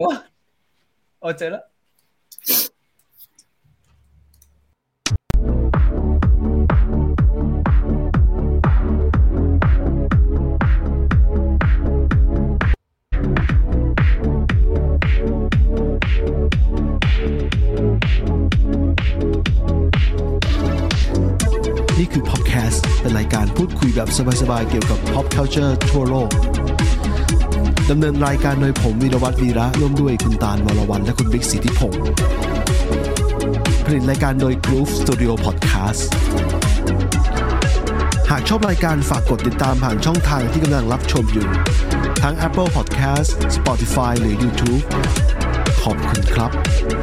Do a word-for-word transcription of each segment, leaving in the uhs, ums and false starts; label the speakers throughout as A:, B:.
A: โอ้โอ้เจอแล้ว
B: นี่คือ Podcast เป็นรายการพูดคุยแบบสบายๆเกี่ยวกับ pop culture ทั่วโลกดำเนินรายการโดยผมวีรวัฒน์วีระร่วมด้วยคุณตาลวรวรรณและคุณบิ๊กสิทธิพงศ์ผลิตรายการโดย Groove Studio Podcast หากชอบรายการฝากกดติดตามผ่านช่องทางที่กำลังรับชมอยู่ทั้ง Apple Podcast Spotify หรือ YouTube ขอบคุณครับ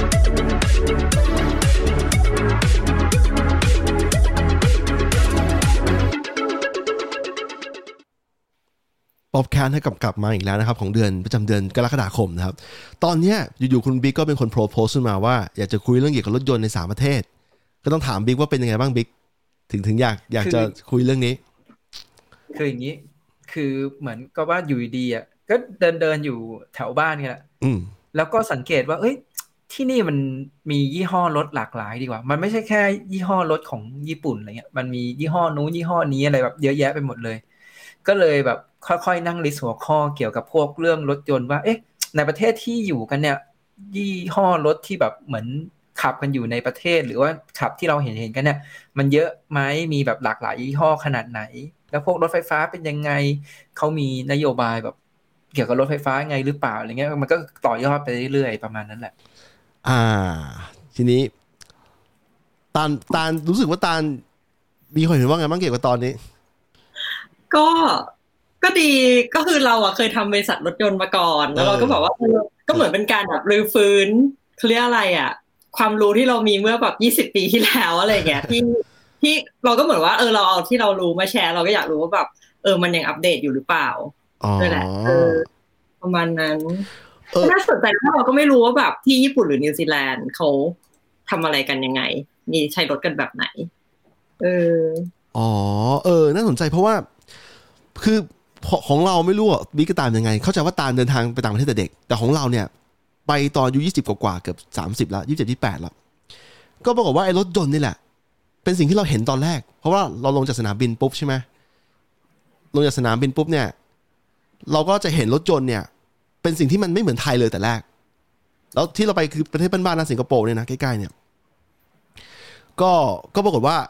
B: ป๊อปแคสให้กลับมาอีกแล้วนะครับของเดือนประจำเดือนกรกฎาคมนะครับตอนนี้อยู่ๆคุณบิ๊กก็เป็นคนโพสต์ขึ้นมาว่าอยากจะคุยเรื่องเกี่ยวกับรถยนต์ในสามประเทศก็ต้องถามบิ๊กว่าเป็นยังไงบ้างบิ๊กถึงถึงอยากอยากจะคุยเรื่องนี้
A: คืออย่างนี้คือเหมือนก็ว่าอยู่ดีอ่ะก็เดินเดินอยู่แถวบ้านนี่แหละแล้วก็สังเกตว่าเอ้ยที่นี่มันมียี่ห้อรถหลากหลายดีกว่ามันไม่ใช่แค่ยี่ห้อรถของญี่ปุ่นอะไรเงี้ยมันมียี่ห้อนู้นยี่ห้อนี้อะไรแบบเยอะแยะไปหมดเลยก็เลยแบบค่อยๆนั่งลิสต์หัวข้อเกี่ยวกับพวกเรื่องรถยนต์ว่าเอ๊ะในประเทศที่อยู่กันเนี่ยยี่ห้อรถที่แบบเหมือนขับกันอยู่ในประเทศหรือว่าขับที่เราเห็นเห็นกันเนี่ยมันเยอะไหมมีแบบหลากหลายยี่ห้อขนาดไหนแล้วพวกรถไฟฟ้าเป็นยังไงเขามีนโยบายแบบเกี่ยวกับรถไฟฟ้าไงหรือเปล่าอะไรเงี้ยมันก็ต่อยอดไปเรื่อยๆประมาณนั้นแหละ
B: อ่าทีนี้ตาลตาลรู้สึกว่าตาลมีคนเห็นว่าไงบ้างเกี่ยวกับตอนนี้
C: ก็ก็ดีก็คือเราอ่ะเคยทำบริษัทรถยนต์มาก่อนแล้วเราก็บอกว่าก็เหมือนเป็นการแบบรื้อฟื้นเขาเรียกอะไรอ่ะความรู้ที่เรามีเมื่อแบบยี่สิบปีที่แล้วอะไรเงี้ยที่ที่เราก็เหมือนว่าเออเราเอาที่เรารู้มาแชร์เราก็อยากรู้ว่าแบบเออมันยังอัปเดตอยู่หรือเปล่านั่นแหละเออประมาณนั้นน่าสนใจเพราะเราก็ไม่รู้ว่าแบบที่ญี่ปุ่นหรือนิวซีแลนด์เขาทำอะไรกันยังไงมีใช้รถกันแบบไหนเออ
B: อ๋อเออน่าสนใจเพราะว่าคือของเราไม่รู้อ่ะบิ๊กตามยังไงเข้าใจว่าตามเดินทางไปต่างประเทศแต่เด็กแต่ของเราเนี่ยไปตอนอายุยี่สิบกว่าๆเกือบสามสิบแล้วยี่สิบเจ็ด ยี่สิบแปดแล้วก็ปรากฏว่าไอ้รถยนต์นี่แหละเป็นสิ่งที่เราเห็นตอนแรกเพราะว่าเราลงจากสนามบินปุ๊บใช่ไหมลงจากสนามบินปุ๊บเนี่ยเราก็จะเห็นรถยนต์เนี่ยเป็นสิ่งที่มันไม่เหมือนไทยเลยแต่แรกแล้วที่เราไปคือประเทศบ้านๆนะสิงคโปร์เนี่ยนะใกล้ๆเนี่ยก็ก็ปรากฏว่า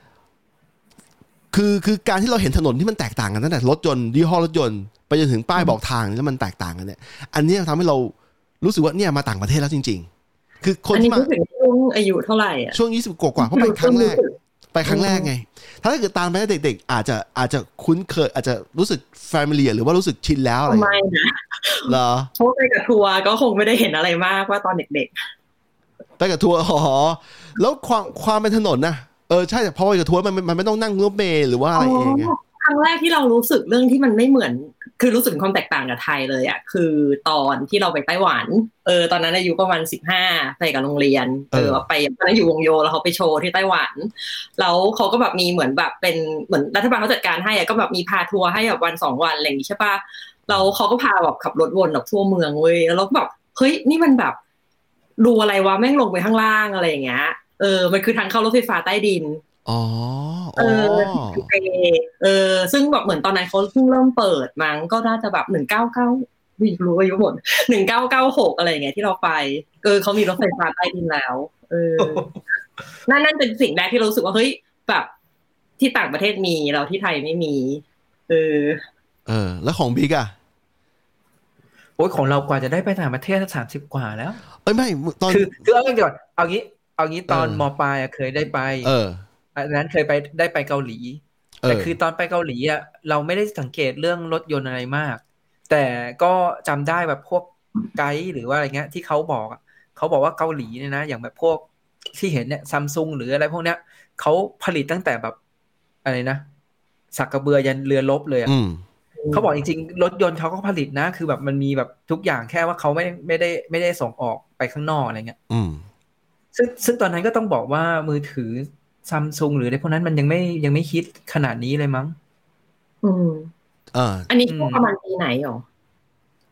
B: คือคือการที่เราเห็นถนนที่มันแตกต่างกันตั้งแต่รถยนต์ยี่ห้อรถยนต์ไปจนถึงป้ายบอกทางแล้วมันแตกต่างกันเนี่ยอันนี้ทำให้เรารู้สึกว่าเนี่ยมาต่างประเทศแล้วจริงๆคือคนที่มา
C: ช่วงอายุเท่าไหร่อ่ะ
B: ช่วงยี่สิบกว่าๆเพราะไปครั้งแรกไปครั้งแรกไงถ้าเกิดตามไปเด็กๆอาจจะอาจจะคุ้นเคยอาจจะรู้สึกแฟมิเลียหรือว่ารู้สึกชินแล้วอะไร
C: ไม่นะ
B: เหรอ
C: เพราะไปกับทัวร์ก็คงไม่ได้เห็นอะไรมากว่าตอนเด็ก
B: ๆไปกับทัวร์อ๋อแล้วความความเป็นถนนนะเออใช่แต่พอไปกับทัวร์มันมันไม่ต้องนั่งรถเมล์หรือว่าอะไรเอง
C: ครั้งแรกที่เรารู้สึกเรื่องที่มันไม่เหมือนคือรู้สึกความแตกต่างกับไทยเลยอ่ะคือตอนที่เราไปไต้หวันเออตอนนั้นอายุประมาณสิบห้าไปกับโรงเรียนเออไปตอนนั้นอยู่วงโยแล้วเขาไปโชว์ที่ไต้หวันแล้วเขาก็แบบมีเหมือนแบบเป็นเหมือนรัฐบาลเขาจัดการให้อ่ะก็แบบมีพาทัวร์ให้แบบวันสองวันอะไรอย่างงี้ใช่ป่ะแล้วเขาก็พาแบบขับรถวนแบบทั่วเมืองเว้ยแล้วเราก็แบบเฮ้ยนี่มันแบบดูอะไรวะแม่งลงไปข้างล่างอะไรอย่างเงี้ยเออมันคือทางเข้ารถไฟฟ้าใต้ดิน
B: อ๋อ
C: เออเออซึ่งแบบเหมือนตอนนั้นเขาเพิ่งเริ่มเปิดมั้งก็น่าจะแบบหนึ่งเก้าเก้าไม่รู้อายุหมดหนึ่งเก้าเก้าหกอะไรอย่างเงี้ยที่เราไปเออเขามีรถไฟฟ้าใต้ดินแล้วเออนั่นนั่นเป็นสิ่งแรกที่เรารู้สึกว่าเฮ้ยแบบที่ต่างประเทศมีเราที่ไทยไม่มีเออ
B: เออแล้วของบิ๊กอะ
A: โอ้ยของเรากว่าจะได้ไปต่างประเทศสามสิบกว่าแล้ว
B: เอ้ยไม่ตอน
A: คือคือเอางี้ก่อนเอางี้เอางี้ตอนม.ปลายเคยได้ไป
B: เออ
A: อันนั้นเคยไปได้ไปเกาหลีแต่คือตอนไปเกาหลีอ่ะเราไม่ได้สังเกตเรื่องรถยนต์อะไรมากแต่ก็จำได้แบบพวกไกด์หรือว่าอะไรเงี้ยที่เขาบอกเขาบอกว่าเกาหลีเนี่ยนะอย่างแบบพวกที่เห็นเนี่ยซัมซุงหรืออะไรพวกเนี้ยเขาผลิตตั้งแต่แบบอะไรนะสักกระเบือยันเรือรบเลยอ่ะเขาบอกจริงๆรถยนต์เขาก็ผลิตนะคือแบบมันมีแบบทุกอย่างแค่ว่าเขาไม่ไม่ได้ไม่ได้ส่งออกไปข้างนอกอะไรเงี้ยซึ่งซึ่งตอนนั้นก็ต้องบอกว่ามือถือซัมซุงหรืออะไรพวกนั้นมันยังไม่ยังไม่คิดขนาดนี้เลยมั้ง
C: อืมอ่าอันนี้ประมาณปีไหนหรอ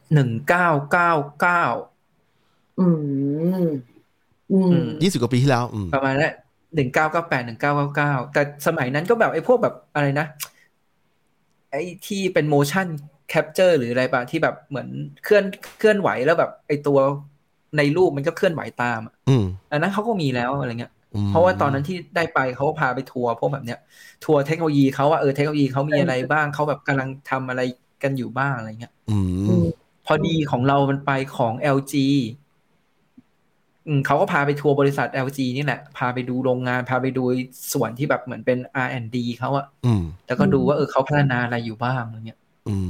A: หนึ่งเก้าเก้าเก้า
C: อืมอืม
B: ยี่สิบกว่าปีที่แล้ว
A: ประมาณนั้นหนึ่งเก้าเก้าแปดหนึ่งเก้าเก้าเก้าแต่สมัยนั้นก็แบบไอ้พวกแบบอะไรนะไอ้ที่เป็น motion capture หรืออะไรป่ะที่แบบเหมือนเคลื่อนเคลื่อนไหวแล้วแบบไอ้ตัวในรูปมันก็เคลื่อนไหวตาม
B: อืม
A: อันนั้นเขาก็มีแล้วอะไรเงี้ยเพราะว่าตอนนั้นที่ได้ไปเขาพาไปทัวร์พวกแบบเนี้ยทัวร์เทคโนโลยีเขาว่าเออเทคโนโลยีเขามีอะไรบ้างเขาแบบกำลังทำอะไรกันอยู่บ้างอะไรเงี้ยพอดีของเรามันไปของ แอล จี อืมเขาก็พาไปทัวร์บริษัท แอล จี นี่แหละพาไปดูโรงงานพาไปดูส่วนที่แบบเหมือนเป็น อาร์ แอนด์ ดี เขาอะแล้วก็ดูว่าเออเขาพัฒนาอะไรอยู่บ้างอะไรเงี้ย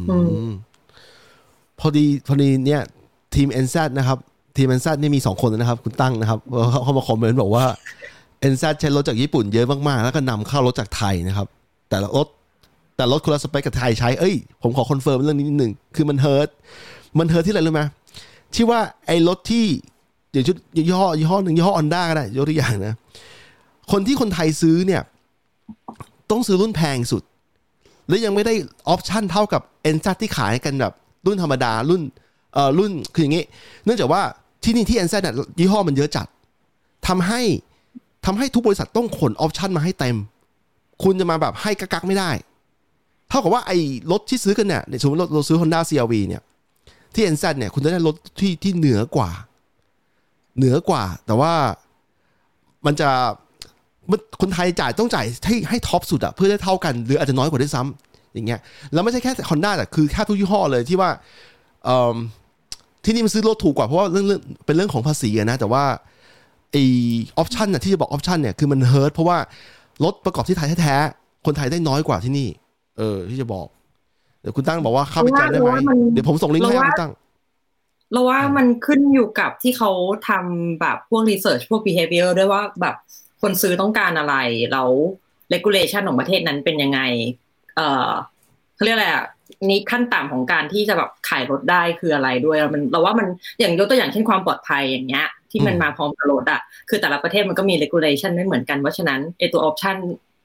B: พอดีพอดีเนี่ยทีม เอ็น แซด นะครับทีม เอ็น แซด นี่มีสองคนนะครับคุณตั้งนะครับเขามาคอมเมนต์บอกว่า เอ็น แซด ใช้รถจากญี่ปุ่นเยอะมากๆแล้วก็นำเข้ารถจากไทยนะครับแต่ละรถแต่รถคนละสเปคกับไทยใช้เอ้ยผมขอคอนเฟิร์มเรื่องนี้นิดนึงคือมันเฮิร์ตมันเฮิร์ตที่อะไรรู้ไหมที่ว่าไอ้รถที่อย่างชุดยี่ห้อยี่ห้อหนึ่งยี่ห้อ Honda ก็ได้ยกตัวอย่างนะคนที่คนไทยซื้อเนี่ยต้องซื้อรุ่นแพงสุดและยังไม่ได้ออปชั่นเท่ากับ เอ็น แซด ที่ขายกันแบบรุ่นธรรมดารุ่นเอ่อรุ่นคืออย่างงี้เนื่องจากว่าที่นี่ที่ เอ็น แซด เนี่ยยี่ห้อมันเยอะจัดทำให้ทำให้ทุกบริษัทต้องขนออปชั่นมาให้เต็มคุณจะมาแบบให้กักๆไม่ได้เท่ากับว่าไอ้รถที่ซื้อกันเนี่ยสมมติเราซื้อ Honda ซี อาร์ วี เนี่ยที่ เอ็น แซด เนี่ยคุณจะได้รถที่ที่เหนือกว่าเหนือกว่าแต่ว่ามันจะคนไทยจ่ายต้องจ่ายให้ให้ท็อปสุดอะเพื่อได้เท่ากันหรืออาจจะน้อยกว่าด้วยซ้ำอย่างเงี้ยแล้วไม่ใช่แค่ Honda แต่คือแค่ทุกยี่ห้อเลยที่ว่าที่นี่มันซื้อรถถูกกว่าเพราะว่าเรื่องเป็นเรื่องของภาษีนะแต่ว่าไอออปชั่นน่ะที่จะบอกออปชั่นเนี่ยคือมันเฮิร์ตเพราะว่ารถประกอบที่ไทยแท้ๆคนไทยได้น้อยกว่าที่นี่เออที่จะบอกเดี๋ยวคุณตั้งบอกว่าเข้าไปแจ้งได้ไหมเดี๋ยวผมส่งลิงก์ให้คุณตั้ง
C: เราว่ามันขึ้นอยู่กับที่เขาทำแบบพวก research พวก behavior ด้วยว่าแบบคนซื้อต้องการอะไรแล้ว regulation ของประเทศนั้นเป็นยังไงเอ่อเขาเรียกอะไรอ่ะนี่ขั้นต่ำของการที่จะแบบขายรถได้คืออะไรด้วยมันเราว่ามันอย่างยกตัวอย่างเช่นความปลอดภัยอย่างเงี้ยที่มันมาพร้อมกับรถอ่ะคือแต่ละประเทศมันก็มี regulation ไม่เหมือนกันเพราะฉะนั้นไอตัว option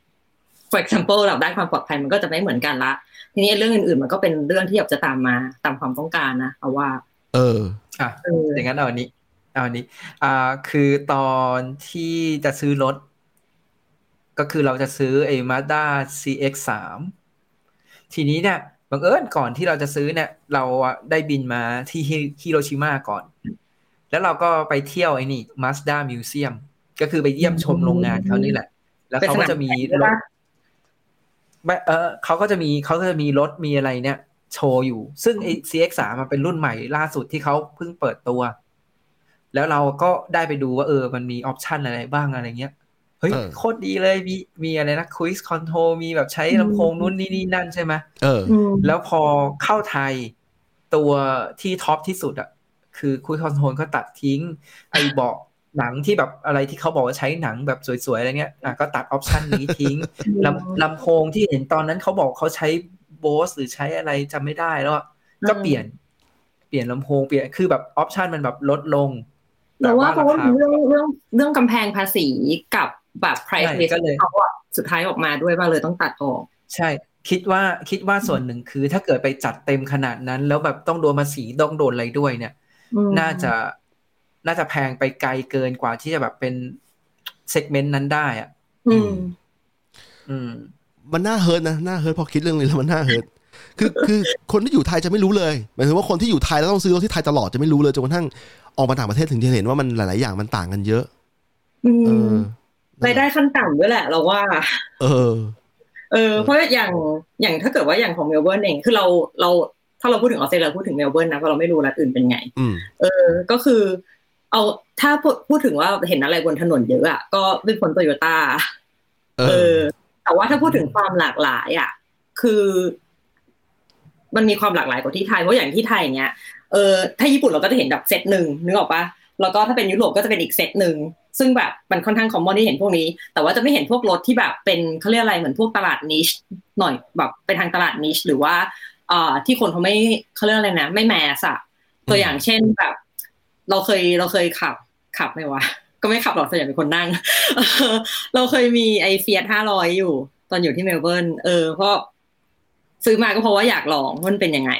C: for example เราได้ความปลอดภัยมันก็จะไม่เหมือนกันละทีนี้เรื่องอื่นๆมันก็เป็นเรื่องที่อยากจะตามมาตามความต้องการนะเอาว่า
B: เออ
A: อ่ะอย่างนั้นเอาอันนี้เอาอันนี้อ่าคือตอนที่จะซื้อรถก็คือเราจะซื้อไอ้ Mazda ซี เอ็กซ์ สาม ทีนี้เนี่ยบังเอิญก่อนที่เราจะซื้อเนี่ยเราได้บินมาที่ฮิโรชิมาก่อนแล้วเราก็ไปเที่ยวไอ้นี่ Mazda Museum ก็คือไปเยี่ยมชมโรงงานเขานี่แหละแล้วเขาก็จะมีรถเออเขาก็จะมีเขาก็จะมีรถมีอะไรเนี่ยโชว์อยู่ซึ่งไอ้ ซี เอ็กซ์ สาม มันเป็นรุ่นใหม่ล่าสุดที่เขาเพิ่งเปิดตัวแล้วเราก็ได้ไปดูว่าเออมันมีออปชันอะไรบ้างอะไรเงี้ยเฮ้ยโคตรดีเลยมีมีอะไรนะ Cruise Control มีแบบใช้ลำโพงนู้นนี่นี่นั่นใช่ไหม
B: เออ
A: แล้วพอเข้าไทยตัวที่ท็อปที่สุดอ่ะคือ Cruise Control ก็ตัดทิ้งไอ้เบาะหนังที่แบบอะไรที่เขาบอกว่าใช้หนังแบบสวยๆอะไรเงี้ยอ่ะก็ตัดออปชันนี้ทิ้งลำลำโพงที่เห็นตอนนั้นเขาบอกเขาใช้โบสหรือใช้อะไรจำไม่ได้แล้วก็เปลี่ยนเปลี่ยนลำโพงเปลี่ยนคือแบบออปชันมันแบบลดลง
C: แต่ว่าเพราะว่าเรื่องเรื่องเรื่องกำแพงภาษีกับแบบ price list เขาอะสุดท้ายออกมาด้วยว่าเลยต้องตัดออก
A: ใช่คิดว่าคิดว่าส่วนหนึ่งคือถ้าเกิดไปจัดเต็มขนาดนั้นแล้วแบบต้องโดนภาษีต้องโดนอะไรด้วยเนี่ยน่าจะน่าจะแพงไปไกลเกินกว่าที่จะแบบเป็นเซกเมนต์นั้นได้อ่ะ
C: อืม
A: อืม
B: มันน่าเฮิร์ตนะน่าเฮิร์ตพอคิดเรื่องนี้แล้วมันน่าเฮิร์ตคือคือคนที่อยู่ไทยจะไม่รู้เลยหมายถึงว่าคนที่อยู่ไทยแล้วต้องซื้อรถที่ไทยตลอดจะไม่รู้เลยจนกระทั่งออกมาต่างประเทศถึงจะเห็นว่ามันหลายๆอย่างมันต่างกันเยอะ
C: เออรายได้ขั้นต่ำด้วยแหละเราว่า
B: เออ
C: เออเพราะอย่างอย่างถ้าเกิดว่าอย่างของเมลเบิร์นเองคือเราเราถ้าเราพูดถึงออสเตรเลียพูดถึงเมลเบิร์นนะเพราะเราไม่รู้รัฐอื่นเป็นไงเออก็คือเอาถ้าพูดถึงว่าเห็นอะไรบนถนนเยอะอ่ะก็เป็นผลโตโยต้าเออแต่ว่าถ้าพูดถึงความหลากหลายอ่ะคือมันมีความหลากหลายกว่าที่ไทยเพราะอย่างที่ไทยเนี้ยเออถ้าญี่ปุ่นเราก็จะเห็นแบบเซตหนึ่งนึกออกปะแล้วก็ถ้าเป็นยุโรปก็จะเป็นอีกเซตหนึ่งซึ่งแบบมันค่อนข้างคอมมอนที่เห็นพวกนี้แต่ว่าจะไม่เห็นพวกรถที่แบบเป็นเขาเรียกอะไรเหมือนพวกตลาดนิชหน่อยแบบไปทางตลาดนิชหรือว่าเอ่อที่คนเขาไม่เขาเรียกอะไรนะไม่แมสอะตัวอย่างเช่นแบบเราเคยเราเคยขับขับไหมวะก็ไม่ขับหรอกส่วนใหญ่เป็นคนนั่ง เราเคยมีไอเฟียสห้าร้อยอยู่ตอนอยู่ที่เมลเบิร์นเออเพราะซื้อมาก็เพราะว่าอยากลองว่ามันเป็นยังไง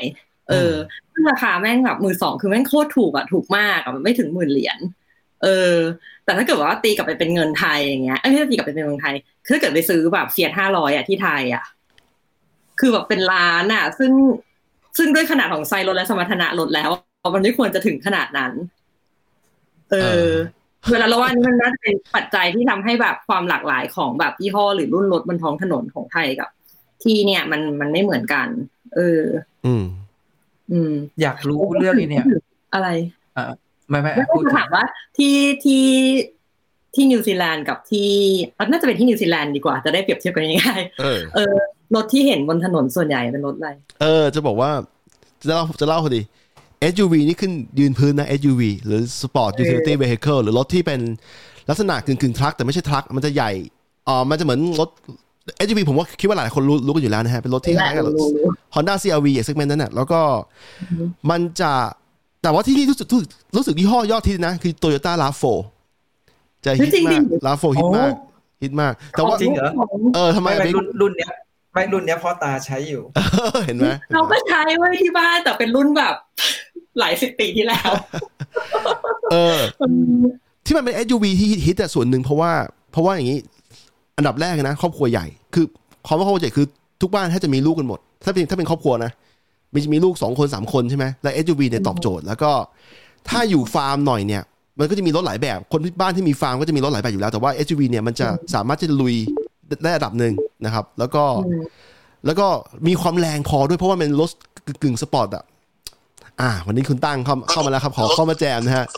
C: เออราคาแม่งแบบมือสองคือแม่งโคตรถูกอะถูกมากอะมันไม่ถึงหมื่นเหรียญเออแต่ถ้าเกิดว่าตีกลับไปเป็นเงินไทยอย่างเงี้ยไอ้ที่ตีกลับไปเป็นเงินไทยถ้าเกิดไปซื้อแบบเฟียสห้าร้อยอะที่ไทยอะคือแบบเป็นล้านอะซึ่งซึ่งด้วยขนาดของไซส์รถและสมรรถนะรถแล้วมันไม่ควรจะถึงขนาดนั้นเออเวลาเราว่านี่มันน่าจะเป็นปัจจัยที่ทำให้แบบความหลากหลายของแบบยี่ห้อหรือรุ่นรถบนท้องถนนของไทยกับที่เนี่ยมันมันไม่เหมือนกันเอออืม
A: อืมอยากรู้เรื่องนี้เนี่ย
C: อะไร
A: อ่าไม่ไม่
C: พูดถามว่าที่ที่ที่นิวซีแลนด์กับที่น่าจะเป็นที่นิวซีแลนด์ดีกว่าจะได้เปรียบเทียบกันง่ายๆเออเออรถที่เห็นบนถนนส่วนใหญ่เป็นรถอะไร
B: เออจะบอกว่าจะเล่าจะเล่าพอดี เอส ยู วี นี่ขึ้นยืนพื้นนะ เอส ยู วี หรือ Sport Utility Vehicle หรือรถที่เป็นลักษณะกึ่งๆทรัคแต่ไม่ใช่ทรัคมันจะใหญ่อ๋อมันจะเหมือนรถ เอส ยู วี ผมว่าคิดว่าหลายคนรู้รู้กันอยู่แล้วนะฮะเป็นรถที่คล้ายกับ Honda ซี อาร์ วี อย่างเซกเมนต์นั้นน่ะแล้วก็มันจะแต่ว่าที่นี่รู้สึกรู้สึกยี่ห้อยอดฮิตนะคือ Toyota ราฟ โฟร์ จะฮิตมาก ราฟ โฟร์ ฮิตมากฮิตมากแต่ว่า
A: จริงเหรอ
B: เออทำไม
A: รุ่นรุ่นเนี้ยไม่รุ่นเนี้ยพ่อตาใช้อยู่
B: เห็นไหม
C: เราก็ใช้ไว้ที่บ้านแต่เป็นรุ่นแบบหลายสิบปีที่แล้ว
B: เออที่มันเป็น เอส ยู วี ที่ฮิตแต่ส่วนหนึ่งเพราะว่าเพราะว่าอย่างนี้อันดับแรกนะครอบครัวใหญ่คือคำว่าครอบครัวใหญ่คือทุกบ้านถ้าจะมีลูกกันหมดถ้าเป็นถ้าเป็นครอบครัวนะมีจะมีลูกสองคนสามคนใช่ไหมและ เอส ยู วี เนี่ยตอบโจทย์แล้วก็ถ้าอยู่ฟาร์มหน่อยเนี่ยมันก็จะมีรถหลายแบบคนที่บ้านที่มีฟาร์มก็จะมีรถหลายแบบอยู่แล้วแต่ว่า เอส ยู วี เนี่ยมันจะสามารถที่จะลุยได้ระดับหนึ่งนะครับแล้วก็แล้วก็มีความแรงพอด้วยเพราะว่ามันรถกึ่งสปอร์ตอ่ะอ่าวันนี้คุณตั้งเข้าเข้ามาแล้วครับขอเข้ามาแจมนะฮะ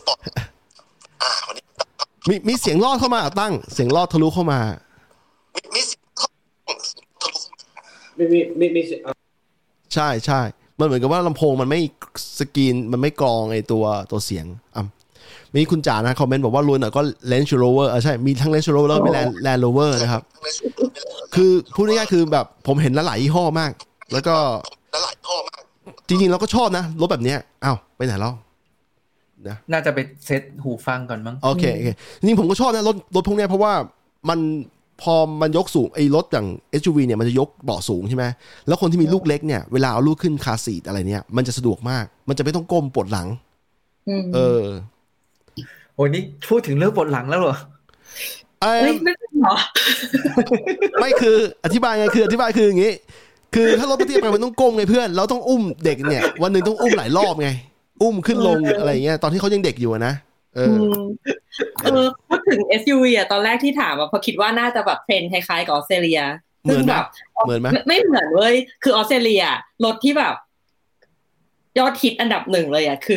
B: มีมีเสียงลอดเข้ามาตั้งเสียงลอดทะลุเข้ามา
A: มีมีมีมี
B: ใช่ใช่มันเหมือนกับว่าลำโพงมันไม่สกรีนมันไม่กรองไอตัวตัวเสียงอ่ะมีคุณจ๋านะคอมเมนต์บอกว่ารุ่นอ่ะก็ Range Rover อ่ะใช่มีทั้ง Range Rover แล้วมี Land Rover นะครับคือพูดง่ายๆคือแบบผมเห็นหลายยี่ห้อมากแล้วก็จริงๆเราก็ชอบนะรถแบบนี้อ้าวไปไหนแล้ว
A: นะน่าจะไปเซตหูฟังก่อนมั้ง
B: โอเคโอเคจริงๆผมก็ชอบนะรถรถพวกนี้เพราะว่ามันพอมันยกสูงไอ้รถอย่าง เอส ยู วี เนี่ยมันจะยกเบาะสูงใช่ไหมแล้วคนที่มีลูกเล็กเนี่ยเวลาเอาลูกขึ้นคาร์ซีทอะไรเนี่ยมันจะสะดวกมากมันจะไม่ต้องก้มปวดหลังเออ
A: โอ้ยนี่พูดถึงเรื่องปวดหลังแล้วเหรอ
C: ไม่ไม่หรอ
B: ไม่คืออธิบายไงคืออธิบายคืออย่างงี้คือถ้ารถเทียบไปมันต้องก้มไงเพื่อนเราต้องอุ้มเด็กเนี่ยวันนึงต้องอุ้มหลายรอบไงอุ้มขึ้นลงอะไรเงี้ยตอนที่เขายังเด็กอยู่นะเออ
C: เออพูดถึง เอส ยู วี อ่ะตอนแรกที่ถามอ่ะพอคิดว่าน่าจะแบบเทรนคล้ายๆกับออสเตรเลีย
B: ซึ่งแบบเหมือนไหม
C: ไม่เหมือนเว้ยคือออสเตรเลียรถที่แบบยอดฮิตอันดับหนึ่งเลยอ่ะคือ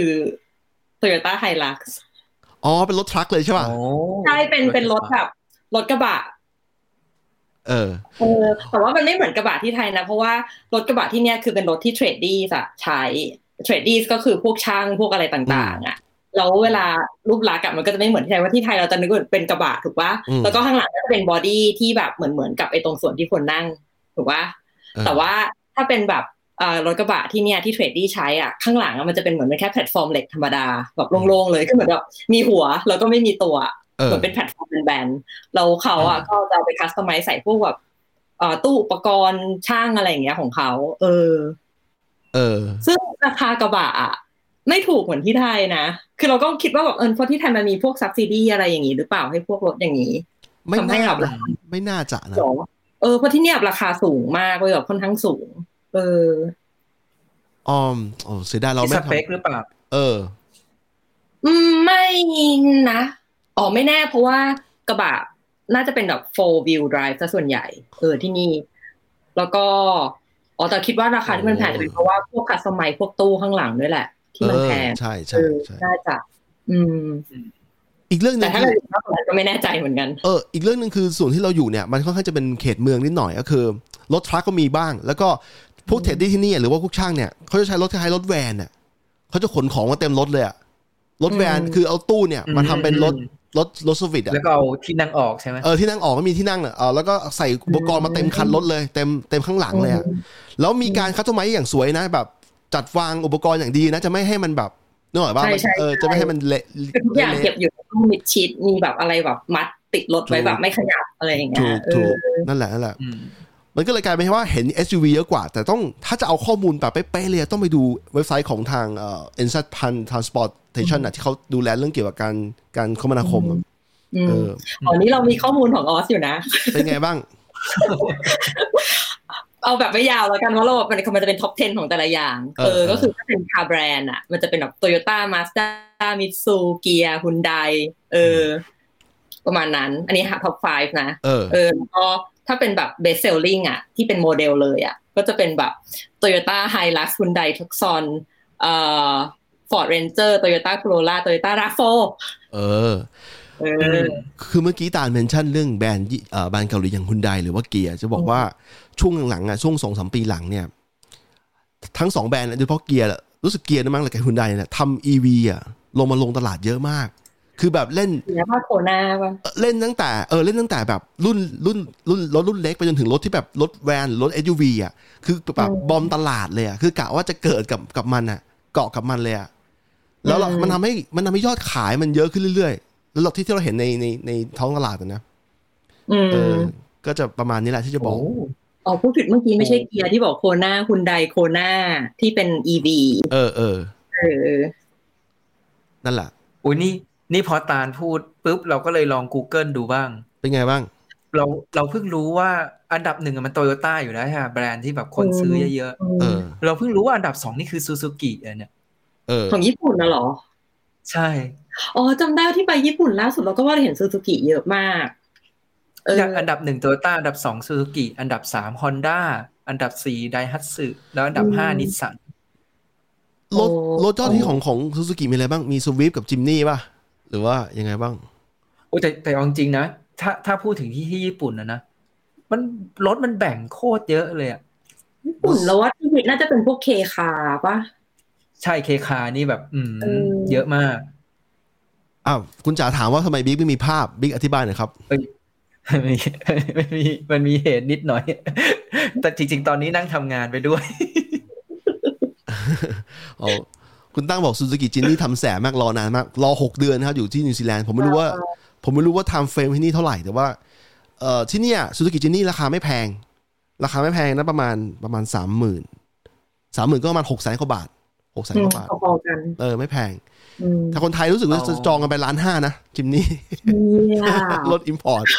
C: Toyota Hilux
B: อ๋อเป็นรถทรัคเลยใช่ป่ะ
C: ใช่เป็นเป็นรถแบบรถกระบะ
B: เออ
C: เออแต่ว่ามันไม่เหมือนกระบะที่ไทยนะเพราะว่ารถกระบะที่เนี้ยคือเป็นรถที่เทรดดี้อะใช้เทรดดี้ก็คือพวกช่างพวกอะไรต่างๆอ่ะแล้วเวลารูปลักษณ์มันก็จะไม่เหมือนที่ไทยว่าที่ไทยเราจะนึกว่าเป็นกระบะถูกป่ะแล้วก็ข้างหลังก็จะเป็นบอดี้ที่แบบเหมือนเหมือนกับไอ้ตรงส่วนที่คนนั่งถูกป่ะแต่ว่าถ้าเป็นแบบรถกระบะที่เนี่ยที่เทรดดี้ใช้อ่ะข้างหลังมันจะเป็นเหมือนเป็นแค่แพลตฟอร์มเหล็กธรรมดาแบบโล่งๆเลยก็เหมือนแบบมีหัวแล้วก็ไม่มีตัวเหมือนเป็นแพลตฟอร์มแบนๆเราเขาอ่ะก็จะเอาไปคัสตอมไมซ์ใส่พวกแบบตู้อุปกรณ์ช่างอะไรอย่างเงี้ยของเขาเออ
B: เออ
C: ซึ่งราคากระบะอ่ะไม่ถูกเหมือนที่ไทยนะคือเราก็คิดว่าแบบเออเพราะที่ไทยมันมีพวกซับซิดี้อะไรอย่างงี้หรือเปล่าให้พวกรถอย่างนี้
B: ทำให้แบบไม่น่าจะนะ
C: เออเพราะที่เนี่ยราคาสูงมากเลยแบบค่อนข้างสูงเออ
B: อ๋อโอ้เสียดายเราไม่
A: สเปคหรือเปล่า
B: เออ
C: อืมไม่นะอ๋อไม่แน่เพราะว่ากระบะน่าจะเป็นแบบ four wheel drive ซะส่วนใหญ่เออที่นี่แล้วก็อ๋อแต่คิดว่าราคาที่มันแพงจะเป็นเพราะว่าพวกคัสตอมไมซ์พวกตู้ข้างหลังด้วยแหละที่มันแพง
B: ใช่ใช่ใช่
C: น่าจะอืม
B: อีกเรื่องนึง
C: แต่ถ้าเราอยู่นอกนั้นก็ไม่แน่ใจเหมือนกัน
B: เอออีกเรื่องนึงคือส่วนที่เราอยู่เนี่ยมันค่อนข้างจะเป็นเขตเมืองนิดหน่อยก็คือรถทรัคก็มีบ้างแล้วก็พวกเทรดดี้ที่นี่หรือว่าพวกช่างเนี่ยเขาจะใช้รถคล้ายๆรถแวนเนี่ยเขาจะขนของมาเต็มรถเลยอะรถแวนคือเอาตู้เนี่ยมาทำเป็นรถรถรถสวิตอ่ะ
A: แล้วก็เอาที่นั่งออกใช่ไหม
B: เออที่นั่งออกก็มีที่นั่งเออแล้วก็ใส่อุปกรณ์มาเต็มคันรถเลยเต็มเต็มข้างหลังเลยอ่ะแล้วมีการคัสตอมไมซ์อย่างสวยนะแบบจัดวางอุปกรณ์อย่างดีนะจะไม่ให้มันแบบนึกออกป่ะเออจะไม่ให้มันเละ
C: ทุกอย่างเก็บอยู่ต้องมิดชิดมีแบบอะไรแบบมัดติดรถไว้แบบไม่ขยับอะไรอย่างเงี้ย
B: ถูกถูกนั่นแหละนั่นแหละมันก็เลยกลายเป็นว่าเห็น เอส ยู วี เยอะกว่าแต่ต้องถ้าจะเอาข้อมูลแบบเป๊ะๆเลยต้องไปดูเว็บไซต์ของทางเอ่อ เอ็น แซด Transportation น่ะที่เขาดูแลเรื่องเกี่ยวกับการการคมนาคม
C: เอออ๋อนี่เรามีข้อมูลของออสอยู่นะ
B: เป็นไงบ้าง
C: เอาแบบไม่ยาวแล้วกันว่าเรามันมันจะเป็นท็อปสิบของแต่ละอย่างเออก็คือถ้าเป็นคาร์แบรนด์อ่ะมันจะเป็นแบบ Toyota Mazda Mitsubishi Hyundai เออประมาณนั้นอันนี้ท็อปห้านะเออเออแล้วก็ถ้าเป็นแบบ best selling อ่ะที่เป็นโมเดลเลยอ่ะก็จะเป็นแบบ Toyota Hilux Hyundai Tucson เอ่อ Ford Ranger Toyota Corolla Toyota ราฟ โฟร์ เออ
B: เออคือเมื่อกี้ตาลเมนชั่นเรื่องแบรนด์เอ่อแบรนด์เกาหลีอย่าง Hyundai หรือว่าเกียร์จะบอกว่าช่วงหลังๆอ่ะช่วง สองถึงสาม ปีหลังเนี่ยทั้งสองแบรนด์โดยเฉพาะเกียร์รู้สึกเกียร์นะมั้งกับ Hyundai เนี่ยทำ อี วี อ่ะลงมาลงตลาดเยอะมากคือแบบเล่น
C: แล้วก็โคนาป่ะ
B: เล่นตั้งแต่เออเล่นตั้งแต่แบบรุ่นรุ่นรุ่นรถรุ่นเล็กไปจนถึงรถที่แบบรถแวนรถ เอส ยู วี อ่ะคือแบบบอมตลาดเลยอ่ะคือกะว่าจะเกิดกับกับมันอ่ะเกาะกับมันเลยอ่ะแล้วมันทำให้มันทำให้ยอดขายมันเยอะขึ้นเรื่อยๆแล้วเราที่ที่เราเห็นในในในท้องตลาดนะเออก็จะประมาณนี้แหละที่จะบอก
C: อ๋อพูดผิดเมื่อกี้ไม่ใช่เกียร์ที่บอกโคนาฮุนไดโคนาที่เป็น อี วี
B: เออเออ
C: เออ
B: นั่นแหละ
A: โอ้ยนี่นี่พอตาลพูดปุ๊บเราก็เลยลอง Google ดูบ้าง
B: เป็นไงบ้าง
A: เราเราเพิ่งรู้ว่าอันดับหนึ่งมันโตโยต้าอยู่แล้วใช่ไหมแบรนด์ที่แบบคนซื้อเยอะๆเออเราเพิ่งรู้ว่าอันดับสองนี่คือซูซูกิเนี่ย
C: เออของญี่ปุ่นนะหรอ
A: ใช่
C: อ๋อจำได้ที่ไปญี่ปุ่นล่าสุดเราก็ว่าเห็นซูซูกิเยอะมาก
A: เอออันดับหนึ่งโตโยต้าอันดับสองซูซูกิอันดับสามฮอนด้าอันดับสี่ไดฮัตสึแล้วอันดับห้านิสสัน
B: รถรถเจ้าที่ของของซูซูกิมีอะไรบ้างมีสวิฟกับจิมนี่ป่ะหรือว่ายังไงบ้าง
A: โอ้แต่แต่จริงๆนะถ้าถ้าพูดถึงที่ที่ญี่ปุ่นนะนะมันรถมันแบ่งโคตรเยอะเลยอ่ะ
C: ญี่ปุ่นแล้วว่าที่น่าจะเป็นพวกเคคาป่ะ
A: ใช่เคคานี่แบบอืมเยอะมาก
B: อ้าวคุณจ๋าถามว่าทำไมบิ๊กไม่มีภาพบิ๊กอธิบายหน่อยครับ
A: เอ้ยไม่ไม่มีมันมีเหตุนิดหน่อยแต่จริงๆตอนนี้นั่งทำงานไปด้วย
B: อ๋อคุณตั้งบอกซูซูกิจินนี่ทำแสบมากรอนานมากรอหกเดือนนะครับอยู่ที่นิวซีแลนด์ผมไม่รู้ว่าผมไม่รู้ว่าไทม์เฟรมที่นี่เท่าไหร่แต่ว่าเอ่อที่เนี่ยซูซูกิจินนี่ราคาไม่แพงราคาไม่แพงนะประมาณประมาณ สามหมื่น สามหมื่น ก็ประมาณ หกแสน กว่าบาท หกแสน กว่าบาทเออไม่แพงถ้าคนไทยรู้สึกว่าจะจองกันไปล้านห้านะจิมนี่รถอิมพอร์ต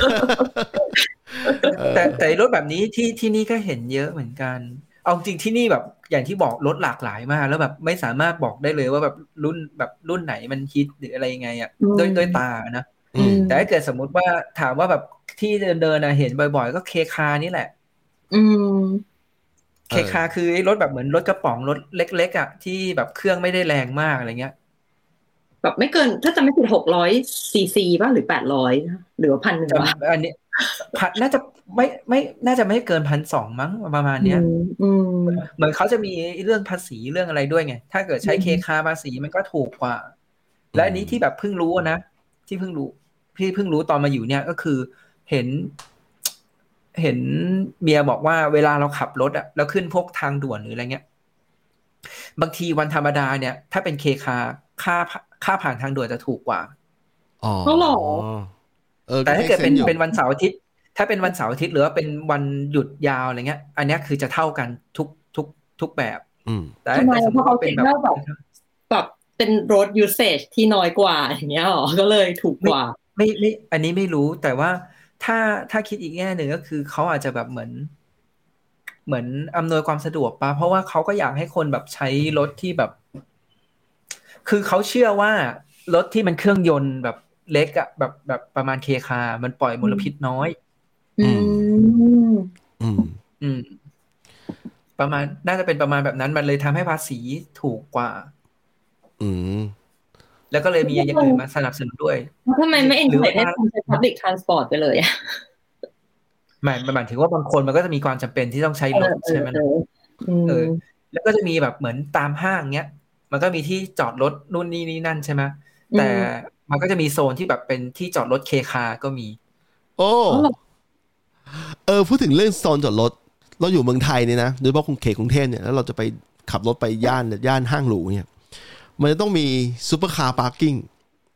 A: แต่แต่รถแบบนี้ที่ที่นี่ก็เห็นเยอะเหมือนกันเอาจริงที่นี่แบบอย่างที่บอกรถหลากหลายมากแล้วแบบไม่สามารถบอกได้เลยว่าแบบรุ่นแบบรุ่นไหนมันฮิตหรืออะไรยังไงอ่ะด้วยด้วยตานะแต่ถ้าเกิดสมมุติว่าถามว่าแบบที่เดินเดินนะเห็นบ่อยๆก็เคคานี่แหละ
C: อืม
A: เคคาคือรถแบบเหมือนรถกระป๋องรถเล็กๆอ่ะที่แบบเครื่องไม่ได้แรงมากอะไรเงี้ย
C: แบบไม่เกินถ้าจะไม่ผิดหกร้อยซีซีป่ะหรือแปดร้อยหรือว่าพันหนึ่งวะ
A: อันนี้พันน่าจะไม่ไม่น่าจะไม่เกินพันสองมั้งประมาณเนี้ยเหมือนเขาจะมีเรื่องภาษีเรื่องอะไรด้วยไงถ้าเกิดใช้เคคาภาษีมันก็ถูกกว่าและอันนี้ที่แบบเพิ่งรู้นะที่เพิ่งรู้พี่เพิ่งรู้ตอนมาอยู่เนี่ยก็คือเห็นเห็นเมียบอกว่าเวลาเราขับรถอะแล้วขึ้นพวกทางด่วนหรืออะไรเงี้ยบางทีวันธรรมดาเนี่ยถ้าเป็นเคคาค่าค่าผ่านทางด่วนจะถูกกว่า
B: อ๋อ
C: หรอ
A: แต่ถ้าเกิดเป็นเป็นวันเสาร์อาทิตย์ถ้าเป็นวันเสาร์อาทิตย์หรือว่าเป็นวันหยุดยาวอะไรเงี้ยอันนี้คือจะเท่ากันทุกทุกทุกแบบ
C: แต่ทำไมเพราะเขาเป็นแบบแบบเป็นรถ usage ที่น้อยกว่าอย่างเงี้ยหรอก็เลยถูกกว่า
A: ไม่ไม่อันนี้ไม่รู้แต่ว่าถ้าถ้าคิดอีกแง่หนึ่งก็คือเขาอาจจะแบบเหมือนเหมือนอำนวยความสะดวกป่ะเพราะว่าเขาก็อยากให้คนแบบใช้รถที่แบบคือเขาเชื่อว่ารถที่มันเครื่องยนต์แบบเล็กอะแบบแบบประมาณเคคามันปล่อยมลพิษน้อย
C: อืม
B: อืม
A: อืมประมาณน่าจะเป็นประมาณแบบนั้นมันเลยทำให้ภาษีถูกกว่า
B: อืม
A: แล้วก็เลยมีอย่างอื่นมาสนับสนุนด้วย
C: ทำไมไม่เอ็นจอยให้คนใช้ public transport ไปเลยอะ
A: หมายหมายถึงว่าบางคนมันก็จะมีความจำเป็นที่ต้องใช้รถใช่ไหมเออแล้วก็จะมีแบบเหมือนตามห้างเนี้ยมันก็มีที่จอดรถนู่นนี่นี่นั่นใช่ไหมแต่มันก็จะมีโซนที่แบบเป็นที่จอดรถเคคาก็มี
B: โอ้เออพูดถึงเรื่องโซนจอดรถเราอยู่เมืองไทยเนี่ยนะโดยเฉพาะเขตกรุงเทพเนี่ยแล้วเราจะไปขับรถไปย่านย่านห้างหรูเนี่ยมันจะต้องมีซุปเปอร์คาร์พาร์กิ้ง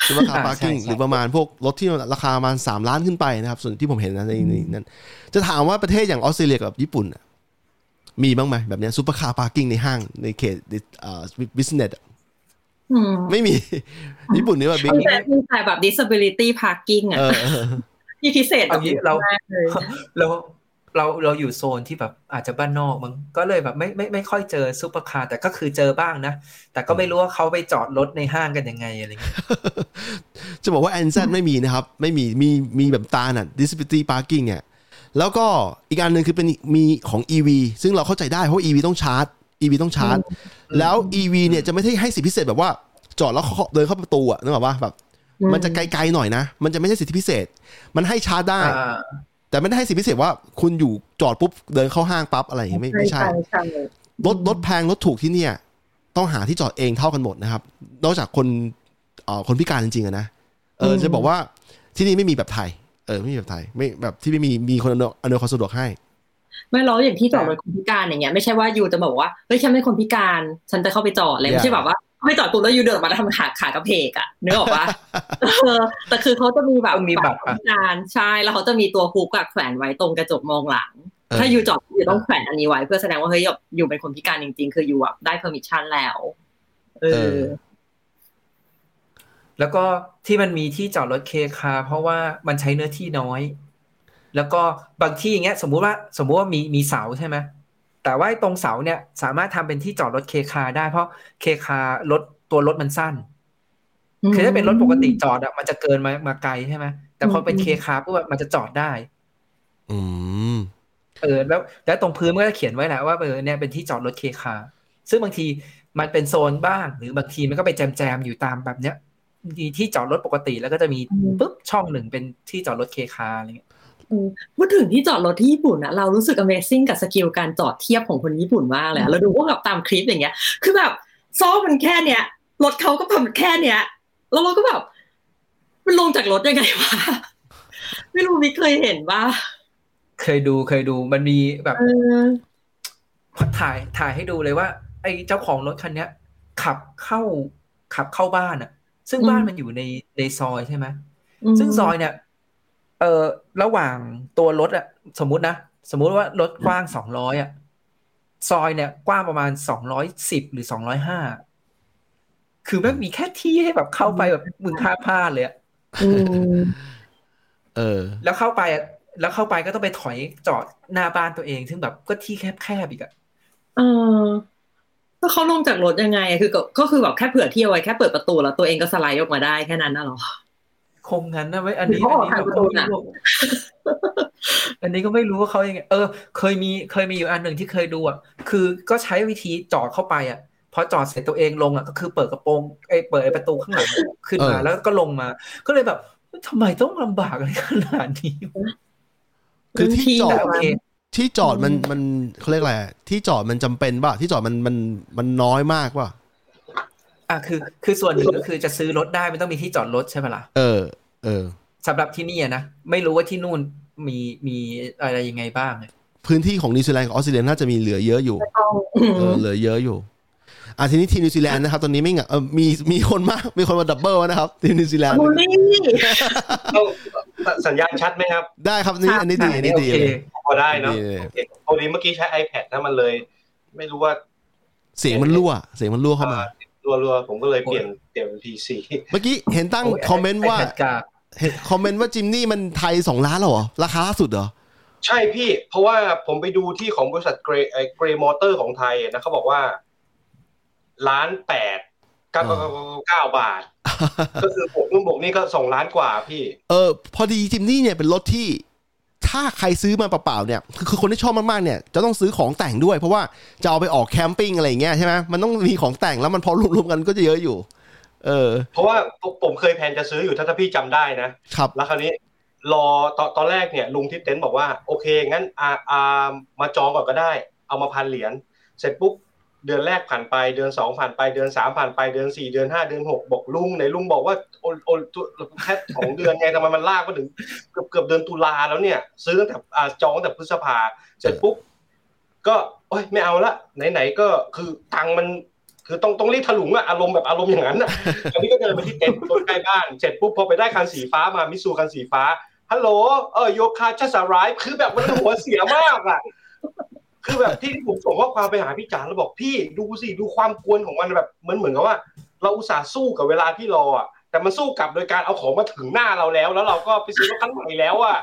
B: ซุปเปอร์คาร์พาร์กิ้งหรือประมาณพวกรถที่ราคาประมาณสามล้านขึ้นไปนะครับส่วนที่ผมเห็นนะในนั้นจะถามว่าประเทศอย่างออสเตรเลียกับญี่ปุ่นมีบ้างไหมแบบนี้ซุปเปอร์คาร์พาร์กิ้งในห้างในเขตอ่าบิสเนสไม่มีญี่ปุ่นนี่แบบมี
C: แต่แบบ disability parking อ่ะที่พิเศษแบบนี้เรา
A: เราเราเราอยู่โซนที่แบบอาจจะบ้านนอกมั้งก็เลยแบบไม่ไม่ไม่ค่อยเจอซุปเปอร์คาร์แต่ก็คือเจอบ้างนะแต่ก็ไม่รู้ว่าเขาไปจอดรถในห้างกันยังไงอะไรเงี้ย
B: จะบอกว่า แอน แซด ไม่มีนะครับไม่มีมีมีแบบตาน่ะ disability parking เนี่ยแล้วก็อีกอันนึงคือเป็นมีของ อี วี ซึ่งเราเข้าใจได้เพราะ อี วี ต้องชาร์จ อี วี ต้องชาร์จแล้ว อี วี เนี่ยจะไม่ได้ให้สิทธิพิเศษแบบว่าจอดแล้วเดินเข้าประตูอ่ะนึกออกป่ะแบบมันจะไกลๆหน่อยนะมันจะไม่ใช่สิทธิพิเศษมันให้ชาร์จได้แต่ไม่ได้ให้สิทธิพิเศษว่าคุณอยู่จอดปุ๊บเดินเข้าห้างปั๊บอะไรอย่างเงี้ยไม่ไม่ใช่รถรถแพงรถถูกที่เนี่ยต้องหาที่จอดเองเท่ากันหมดนะครับนอกจากคนเอ่อคนพิการจริงๆอะนะเออจะบอกว่าที่นี่ไม่มีแบบไทยเออไม่มีแบบไทยไม่แบบที่ไม่มีมีคนอำนวยความสะดวกให้
C: ไม่ล้ออย่างที่จอดรถคนพิการอย่างเงี้ยไม่ใช่ว่ายูจะบอกว่าเฮ้ยฉันเป็นคนพิการฉันจะเข้าไปจอดเลยไม่ใช่แบบว่าไม่จอดปุ๊บแล้วยูเดินมาแล้วทำขาขากระเพกอ่ะนึกออกปะแต่คือเขาจะมีแบบ
A: มีบัตร
C: พิการใช่แล้วเขาจะมีตัวฮุกแขวนไว้ตรงกระจกมองหลังถ้ายูจอดยูต้องแขวนอันนี้ไว้เพื่อแสดงว่าเฮ้ยยูเป็นคนพิการจริงๆคือยูแบบได้ permission แล้วเออ
A: แล้วก็ที่มันมีที่จอดรถเคคาเพราะว่ามันใช้เนื้อที่น้อยแล้วก็บางที่อย่างเงี้ยสมมุติว่าสมมุติว่ามีมีเสาใช่ไหมแต่ว่าตรงเสาเนี่ยสามารถทำเป็นที่จอดรถเคคาได้เพราะเคคารถตัวรถมันสั้นคือถ้าเป็นรถปกติจอดอ่ะมันจะเกินมามาไกลใช่ไหมแต่พอเป็นเคคาปุ๊บมันจะจอดได้
B: อืม
A: เออแล้วแล้วตรงพื้นมันก็จะเขียนไว้แหละว่าเออเนี่ยเป็นที่จอดรถเคคาซึ่งบางทีมันเป็นโซนบ้างหรือบางทีมันก็ไปแจมๆอยู่ตามแบบเนี้ยมีที่จอดรถปกติแล้วก็จะมีปุ๊บช่องหนึ่งเป็นที่จอดรถเคคาอะไรเงี้ย
C: พูดถึงที่จอดรถที่ญี่ปุ่นนะเรารู้สึก Amazing กับสกิลการจอดเทียบของคนญี่ปุ่นมากเลยเราดูพวกแบบตามคลิปอย่างเงี้ยคือแบบซอกมันแค่เนี้ยรถเขาก็ทำแค่เนี้ยแล้วเราก็แบบมันลงจากรถยังไงวะไม่รู้มีเคยเห็นป่ะ
A: เคยดูเคยดูมันมีแบบถ่ายถ่ายให้ดูเลยว่าไอ้เจ้าของรถคันเนี้ยขับเข้าขับเข้าบ้านอ่ะซึ่งบ้านมันอยู่ในในซอยใช่ไหมซึ่งซอยเนี่ยเอ่อระหว่างตัวรถอ่ะสมมุตินะสมมุติว่ารถกว้างสองร้อยอ่ะซอยเนี่ยกว้างประมาณสองร้อยสิบหรือสองร้อยห้าคือมันมีแค่ที่ให้แบบเข้าไปแบบมึงพลาดพลาดเลยอ่ะ
B: เออ
A: แล้วเข้าไปแล้วเข้าไปก็ต้องไปถอยจอดหน้าบ้านตัวเองซึ่งแบบก็ที่แคบๆอีกอ่ะ
C: เออแล้วเขาลงจากรถยังไงคือก็คือแบบแค่เผื่อที่เอาไว้แค่เปิดประตูแล้วตัวเองก็สไลด์ออกมาได้แค่นั้นน่ะหรอ
A: คงงั้นนะไว้อันนี้อันนี้แบบไม่รู้อันนี้ก็ไม่รู้ว่าเขายังไงเออเคยมีเคยมีอยู่อันหนึ่งที่เคยดูอ่ะคือก็ใช้วิธีจอดเข้าไปอ่ะพอจอดเสร็จตัวเองลงอ่ะก็คือเปิดกระโปรงไอ้เปิดไอ้ประตูข้างหลังขึ้นมาแล้วก็ลงมาก็เลยแบบทำไมต้องลำบากอะไรขนาดนี้
B: คือที่จอดที่จอดมันมันเขาเรียกอะไรที่จอดมันจำเป็นป่ะที่จอดมันมันมันน้อยมากป่ะ
A: อ่ะคือคือส่วนหนึ่งก็คือจะซื้อรถได้มันต้องมีที่จอดรถใช่ไหมล่ะ
B: เออเออ
A: สำหรับที่นี่นะไม่รู้ว่าที่นู่นมีมีอะไรยังไงบ้าง
B: พื้นที่ของนิวซีแลนด์กับออสเตรเลียน่าจะมีเหลือเยอะอยู่เออเหลือเยอะอยู่อ่ะทีนี้ทีนิวซีแลนด์นะครับตอนนี้ไม่เออมีมีคนมากมีคนมาดับเบิลนะครับทีนิวซีแลนด์
D: สัญญาณชัดไหมครับ
B: ได้ครับนี่อันนี้ดีอันนี้ดี
D: พอได้เนาะพอดีเมื่อกี้ใช้ iPad นะมันเลยไม่รู้ว่า
B: เสียงมันรั่วเสียงมันรั่วเข้ามา
D: รั่วๆผมก็เลยเปลี่ยนเปลี่ยนเป็น พี ซี
B: เมื่อกี้เห็นตั้งคอมเมนต์ว่าเห็นคอมเมนต์ว่าจิมนี่มันไทยสองล้านแล้วเหรอราคาล่าสุดเหรอ
D: ใช่พี่เพราะว่าผมไปดูที่ของบริษัทเกรย์ไอ้เกรย์มอเตอร์ของไทยนะเขาบอกว่าล้านแปดเก้าเก้าบาทก็คือผมนุ่มบกนี่ก็สองล้านกว่าพี่
B: เออพอดีจิมนี่เนี่ยเป็นรถที่ถ้าใครซื้อมาเปล่าๆเนี่ยคือคนที่ชอบมากๆเนี่ยจะต้องซื้อของแต่งด้วยเพราะว่าจะเอาไปออกแคมปิ้งอะไรอย่างเงี้ยใช่ไหมมันต้องมีของแต่งแล้วมันพอรวมๆกันก็จะเยอะอยู่เออ
D: เพราะว่าผมเคยแพลนจะซื้ออยู่ถ้าถ้าพี่จำได้นะครับแล้วคราวนี้รอตอนตอนแรกเนี่ยลุงที่เต็นท์บอกว่าโอเคงั้นอาอามาจองก่อนก็ได้เอามาพันเหรียญเสร็จปุ๊บเดือนแรกผ่านไปเดือนสองผ่านไปเดือนสามผ่านไปเดือนสี่เดือนห้าเดือนหกบอกลุงไหนลุงบอกว่าโอนโอนแค่สองเดือนไงทำไมมันลากมาถึงเกือบเกือบเดือนตุลาแล้วเนี่ยซื้อตั้งแต่อ่าจองตั้งแต่พฤษภาเสร็จปุ๊บก็โอ๊ยไม่เอาละไหนๆก็คือตังค์มันคือต้องต้องรีบถลุงอะอารมณ์แบบอารมณ์อย่างนั้นอะอันนี้ก็เดินไปที่เต็นท์รถใกล้บ้านเสร็จปุ๊บพอไปได้คันสีฟ้ามามิซูคันสีฟ้าฮัลโหลเออโยคาจัสไรคือแบบมันหัวเสียมากอะคือแบบที่ผมส่งข้อความไปหาพี่จ๋าแล้วบอกพี่ดูสิดูความกวนของมันแบบเหมือนเหมือนกับว่าเราอุตส่าห์สู้กับเวลาที่รออะแต่มันสู้กลับโดยการเอาของมาถึงหน้าเราแล้วแล้วเราก็ไปซื้อรถคันใหม่แล้วอะ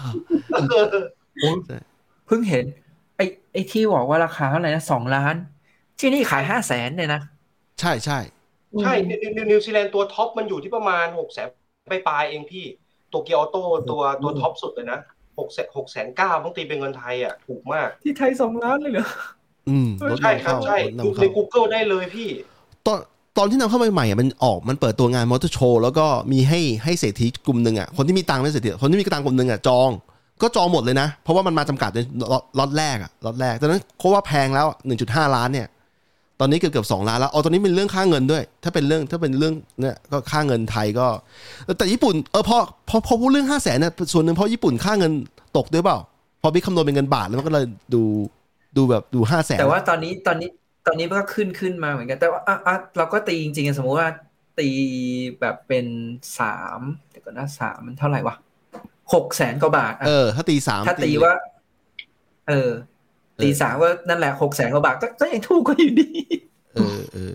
A: เพิ่งเห็นไอ้ไอ้ที่บอกว่าราคาเท่าไหร่นะสองล้านที่นี่ขายห้าแสนเลยนะ
B: ใช่ใช่
D: ใช่นิวซีแลนด์ตัวท็อปมันอยู่ที่ประมาณหกแสนปลายๆเองพี่ตัวเกียร์ออโต้ตัวตัวท็อปสุดเลยนะหกแสนหกแสนเก้าต้องตีเป็นเงินไทยอ่ะถูกมาก
A: ที่ไทยสองล้านเลยเหรอ
B: อืม
D: ใช่ครับใช่ดูใน Google ได้เลยพี่
B: ตอนตอนที่นำเข้ามาใหม่อ่ะมันออกมันเปิดตัวงานมอเตอร์โชว์แล้วก็มีให้ให้เศรษฐีกลุ่มนึงอ่ะคนที่มีตังค์ไม่เศรษฐีคนที่มีตังค์กลุ่มนึงอ่ะจองก็จองหมดเลยนะเพราะว่ามันมาจำกัดในล็อตแรกอ่ะล็อตแรกตอนนั้นเขาว่าแพงแล้ว หนึ่งจุดห้า ล้านเนี่ยตอนนี้เกือบเกือบสองล้านแล้วอ๋อตอนนี้เป็นเรื่องค่าเงินด้วยถ้าเป็นเรื่องถ้าเป็นเรื่องเนี่ยก็ค่าเงินไทยก็แต่ญี่ปุ่นเออพอพอพอพูดเรื่อง ห้าแสน เนี่ยส่วนนึงเพราะญี่ปุ่นค่าเงินตกด้วยเปล่าพอบิ๊กคำนวณเป็นเงินบาทแล้วมันก็เลยดูดูแบบดู ห้าแสน
A: แต่ว่าตอนนี้ตอนนี้ตอนนี้มันก็ขึ้นขึ้นมาเหมือนกันแต่ว่าอ่ะเราก็ตีจริงๆสมมุติว่าตีแบบเป็นสามเดี๋ยวก่อนนะสามมันเท่าไหร่วะหกแสนกว่าบาท
B: เออถ้าตีสาม
A: ถ้าตีว่าเออตีสามว่านั่นแหละหกแสนกว่าบาทก็ก็ยังถูกกว่าอยู่ดี
B: เออเออ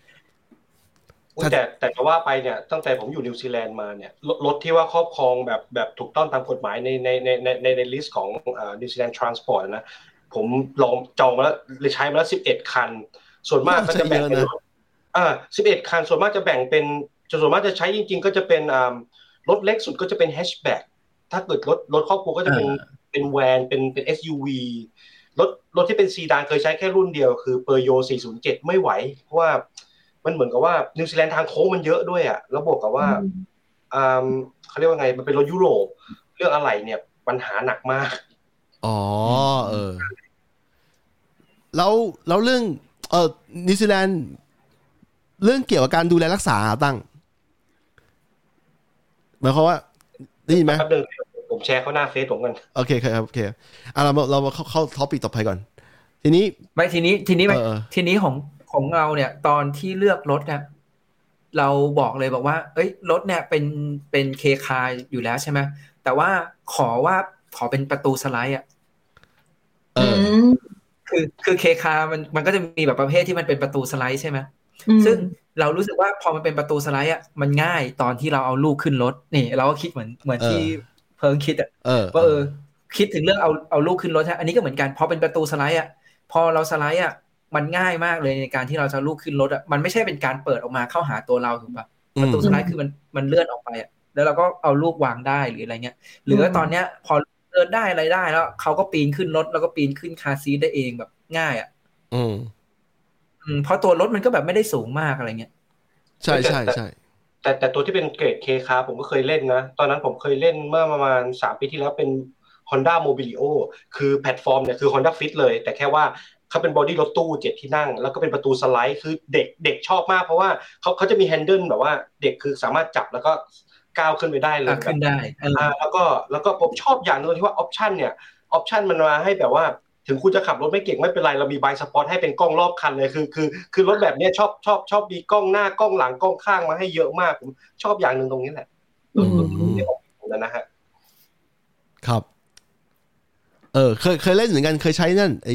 D: แต่แต่จะว่าไปเนี่ยตั้งแต่ผมอยู่นิวซีแลนด์มาเนี่ยรถที่ว่าครอบครองแบบแบบถูกต้องตามกฎหมายในในในในในในลิสต์ของอ่านิวซีแลนด์ทรานสปอร์ตนะผมลองจองมาแล้วเลยใช้มาแล้วสิบเอ็ดคันส่วนมากก็จะแบ่งเป็นอ่าสิบเอ็ดคันส่วนมากจะแบ่งเป็นส่วนมากจะใช้จริงๆก็จะเป็นอ่ารถเล็กสุดก็จะเป็นแฮชแบ็กถ้าเกิดรถรถครอบครัวก็จะเป็นเป็นแวนเป็นเป็น เอส ยู วี รถรถที่เป็นซีดานเคยใช้แค่รุ่นเดียวคือเปอร์โยสี่ศูนย์เจ็ดไม่ไหวเพราะว่ามันเหมือนกับว่านิวซีแลนด์ทางโค้งมันเยอะด้วยอ่ะแล้วบอกกับว่าอ่าเขาเรียกว่าไงมันเป็นรถยุโรปเรื่องอะไรเนี่ยปัญหาหนักมาก
B: อ๋อเออแล้วแล้วเรื่องเออนิวซีแลนด์เรื่องเกี่ยวกับการดูแลรักษาตั้งหมายความว่าได้ยินไหม
D: ครับเดิมผมแชร์เข้าหน้าเฟซผมกัน
B: โอเคครับโอเคอ่ะเราเราเข้าเข้าท็อปิกต่อไปก่อนทีนี้
A: ไม่ทีนี้ทีนี้ไม่ทีนี้ของของเราเนี่ยตอนที่เลือกรถเนี่ยเราบอกเลยบอกว่าเอ้ยรถเนี่ยเป็นเป็นเคคาอยู่แล้วใช่ไหมแต่ว่าขอว่าขอเป็นประตูสไลด์อ่ะ
B: เออ
A: คือคือเคคามันมันก็จะมีแบบประเภทที่มันเป็นประตูสไลด์ใช่ไหมซึ่งเรารู้สึกว่าพอมันเป็นประตูสไลด์อ่ะมันง่ายตอนที่เราเอาลูกขึ้นรถนี่เราก็คิดเหมือนเหมือนที่เพิ่งคิดอ่ะว่าเออคิดถึงเรื่องเอาเอาลูกขึ้นรถฮะอันนี้ก็เหมือนกันพอเป็นประตูสไลด์อ่ะพอเราสไลด์อ่ะมันง่ายมากเลยในการที่เราจะลูกขึ้นรถอ่ะมันไม่ใช่เป็นการเปิดออกมาเข้าหาตัวเราถูกป่ะประตูสไลด์คือมันมันเลื่อนออกไปอ่ะแล้วเราก็เอาลูกวางได้หรืออะไรเงี้ยหรือว่าตอนเนี้ยพอเดินได้อะไรได้แล้วเขาก็ปีนขึ้นรถแล้วก็ปีนขึ้นคาร์ซีทได้เองแบบง่ายอ่ะ
B: อืม
A: อืมเพราะตัวรถมันก็แบบไม่ได้สูงมากอะไรเงี้ย
B: ใช่ใช่ใช่
D: แต่แต่ตัวที่เป็นเกรดเคคาผมก็เคยเล่นนะตอนนั้นผมเคยเล่นเมื่อประมาณสามปีที่แล้วเป็น Honda Mobilio คือแพลตฟอร์มเนี่ยคือ Honda Fit เลยแต่แค่ว่าเขาเป็นบอดี้รถตู้เจ็ดที่นั่งแล้วก็เป็นประตูสไลด์คือเด็กเด็กชอบมากเพราะว่าเขาเขาจะมีแฮนเดิลแบบว่าเด็กคือสามารถจับแล้วก็ก้าวขึ้นไปได้เลย
A: ขึ้นได้
D: อ่าแล้วก็แล้วก็ผมชอบอย่างนึงที่ว่าออปชันเนี่ยออปชันมันมาให้แบบว่าถึงคุณจะขับรถไม่เก่งไม่เป็นไรเรามีไบสปอตให้เป็นกล้องรอบคันเลยคือคือคือรถแบบนี้ชอบชอบชอบมีกล้องหน้ากล้องหลังกล้องข้างมาให้เยอะมากผมชอบอย่างนึงตรงนี้แหละ
B: อืม
D: นะฮะ
B: ครับเออเคยเคยเล่นเหมือนกันเคยใช้นั่นไอ้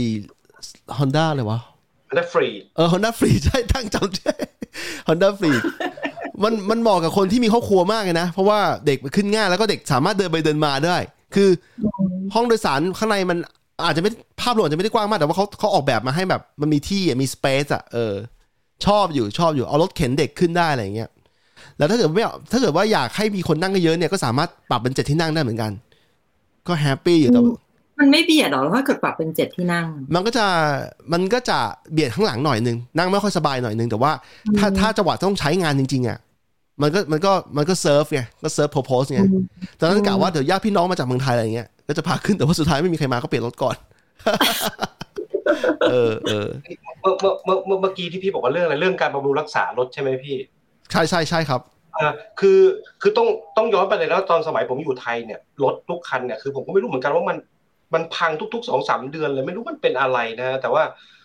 B: Honda เลยวะ
D: Honda Freed
B: เออ Honda Freed ใช่ตั้งจำใช่ Honda Freed มันมันเหมาะกับคนที่มีครอบครัวมากเลยนะเพราะว่าเด็กขึ้นง่ายแล้วก็เด็กสามารถเดินไปเดินมาได้คือห้องโดยสารข้างในมันอาจจะไม่ภาพรวมอาจจะไม่ได้กว้างมากแต่ว่าเขาเขาออกแบบมาให้แบบมันมีที่มีสเปซอ่ะเออชอบอยู่ชอบอยู่เอารถเข็นเด็กขึ้นได้อะไรอย่างเงี้ยแล้วถ้าเกิดไม่ถ้าเกิดว่าอยากให้มีคนนั่งเยอะเนี่ยก็สามารถปรับเป็นเจ็ดที่นั่งได้เหมือนกันก็แฮปปี้อยู่แต่
C: มันไม่เบียดหรอถ้าเกิดปรับเป็นเจ็ดที่นั่ง
B: มันก็จะมันก็จะเบียดข้างหลังหน่อยนึงนั่งไม่ค่อยสบายหน่อยนึงแต่ว่าถ้าถ้าจังหวะต้องใช้งานจริงๆอ่ะมันก็มันก็มันก็เซิร์ฟไงก็เซิร์ฟโพสไงตอนนั้นกะว่าเดี๋ยวญาติพี่น้องมาจากเมืองไทยอะไรเงี้ยก็จะพาขึ้นแต่ว่าสุดท้ายไม่มีใครมาก็เปลี่ยนรถก่อนเออเออ
D: เมื่อเมื่อเมื่อเมื่อกี้ที่พี่บอกว่าเรื่องอะไรเรื่องการบำรุงรักษารถใช่ไหมพี่
B: ใช่ใช่ใช่ครับ
D: อ่าคือคือต้องต้องย้อนไปเลยแล้วตอนสมัยผมอยู่ไทยเนี่ยรถทุกคันเนี่ยคือผมก็ไม่รู้เหมือนกันว่ามันมันพังทุกๆ สองสาม เดือนเลยไม่รู้มันเป็นอะไรนะแต่ว่า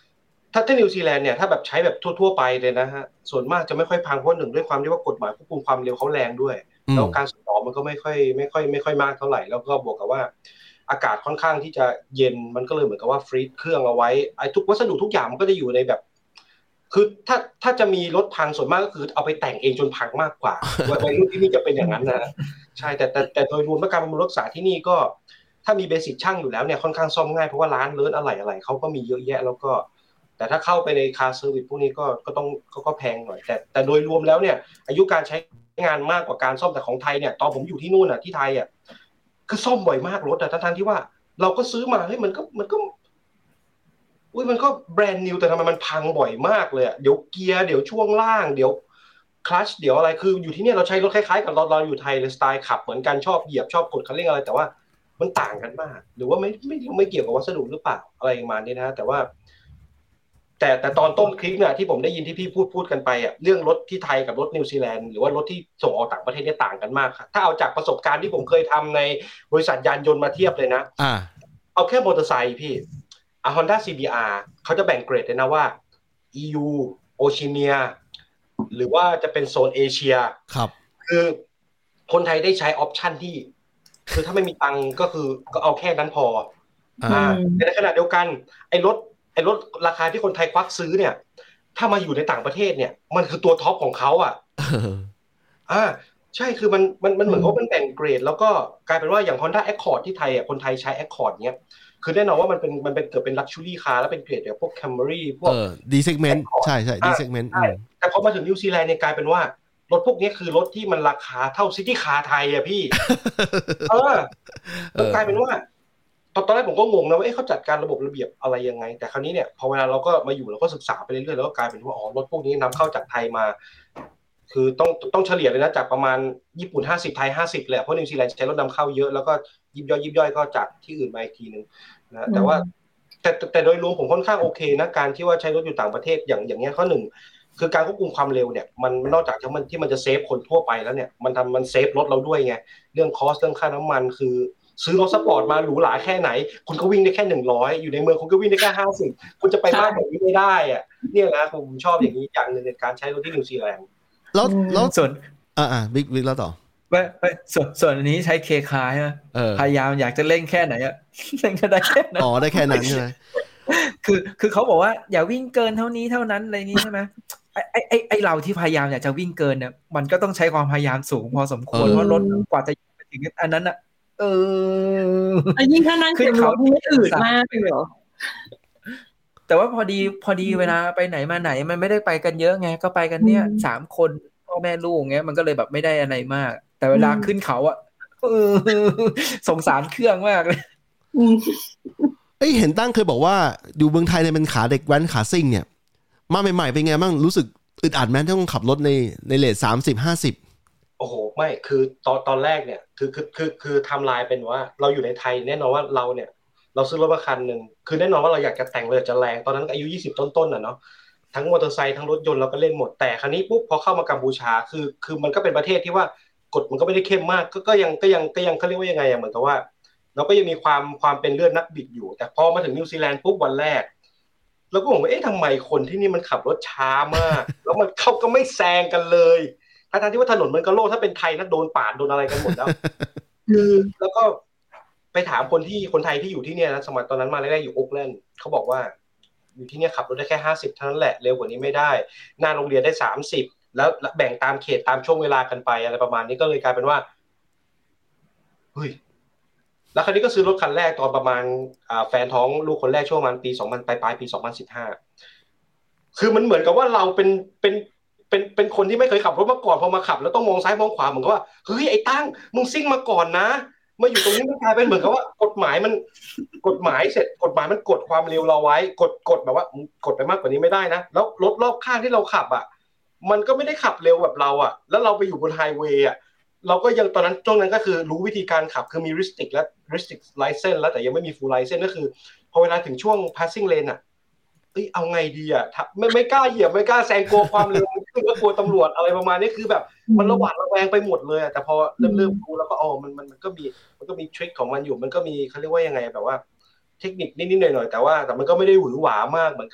D: ถ้าที่นิวซีแลนด์เนี่ยถ้าแบบใช้แบบทั่วๆไปเลยนะฮะส่วนมากจะไม่ค่อยพังเพราะหนึ่งด้วยความที่ว่ากฎหมายควบคุมความเร็วเขาแรงด้วยแล้วการส่งต่อมันก็ไม่ค่อยไม่ค่อยไม่ค่อยมากเท่าไหร่แล้วก็บวกกับว่าอากาศค่อนข้างที่จะเย็นมันก็เลยเหมือนกับว่าฟรีซเครื่องเอาไว้ไอ้ทุกวัสดุทุกอย่างมันก็จะอยู่ในแบบคือถ้าถ้าจะมีรถพังส่วนมากก็คือเอาไปแต่งเองจนพังมากกว่าวัยรุ่นที่นี่จะเป็นอย่างนั้นนะใช่แต่แต่แต่โดยรวมการบำรุงรักษาที่นี่ก็ถ้ามีเบสิกช่างอยู่แล้วเนี่ยค่อนข้างซ่อมง่ายเพราะว่าร้านเลิศอะไรอะไรเขาก็มีเยอะแยะแล้วก็แต่ถ้าเข้าไปในคาร์เซอร์วิสพวกนี้ก็ก็ต้องก็แพงหน่อยแต่แต่โดยรวมแล้วเนี่ยอายุการใช้งานมากกว่าการซ่อมแต่ของไทยเนี่ยตอนผมอยู่ที่นู่นอ่ะที่ไทยอ่ะคือซ่อมบ่อยมากรถแต่ทั้งที่ว่าเราก็ซื้อมาเฮ้ยมันก็มันก็อุ้ยมันก็แบรนด์นิวแต่ทำไมมันพังบ่อยมากเลยอ่ะเดี๋ยวเกียร์เดี๋ยวช่วงล่างเดี๋ยวคลัตช์เดี๋ยวอะไรคืออยู่ที่เนี่ยเราใช้รถคล้ายๆกับเราเราอยู่ไทยเลยสไตล์ขับเหมือนกันชอบเหยียบชอบกดคันเร่งอะไรแต่ว่ามันต่างกันมากหรือว่าไม่ไม่ไม่เกี่ยวกับวัสดุหรือเปล่าอะไรประมาณนี้นะแต่ว่าแต่แต่ตอนต้นคลิปเนี่ยที่ผมได้ยินที่พี่พูดพูดกันไปอ่ะเรื่องรถที่ไทยกับรถนิวซีแลนด์หรือว่ารถที่ส่งออกต่างประเทศเนี่ยต่างกันมากครับถ้าเอาจากประสบการณ์ที่ผมเคยทำในบริษัทยานยนต์มาเทียบเลยนะอ่าเอาแค่มอเตอร์ไซค์พี่อ่ะ Honda ซี บี อาร์ เขาจะแบ่งเกรดเลยนะว่า อี ยู Oceania หรือว่าจะเป็นโซนเอเชียครับคือคนไทยได้ใช้ออปชันที่คือถ้าไม่มีตังก็คือก็เอาแค่นั้นพออ่าแต่ในขณะเดียวกันไอ้รถไอ้รถราคาที่คนไทยควักซื้อเนี่ยถ้ามาอยู่ในต่างประเทศเนี่ยมันคือตัวท็อปของเขาอ่ะอ่าใช่คือมันมันมันเหมือนว่ามันแบ่งเกรดแล้วก็กลายเป็นว่าอย่าง Honda Accord ที่ไทยอ่ะคนไทยใช้ Accord เนี้ยคือแน่นอนว่ามันเป็นมันเป็นเกิดเป็น luxury car แล้วเป็นเกรดแบบพวก Camry พวก
B: D segment ใช่ๆ D segment
D: ใช่แต่พอมาถึงนิวซีแลนด์เนี่ยกลายเป็นว่ารถพวกนี้คือรถที่มันราคาเท่าซิตี้คาร์ไทยอ่ะพี่เออกลายเป็นว่าตอนตอนแรกผมก็งงนะว่าเอ๊ะเขาจัดการระบบระเบียบอะไรยังไงแต่คราวนี้เนี่ยพอเวลาเราก็มาอยู่เราก็ศึกษาไปเรื่อยๆแล้วก็กลายเป็นว่าอ๋อรถพวกนี้นำเข้าจากไทยมาคือต้องต้องเฉลี่ยเลยนะจากประมาณญี่ปุ่นห้าสิบไทยห้าสิบเลยเพราะนิวซีแลนด์ใช้รถนำเข้าเยอะแล้วก็ยิบย่อยยิบย่อยก็จากที่อื่นมาอีกทีนึงนะแต่ว่าแต่แต่โดยรวมผมค่อนข้างโอเคนะการที่ว่าใช้รถอยู่ต่างประเทศอย่างอย่างเงี้ยข้อหนึ่งคือการควบคุมความเร็วเนี่ยมันนอกจากที่มันที่มันจะเซฟคนทั่วไปแล้วเนี่ยมันทำมันเซฟรถเราด้วยไงเรื่องคอสเรื่องค่าน้ำมันคือซื้อรถสปอร์ตมาหรูหราแค่ไหนคุณก็วิ่งได้แค่หนึ่งร้อยอยู่ในเมืองคุณก็วิ่งได้แค่ห้าสิบคุณจะไปมากกว่านี้ไม่ได้อ่ะเนี่ยนะผมชอบอย่างนี้อย่างนึงในการใช้รถที่นิวซีแลนด์
B: แล้วแล้ว
A: ส่วน
B: อ่าๆบิ๊กบิ๊กแล้วต่อ
A: ไม่ไม่ส่วนส่วนอันนี้ใช้เคคาใช่มั้ยพยายามอยากจะเร่งแค่ไหนอ่ะเร่งก็ได้แค่นั้น
B: อ๋อได้แค่นั้นใช่มั้ย
A: คือคือเขาบอกว่าอย่าวิ่งเกินเท่านี้เท่านั้นอะไรนี้ใช่ไหมไอ้ไอ้ไอ้เราที่พยายามอยากจะวิ่งเกินเนี่ยมันก็ต้องใช้ความพยายามสูงพอสมควรเพราะรถกว่าจะไปถึงอันนั้นอ่ะเออ
C: ยิ่งถ้านั่งขึ้นเขาที่ไม่อืดมากเลยเหรอ
A: แต่ว่าพอดีพอดีเวลาไปไหนมาไหนมันไม่ได้ไปกันเยอะไงก็ไปกันเนี่ยสามคนพ่อแม่ลูกเงี้ยมันก็เลยแบบไม่ได้อะไรมากแต่เวลาขึ้นเขาอ่ะสงสารเครื่องมากเลย
B: เอ้ยเห็นตั้งเคยบอกว่าอยู่เมืองไทยเนี่ยเป็นขาเด็กแว้นขาซิ่งเนี่ยมาใหม่ๆเป็นไงบ้างรู้สึกอึดอัดไหมที่ต้องขับรถในในเรทสามสิบ ห้าสิบ
D: โอ้โหไม่คือตอนตอนแรกเนี่ยคือคือคือคือไทม์ไลน์เป็นว่าเราอยู่ในไทยแน่นอนว่าเราเนี่ยเราซื้อรถมาคันนึงคือแน่นอนว่าเราอยากจะแต่งเลยจะแรงตอนนั้นอายุยี่สิบต้นๆน่ะเนาะทั้งมอเตอร์ไซค์ทั้งรถยนต์เราก็เล่นหมดแต่คราวนี้ปุ๊บพอเข้ามากัมพูชาคือคือมันก็เป็นประเทศที่ว่ากฎมันก็ไม่ได้เข้มมากก็ก็ยังก็ยังก็ยังเขาเรียกว่ายังไงอ่ะเหมือนกับว่าเราก็ยังมีความความเป็นเลือดนักบิดอยู่แต่พอมาถึงนิวซีแลนด์ปุ๊บวันแรกเราก็บอกว่าเอ๊ะทำไมคนที่นี่มันขับรถช้ามากแล้วมันเขาก็ไม่แซงกันเลยทั้งที่ว่าถนนมันก็โล่งถ้าเป็นไทยนะโดนปาดโดนอะไรกันหมดแล้วคือแล้วก็ไปถามคนที่คนไทยที่อยู่ที่เนี่ยนะสมัยตอนนั้นมาแรกๆอยู่โอ๊คแลนด์เขาบอกว่าอยู่ที่เนี่ยขับรถได้แค่ห้าสิบเท่านั้นแหละเร็วกว่านี้ไม่ได้หน้าโรงเรียนได้สามสิบแล้วแบ่งตามเขตตามช่วงเวลากันไปอะไรประมาณนี้ก็เลยกลายเป็นว่าเฮ้ยแล้วคราวนี้ก็ซื้อรถคันแรกตอนประมาณอ่าแฟนท้องลูกคนแรกช่วงประมาณปีสองพันปลายๆปีสองพันสิบห้าคือมันเหมือนกับว่าเราเป็นเป็นเป็นเป็นคนที่ไม่เคยขับรถมาก่อนพอมาขับแล้วต้องมองซ้ายมองขวาเหมือนกับว่าเฮ้ยไอ้ตั้งมึงซิ่งมาก่อนนะมาอยู่ตรงนี้มันกลายเป็นเหมือนกับว่ากฎหมายมันกฎหมายเสร็จกฎหมายมันกดความเร็วเราไว้กดกดแบบว่ากดไปมากกว่านี้ไม่ได้นะแล้วรถรอบข้างที่เราขับอ่ะมันก็ไม่ได้ขับเร็วแบบเราอ่ะแล้วเราไปอยู่บนไฮเวย์อ่ะเราก็ยังตอนนั้นช่วงนั้นก็คือรู้วิธีการขับคือมี restrict และ restrict license แล้วแต่ยังไม่มี full license ก็คือพอเวลาถึงช่วง passing lane อ่ะเอ้ยเอาไงดีอ่ะไม่ไม่กล้าเหยียบไม่กล้าแซงกลัวความเร็วขึ้นก็กลัวตำรวจอะไรประมาณนี้คือแบบมันระหวาดระแวงไปหมดเลยแต่พอเริ่มเริ่มรู้แล้วก็อ๋อมันมันมันก็มีมันก็มีทริคของมันอยู่มันก็มีเขาเรียกว่ายังไงแบบว่าเทคนิคนิดๆหน่อยๆแต่ว่าแต่มันก็ไม่ได้หวือหวามากเหมือนกับแบบ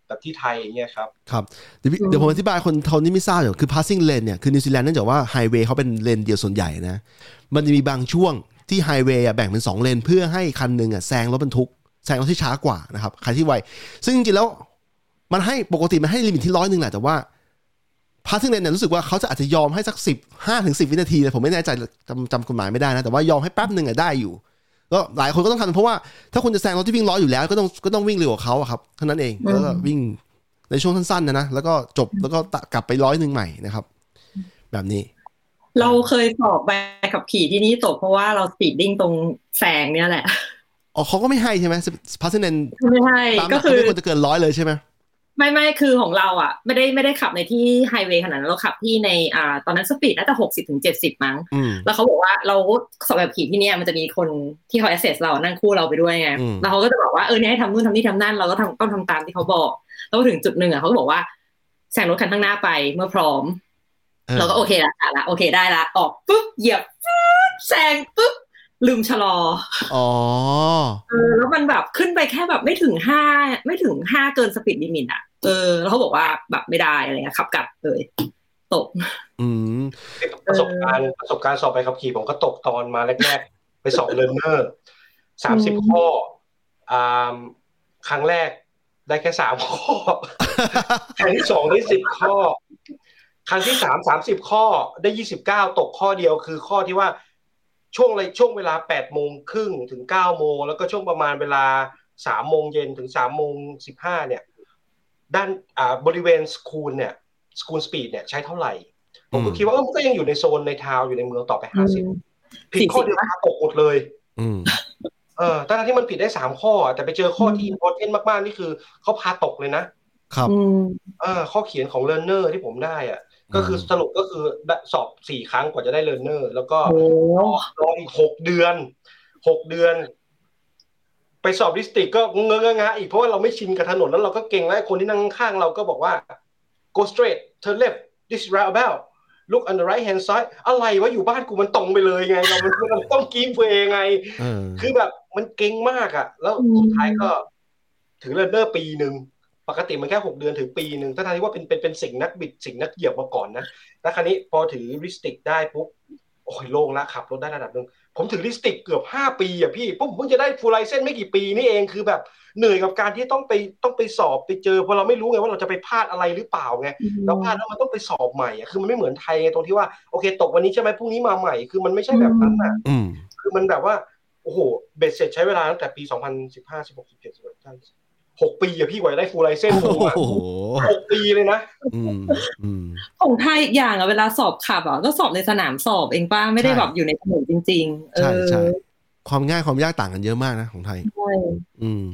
D: แบบที่ไทยอย่างเงี้ยครับ
B: ครับเดี๋ยวเดี๋ยวผมอธิบายคนคนที่ไม่ทราบอยู่คือ passing lane เนี่ยคือนิวซีแลนด์เนื่องจากว่าไฮเวย์เขาเป็นเลนเดียวส่วนใหญ่นะมันจะมีบางช่วงที่ไฮเวย์แบ่งเป็นสองเลนเพื่อให้คันนึงอ่ะแซงรถบรรทุกแซงรถที่ช้ากว่านะครับใครที่ไวซึ่งจริงๆแล้วมันให้ปกติมันให้ลิมิตที่ร้อยนึงแหละแต่ว่าpassing lane เนี่ยรู้สึกว่าเขาจะอาจจะยอมให้สักสิบ ห้าถึงสิบวินาทีผมไม่แน่ใจจำจำกฎหมายไม่ได้นะแต่ว่ายอมให้แป๊บนึงอ่ะได้อยู่ก็หลายคนก็ต้องทำเพราะว่าถ้าคุณจะแซงรถที่วิ่งร้อยอยู่แล้วก็ต้องก็ต้องวิ่งเร็วกว่าเขาครับเท่านั้นเองแล้วก็วิ่งในช่วงสั้นๆนะนะแล้วก็จบแล้วก็กลับไปร้อยนึงใหม่นะครับแบบนี้
C: เราเคยสอบใบขับขี่ที่นี่ตกเพราะว่าเราสปีดดิ้งตรงแซงเนี่ยแหละ
B: อ๋อเขาก็ไม่ให้ใช่ไหมpassing lane
C: ไม่ให้ก็คือ
B: ไม่ควรจะเกินร้อยเลยใช่ไหม
C: ไม่ไม่คือของเราอ่ะไม่ได้ไม่ได้ขับในที่ไฮเวย์ขนาดนั้นเราขับที่ในอ่าตอนนั้นสปีดน่าจะหกสิบถึงเจ็ดสิบมั้งแล้วเขาบอกว่าเราสอบแบบขี่ที่เนี่ยมันจะมีคนที่เขา assess เรานั่งคู่เราไปด้วยไงแล้วเขาก็จะบอกว่าเออเนี่ยให้ทำนู่นทำนี่ทำนั่นเราก็ทำต้องทำตามที่เขาบอกแล้วถึงจุดหนึ่งอ่ะเขาก็บอกว่าแซงรถคันข้างหน้าไปเมื่อพร้อมเราก็โอเคละละโอเคได้ละออกปุ๊บเหยียบแซงปุ๊บลืมชะลออ๋อเออแล้วมันแบบขึ้นไปแค่แบบไม่ถึงห้าไม่ถึงห้าเกินสปีดลิมิตอ่ะเออแล้วเขาบอกว่าแบบไม่ได้อะไรเงี้ยขับกลับเลยตก
B: อืม
D: ประสบการณ์ประสบการณ์สอบใบขับขี่ผมก็ตกตอนมาแรกๆไปสอบเลิร์นเนอร์สามสิบข้ออ่าครั้งแรกได้แค่สามข้อครั้งที่สองได้สิบข้อครั้งที่สามสามสิบข้อได้ยี่สิบเก้าตกข้อเดียวคือข้อที่ว่าช่วงเลยช่วงเวลา แปดโมงครึ่งถึง เก้าโมงแล้วก็ช่วงประมาณเวลา สามโมงเย็นถึง สามโมงสิบห้าเนี่ยด้านอ่าบริเวณสคูลเนี่ยสคูลสปีดเนี่ยใช้เท่าไหร่ผมก็คิดว่าเออมันก็ยังอยู่ในโซนในทาวน์อยู่ในเมืองต่อไปห้าสิบผิดข้อเดียวพาตกหมดเลยอืมเออตั้งที่มันผิดได้สามข้อแต่ไปเจอข้อที่อิมพอร์แทนต์มากๆนี่คือเขาพาตกเลยนะครับเออข้อเขียนของเลิร์นเนอร์ที่ผมได้อ่ะก็คือสรุปก็คือสอบสี่ครั้งกว่าจะได้เลิร์นเนอร์แล้วก็รออีกหกเดือนหกเดือนไปสอบดิสตริกก็เงอะงะอีกเพราะว่าเราไม่ชินกับถนนแล้วเราก็เก่งแล้วคนที่นั่งข้างเราก็บอกว่า go straight turn left this is roundabout look on the right hand side อะไรวะอยู่บ้านกูมันตรงไปเลยไงเรามันต้องกีมเองไงคือแบบมันเก่งมากอ่ะแล้วสุดท้ายก็ถึงเลิร์นเนอร์ปีนึงปกติมันแค่หกเดือนถึงปีนึงถ้าทางที่ว่าเป็นเป็นเป็นสิ่งนักบิดสิ่งนักเหยียบมาก่อนนะแล้วคราวนี้พอถือดิสตริกได้ปุ๊บโอ้ยโล่งละขับรถได้ระดับนึงผมถือดิสตริกเกือบห้าปีอ่ะพี่ปุ๊บเพิ่งจะได้ฟูลไลเซนส์ไม่กี่ปีนี่เองคือแบบเหนื่อยกับการที่ต้องไปต้องไปสอบไปเจอเพราะเราไม่รู้ไงว่าเราจะไปพลาดอะไรหรือเปล่าไงเราพลาดแล้วมันต้องไปสอบใหม่อ่ะคือมันไม่เหมือนไทยไงตรงที่ว่าโอเคตกวันนี้ใช่ไหมพรุ่งนี้มาใหม่คือมันไม่ใช่แบบนั้นอ่ะคือมันแบบว่าโอ้โหเบ็ดเสร็จใช้เวลาตั้งแต่ปีสองพันสิบห้า สิบหก สิบเจ็ด สิบแปดหกปีอะพี่กว่าได้ฟูลไลเซนส์ผมอะหกปีเลยนะ
C: ของไทยอีกอย่างอะเวลาสอบขับอะก็สอบในสนามสอบเองป้าไม่ได้แบบอยู่ในถนนจริงๆใช่ใช่
B: ความง่ายความยากต่างกันเยอะมากนะของไทยใช่อืม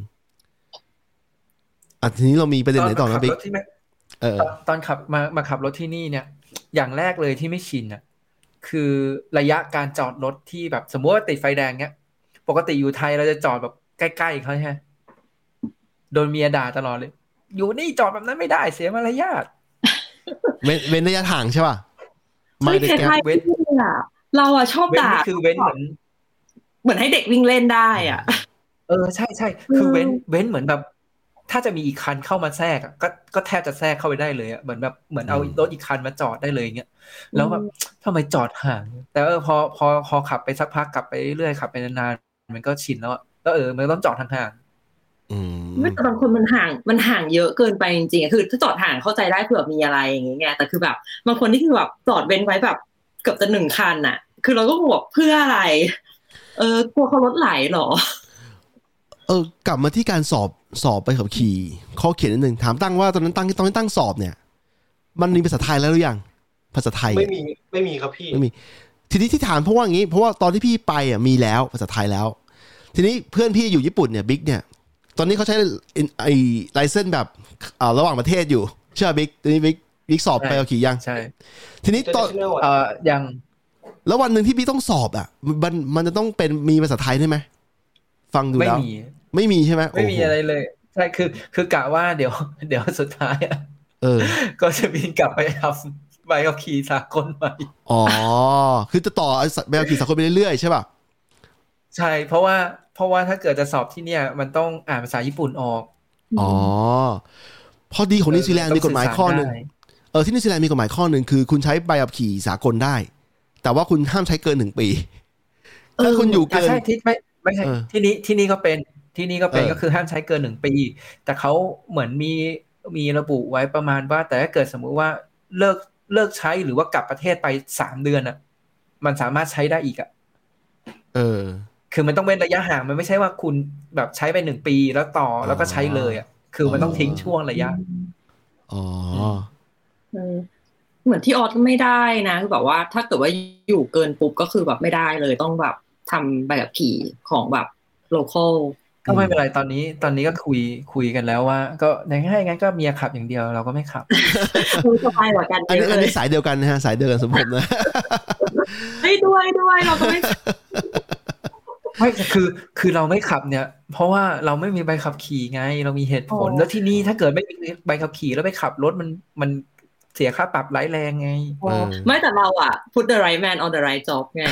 B: อ่ะทีนี้เรามีประเด็นไหนต่อนะบิ๊ก
A: เออตอนขับมามาขับรถที่นี่เนี่ยอย่างแรกเลยที่ไม่ชินอะคือระยะการจอดรถที่แบบสมมติว่าติดไฟแดงเนี้ยปกติอยู่ไทยเราจะจอดแบบใกล้ๆเขาใช่โดนเมียด่าตลอดเลยอยู่นี่จอดแบบนั้นไม่ได้เสียมารยาท
B: เว้นเว้นระยะห่างใช่ป่ะ
C: ไม่ได้แก้เว้นเราอะชอบด่า
A: คือเว้นเหมือน
C: เหมือนให้เด็กวิ่งเล่นได้อ่ะ
A: เออใช่ใช่คือเว้นเว้นเหมือนแบบถ้าจะมีอีกคันเข้ามาแทรกอ่ะก็ก็แทบจะแทรกเข้าไปได้เลยอ่ะเหมือนแบบเหมือนเอารถอีกคันมาจอดได้เลยอย่างเงี้ยแล้วแบบทำไมจอดห่างแต่เออพอพอพอขับไปสักพักกลับไปเรื่อยขับไปนานๆมันก็ชินแล้วแล้วเออมันต้องจอดห่าง
C: ไม่แต่บางคนมันห่างมันห่างเยอะเกินไปจริงๆคือถ้าจอดห่างเข้าใจได้เผื่อมีอะไรอย่างเงี้ยแต่คือแบบบางคนที่คือแบบจอดเว้นไว้แบบเกือบจะหนึ่งคันน่ะคือเราก็บอกเพื่ออะไรเออกลัวเขารถไหลหรอ
B: เออกลับมาที่การสอบสอบไปขับขี่ข้อเขียนนิดนึงถามตั้งว่าตอนนั้นตั้งตอนที่ตั้งสอบเนี่ยมันมีภาษาไทยแล้วหรือยังภาษาไทย
D: ไม่มีไม่มีครับพี่
B: ไม่มีทีนี้ที่ถามเพราะว่าอย่างงี้เพราะว่าตอนที่พี่ไปอ่ะมีแล้วภาษาไทยแล้วทีนี้เพื่อนพี่อยู่ญี่ปุ่นเนี่ยบิ๊กเนี่ยตอนนี้เขาใช้ไอ้ไลเซนส์แบบอ่าระหว่างประเทศอยู่ใช่ป่ะบิ๊กตอนนี้บิ๊กบิ๊กสอบไปเอาขี่ยัง
A: ใช่
B: ทีนี้ตอน
A: เอ่อยัง
B: แล้ววันนึงที่บิ๊กต้องสอบอ่ะมันมันจะต้องเป็นมีภาษาไทยได้ไหมฟังดูแล้วไม่มีไม่มีใช่ไหม
A: ไม่มีอะไรเลยใช่คือคือกะว่าเดี๋ยวเดี๋ยวสุดท้ายอ่ะเออก็จะบินกลับไปทำใบขับขี่สากลใหม่
B: อ๋อคือจะต่อใบขับขี่สากลไปเรื่อยๆใช่ป่ะ
A: ใช่เพราะว่าเพราะว่าถ้าเกิดจะสอบที่เนี่ยมันต้องอ่านภาษาญี่ปุ่นออก
B: อ๋อพอดีของนิวซีแลนด์มีกฎหมายข้อนึงเออที่นิวซีแลนด์มีกฎหมายข้อนึงคือคุณใช้ใบขับขี่สากลได้แต่ว่าคุณห้ามใช้เกินหนึ่งปีถ้าคุณอยู่เกิน
A: ใช่ที่ไม่ไม่ใช่ที่นี้ที่นี้ก็เป็นที่นี่ก็เป็นก็คือห้ามใช้เกินหนึ่งปีแต่เขาเหมือนมีมีระบุไว้ประมาณว่าแต่ถ้าเกิดสมมุติว่าเลิกเลิกใช้หรือว่ากลับประเทศไปสามเดือนอ่ะมันสามารถใช้ได้อีกอ่ะเออคือมันต้องเป็นระยะห่างมันไม่ใช่ว่าคุณแบบใช้ไปหนึ่งปีแล้วต่อแล้วก็ใช้เลยอ่ะคือมันต้องทิ้งช่วงระยะ
B: อ๋อ
C: เหมือนที่ออสไม่ได้นะคือแบบว่าถ้าเกิดว่าอยู่เกินปุ๊บก็คือแบบไม่ได้เลยต้องแบบทำใบขับขี่ของแบบโลคอล
A: ก็ไม่เป็นไรตอนนี้ตอนนี้ก็คุยคุยกันแล้วว่าก็อย่างง่ายงั้นก็เมียขับอย่างเดียวเราก็ไม่ขับ
C: คือสบายกว่ากัน
B: อันนี้อันนี้สายเดียวกันนะฮะสายเดียวกันสมผมนะ
C: ไม่ด้วยด้วยเราก็ไม่
A: ไม่คือคือเราไม่ขับเนี่ยเพราะว่าเราไม่มีใบขับขี่ไงเรามีเหตุผลแล้วที่นี่ถ้าเกิดไม่มีใบขับขี่แล้วไปขับรถมันมันเสียค่าปรับร้ายแรงไง
C: ไม่แต่เราอ่ะ put the right man on the right job ไง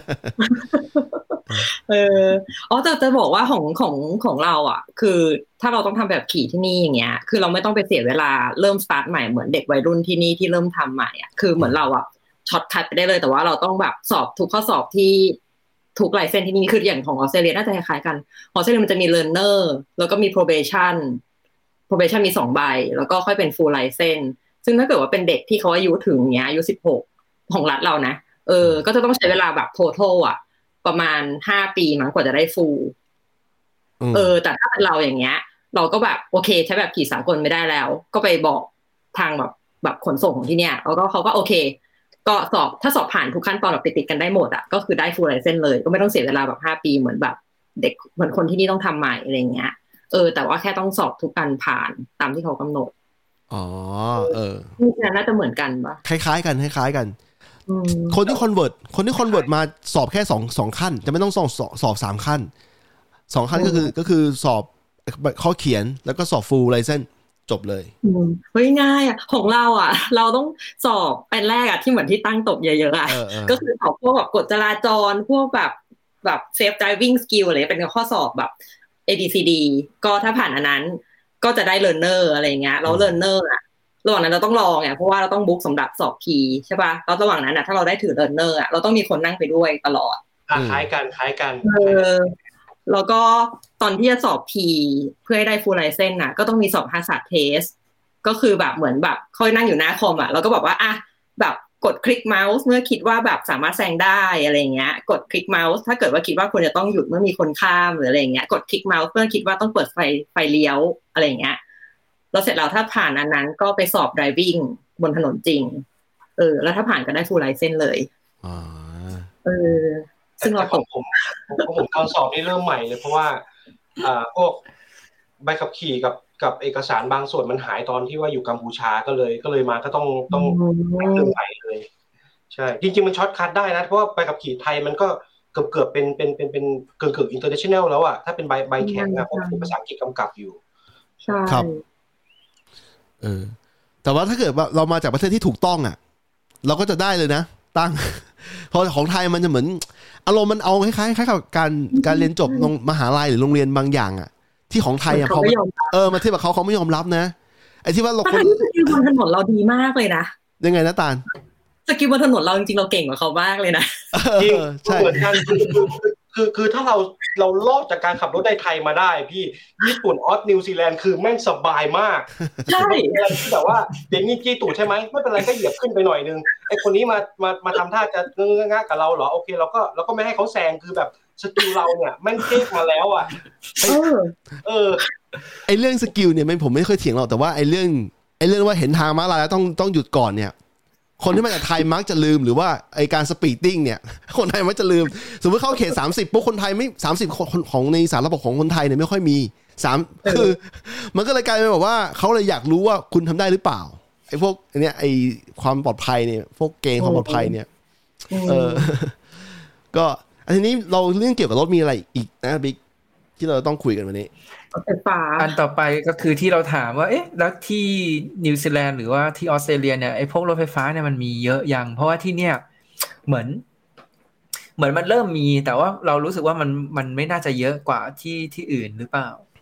C: เอออ๋อแต่จะบอกว่าของของของเราอ่ะคือถ้าเราต้องทำแบบขี่ที่นี่อย่างเงี้ยคือเราไม่ต้องไปเสียเวลาเริ่มสตาร์ทใหม่เหมือนเด็กวัยรุ่นที่นี่ที่เริ่มทำใหม่อ่ะคือเหมือนเราอ่ะช็อตคัทไปได้เลยแต่ว่าเราต้องแบบสอบทุกข้อสอบที่ทุกไลเซนส์ที่นี่คืออย่างของออสเตรเลียน่าจะคล้ายๆกันออสเตรเลียมันจะมี learner แล้วก็มี probation probation มีสองใบแล้วก็ค่อยเป็น full license ซึ่งถ้าเกิดว่าเป็นเด็กที่เขาอายุถึงเนี้ยอายุสิบหกของรัฐเรานะเออก็จะต้องใช้เวลาแบบ total อ่ะประมาณห้าปีมั้งกว่าจะได้ full เออแต่ถ้าเป็นเราอย่างเงี้ยเราก็แบบโอเคใช้แบบขี่สากลไม่ได้แล้วก็ไปบอกทางแบบแบบขนส่งของที่เนี้ยแล้วก็เขาก็โอเคก็สอบถ้าสอบผ่านทุกขั้นตอนแบบติดๆกันได้หมดอ่ะก็คือได้ full license เลยก็ไม่ต้องเสียเวลาแบบห้าปีเหมือนแบบเด็กเหมือนคนที่นี่ต้องทำใหม่อะไรเงี้ยเออแต่ว่าแค่ต้องสอบทุกการผ่านตามที่เขากำหนด
B: อ๋อเออ
C: นี่น่าจะเหมือนกันปะ
B: คล้ายๆกันคล้ายๆกันคนที่คอนเวิร์ตคนที่คอนเวิร์ตมาสอบแค่สองสองขั้นจะไม่ต้องสอบสอบสามขั้นสองขั้นก็คือก็คือสอบข้อเขียนแล้วก็สอบ full license จบเลย
C: เฮ้ยง่ายอ่ะของเราอ่ะเราต้องสอบเป็นแรกอ่ะที่เหมือนที่ตั้งตบเยอะๆอ่ะก็คือสอบพวกแบบกฎจราจรพวกแบบแบบ safe driving skill อะไรเป็นข้อสอบแบบ เอ บี ซี ดี ก็ถ้าผ่านอันนั้นก็จะได้ learner อะไรเงี้ยแล้ว learner อ่ะระหว่างนั้นเราต้องรอไงเพราะว่าเราต้องบุ๊กสำหรับสอบพีใช่ป่ะแล้วระหว่างนั้นอ่ะถ้าเราได้ถือ learner อ่ะเราต้องมีคนนั่งไปด้วยตลอด
D: อ่ะคล้ายกันคล้ายกัน
C: เออแล้วก็ตอนที่จะสอบ P เพื่อให้ได้ full license น่ะก็ต้องมีสอบ hazard test ก็คือแบบเหมือนแบบค่อยนั่งอยู่หน้าคอมอ่ะเราก็บอกว่าอ่ะแบบกดคลิกเมาส์เมื่อคิดว่าแบบสามารถแซงได้อะไรเงี้ยกดคลิกเมาส์ถ้าเกิดว่าคิดว่าควรจะต้องหยุดเมื่อมีคนข้ามหรืออะไรเงี้ยกดคลิกเมาส์เมื่อคิดว่าต้องเปิดไฟไฟเลี้ยวอะไรเงี้ยแล้วเสร็จแล้วถ้าผ่านอันนั้นก็ไปสอบ driving บนถนนจริงเออแล้วถ้าผ่านก็ได้ full license เลย
B: อ๋อ
C: เออซึ่งเรา
D: ของผมของผมตอนสอบนี่เริ่มใหม่เลยเพราะว่าอ่าพวกใบขับขี่กับกับเอกสารบางส่วนมันหายตอนที่ว่าอยู่กัมพูชาก็เลยก็เลยมาก็ต้องต้องเริ่มใหม่เลยใช่จริงๆมันช็อตคัทได้นะเพราะว่าใบขับขี่ไทยมันก็เกือบเกือบเป็นเป็นเป็นเป็นเกือบเกือบอินเตอร์เนชั่นแนลแล้วอ่ะถ้าเป็นใบใบแข็งอ่ะเพราะเป็นภาษาอังกฤษกำกับอยู่
C: ใช่
B: ครับเออแต่ว่าถ้าเกิดว่าเรามาจากประเทศที่ถูกต้องอ่ะเราก็จะได้เลยนะตั้งพอของไทยมันจะเหมือนอารมณ์มันเอาคล้ายๆคล้ายกับการการเรียนจบโรงมหาลัยหรือโรงเรียนบางอย่างอ่ะที่ของไทยอ่ะพอเออมาเทียบกับเขาเขาไม่ยอมรับนะไอ้ที่ว่าเราคน
C: สกิลบนถนนเราดีมากเลยนะ
B: ยังไงนะตาล
C: สกิลบนถนนเราจริงๆเราเก่งกว่าเขามากเลยนะ
D: จริงใช่เหมือนกันคือคือถ้าเราเราลอดจากการขับรถในไทยมาได้พี่ญี่ปุ่นออสนิวซีแลนด์คือแม่งสบายมาก
C: ใช่
D: อะไรที่แบบว่าเดนนี่จี้ตูดใช่ไหมไม่เป็นไรก็เหยียบขึ้นไปหน่อยนึงไอ้คนนี้มามามาทำท่าจะเงื้อๆกับเราเหรอโอเคเราก็เราก็ไม่ให้เขาแซงคือแบบสกิลเราเนี่ยแม่งเทพมาแล้วอ่ะ
C: เออ
D: เออ
B: ไอ้เรื่องสกิลเนี่ยไม่ผมไม่เคยเถียงหรอกแต่ว่าไอ้เรื่องไอ้เรื่องว่าเห็นทางม้าลายแล้วต้องต้องหยุดก่อนเนี่ยคนที่มาจากไทยมักจะลืมหรือว่าไอการสปีดดิ้งเนี่ยคนไทยมักจะลืมสมมติเข้าเขตสามสิบปุ๊บคนไทยไม่สามสิบคนของในสารระบบของคนไทยเนี่ยไม่ค่อยมีสามคือมันก็เลยกลายเป็นแบบว่าเขาเลยอยากรู้ว่าคุณทำได้หรือเปล่าไอพวกเนี้ยไอความปลอดภัยเนี่ยพวกเกณฑ์ความปลอดภัยเนี่ยเออก็อันนี้เราเรื่องเกี่ยวกับรถมีอะไรอีกนะบิ๊กที่เราต้องคุยกันวันนี้
A: อันต่อไปก็คือที่เราถามว่าเอ๊ะแล้วที่นิวซีแลนด์หรือว่าที่ออสเตรเลียเนี่ยไอ้พวกรถไฟฟ้าเนี่ยมันมีเยอะยังเพราะว่าที่เนี่ยเหมือนเหมือนมันเริ่มมีแต่ว่าเรารู้สึกว่ามันมันไม่น่าจะเยอะกว่าที่ที่อื่นหรือเปล่า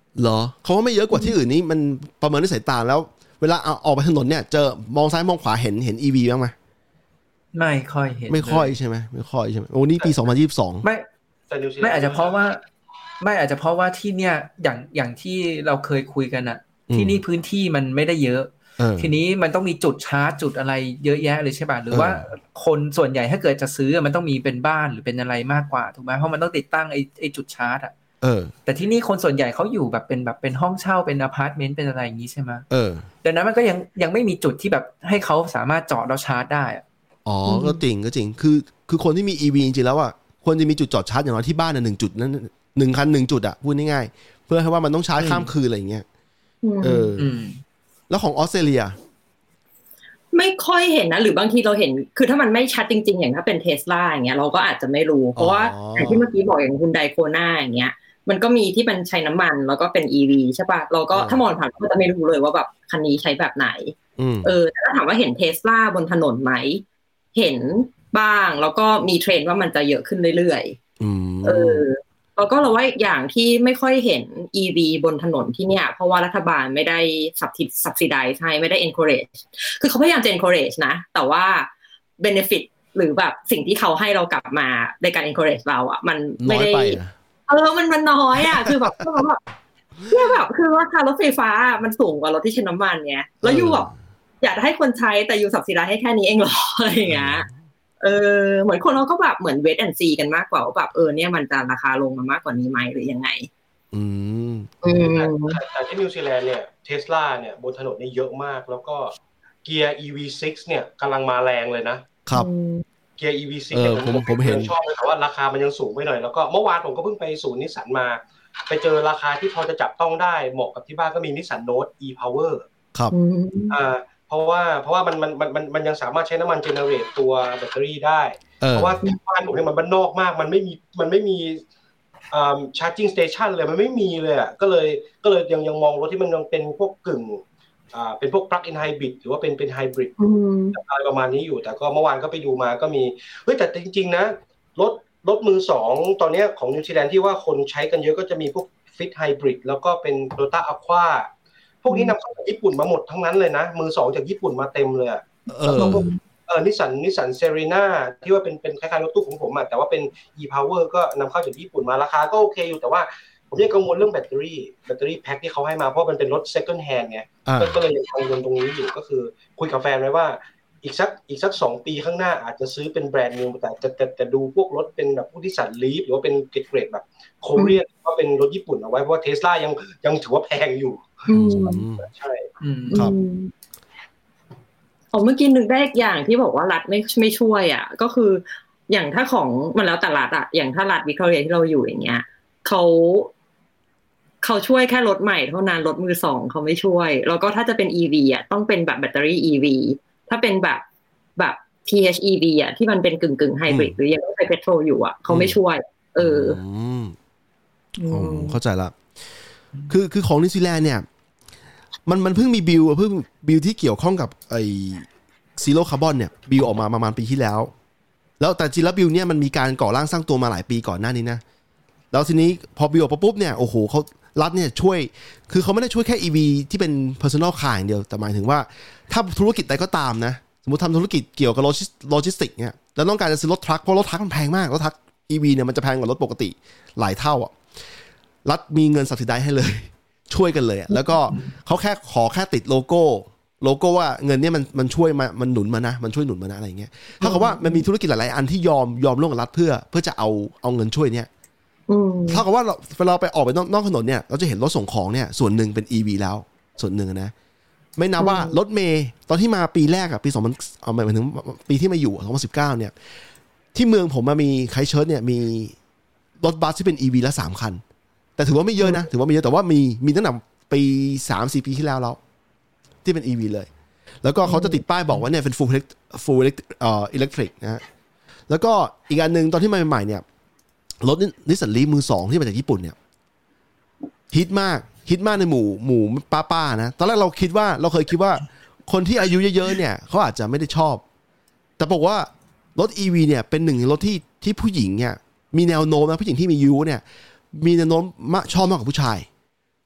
B: เหรอเขาว่าไม่เยอะกว่าที่อื่นนี่มันประเมินด้วยสายตาแล้วเวลาเอาออกไปถนนเนี่ยเจอมองซ้ายมองขวาเห็นเห็น อี วี บ้างไหม
A: ไม่ค่อยเห็น
B: ไม่ค่อยใช่ไหมไม่ค่อยใช่ไหมโอ้นี่ปีสองพันยี่สิบสอง
A: ไม่ไม่อาจจะเพราะว่าไม่อาจจะเพราะว่าที่เนี่ยอย่างอย่างที่เราเคยคุยกันอะที่นี่พื้นที่มันไม่ได้เยอะทีนี้มันต้องมีจุดชาร์จจุดอะไรเยอะแยะเลยใช่ป่ะหรือว่าคนส่วนใหญ่ถ้าเกิดจะซื้อมันต้องมีเป็นบ้านหรือเป็นอะไรมากกว่าถูกไหมเพราะมันต้องติดตั้งไอ้ไอ้จุดชาร์จอะ
B: เออ
A: แต่ที่นี่คนส่วนใหญ่เขาอยู่แบบเป็นแบบเป็นห้องเช่าเป็นอพาร์ตเมนต์เป็นอะไรอย่างนี้ใช่ไหม
B: เออ
A: ดังนั้นมันก็ยังยังไม่มีจุดที่แบบให้เขาสามารถจอดแล้วชาร์จได้อะ
B: อ๋อก็จริงก็จริงคือคือคนที่มี อี วี จริงๆแล้วอ่ะควรจะมีจุดจอดชาร์จอย่างน้อยที่บ้านน่ะหนึ่งจุดนั้นหนึ่งคันหนึ่งจุดอ่ะพูดง่ายๆเพื่อให้ว่ามันต้องชาร์จข้ามคืนอะไรอย่างเงี้ยเออแล้วของออสเตรเลีย
C: ไม่ค่อยเห็นนะหรือบางทีเราเห็นคือถ้ามันไม่ชัดจริงๆอย่างถ้าเป็น Tesla อย่างเงี้ยเราก็อาจจะไม่รู้เพราะว่าอย่างที่เมื่อกี้บอกอย่างคุณไดโคน่าอย่างเงี้ยมันก็มีที่มันใช้น้ำมันแล้วก็เป็น อี วี ใช่ป่ะเราก็ถ้ามองผ่านก็จะไม่รู้เลยว่าแบบคันนี้ใช้แบบไหนเออแต่ถ้าถามว่าเห็น Tesla บนถนนไหมเห็นบ้างแล้วก็มีเทรนด์ว่ามันจะเยอะขึ้นเรื่อยๆเออแล้วก็เราว่าอย่างที่ไม่ค่อยเห็น อี วี บนถนนที่เนี่ยเพราะว่ารัฐบาลไม่ได้ subsidize ให้ไม่ได้ encourage คือเขาพยายามจะ encourage นะแต่ว่า benefit หรือแบบสิ่งที่เขาให้เรากลับมาในการ encourage เราอ่ะมันไม่ได้เออมันมันน้อยอ่ะคือแบบก็แบบเนี่ยแบบคือราคารถไฟฟ้ามันสูงกว่ารถที่ใช้น้ำมันไงแล้วอยู่แบบอยากให้คนใช้แต่อยู่ subsidize ให้แค่นี้เองหรออะไรอย่างเงี้ยเออเหมือนคนเราก็แบบเหมือน wait and see กันมากกว่าว่าแบบเออเนี่ยมันจะราคาลงมามากกว่านี้ไหมหรือยังไง
B: อืม
D: อืมแต่ที่นิวซีแลนด์เนี่ย Tesla เนี่ยบนถนนนี่เยอะมากแล้วก็เกียร์ อี วี ซิกซ์ เนี่ยกำลังมาแรงเลยนะครับเกียร์ อี วี ซิกซ์ เนี่ยผมผมเห็นชอบเลยแต่ว่าราคามันยังสูงไปหน่อยแล้วก็เมื่อวานผมก็เพิ่งไปศูนย์นิสสันมาไปเจอราคาที่พอจะจับต้องได้เหมาะกับที่บ้านก็มีนิสสันโนต e-power
B: ครับ
D: อ่าเพราะว่าเพราะว่ามันมันมันมันยังสามารถใช้น้ำมันเจเนเรตตัวแบตเตอรี่ได้เพราะว่าที่บ้านผมเนี่ยมันบ้านนอกมากมันไม่มีมันไม่มีอ่า charging station เลยมันไม่มีเลยอ่ะก็เลยก็เลยยังยังมองรถที่มันยังเป็นพวกกึ่งอ่าเป็นพวก plug in hybrid หรือว่าเป็นเป็น hybrid อะไรประมาณนี้อยู่แต่ก็เมื่อวานก็ไปดูมาก็มีเฮ้ยแต่จริงๆนะรถรถมือสองตอนนี้ของนิวซีแลนด์ที่ว่าคนใช้กันเยอะก็จะมีพวก fit hybrid แล้วก็เป็น Toyota Aquaพวกนี้นำเข้าจากญี่ปุ่นมาหมดทั้งนั้นเลยนะมือสองจากญี่ปุ่นมาเต็มเลยอ่ะเออเออนิสสันนิสสันเซรีนาที่ว่าเป็นเป็นคล้ายๆรถตู้ของผมอ่ะแต่ว่าเป็น e-power ก็นำเข้าจากญี่ปุ่นมาราคาก็โอเคอยู่แต่ว่าผมยังกังวลเรื่องแบตเตอรี่แบตเตอรี่แพ็คที่เขาให้มาเพราะมันเป็นรถ second hand ไงก็เลยยังกังวลตรงนี้อยู่ก็คือคุยกับแฟนไว้ว่าอีกสักอีกสักสองปีข้างหน้าอาจจะซื้อเป็นแบรนด์นิวแต่แต่แต่แต่ดูพวกรถเป็นแบบพวกที่สันลีฟหรือว่าเป็นเกรดแบบโคเรียนก็เป็นรถญี่ปุ่นเอาไว้เพราะว่า Tesla ยังยังถือว่าแพงอยู่ใช่
B: ครับ
C: ผมเมื่อกี้นึกได้อีกอย่างที่บอกว่ารัฐไม่ไม่ช่วยอ่ะก็คืออย่างถ้าของมันแล้วแต่รัฐอ่ะอย่างถ้ารัฐวิกตอเรียที่เราอยู่อย่างเงี้ยเขาเขาช่วยแค่รถใหม่เท่านั้นรถมือสองเขาไม่ช่วยแล้วก็ถ้าจะเป็น อี วี อ่ะต้องเป็นแบบแบตเตอรี่ อี วี ถ้าเป็นแบบแบบ พี เอช อี วี อ่ะที่มันเป็นกึ่งๆไฮบริดหรือยังใช้เพโตรอยู่อ่ะเขาไม่ช่วยเออ
B: อืมเข้าใจละคือคือของนิวซีแลนด์เนี่ยมันมันเพิ่งมีบิลเพิ่งบิลที่เกี่ยวข้องกับไอ้ซีโร่คาร์บอนเนี่ยบิลออกมาประมาณปีที่แล้วแล้วแต่จริงแล้วบิลเนี่ยมันมีการก่อร่างสร้างตัวมาหลายปีก่อนหน้านี้นะแล้วทีนี้พอบิลออกมาปุ๊บเนี่ยโอ้โหเขารัฐเนี่ยช่วยคือเขาไม่ได้ช่วยแค่ อี วี ที่เป็น personal car อย่างเดียวแต่หมายถึงว่าถ้าธุรกิจใดก็ตามนะสมมติทำธุรกิจเกี่ยวกับโลจิสติกเนี่ยแล้วต้องการจะซื้อรถทรัคเพราะรถทรัคมันแพงมากรถทรัค อี วี เนี่ยมันจะแพงกว่ารถปกติหลายเท่าอ่ะรัฐมีเงิน subsidize ให้เลยช่วยกันเลยแล้วก็เขาแค่ขอแค่ติดโลโก้โลโก้ว่าเงินเนี่ยมันมันช่วยมามันหนุนมานะมันช่วยหนุนมานะอะไรอย่างเงี้ยถ้าเกิดว่ามันมีธุรกิจหลายๆอันที่ยอมยอมร่วมกับรัฐเพื่อเพื่อจะเอาเอาเงินช่วยเนี่ยถ้าเกิดว่าเราเวลาไปออกไปนอกถนนเนี่ยเราจะเห็นรถส่งของเนี่ยส่วนหนึ่งเป็น อี วี แล้วส่วนหนึ่งนะไม่นับว่ารถเมย์ตอนที่มาปีแรกอะปีสองพันเอาหมายถึงปีที่มาอยู่สองพันสิบเก้าเนี่ยที่เมืองผมมามีไคเชิร์ตเนี่ยมีรถบัสที่เป็น อี วี ละสามคันแต่ถือว่าไม่เยอะนะถือว่าไม่เยอะแต่ว่ามีมีตั้งแต่ปี สามสี่ ปีที่แล้วแล้วที่เป็น อี วี เลยแล้วก็เขาจะติดป้ายบอกว่าเนี่ยเป็น full full electric นะฮะแล้วก็อีกอันนึงตอนที่มาใหม่ๆเนี่ยรถนิสสันลีฟมือสองที่มาจากญี่ปุ่นเนี่ยฮิตมากฮิตมากในหมู่หมู่ป้าๆนะตอนแรกเราคิดว่าเราเคยคิดว่าคนที่อายุเยอะๆเนี่ยเขาอาจจะไม่ได้ชอบแต่บอกว่ารถ อี วี เนี่ยเป็นหนึ่งในรถที่ที่ผู้หญิงเนี่ยมีแนวโน้มนะผู้หญิงที่มีอายุเนี่ยมีแนวโน้มชอบมากกว่าผู้ชาย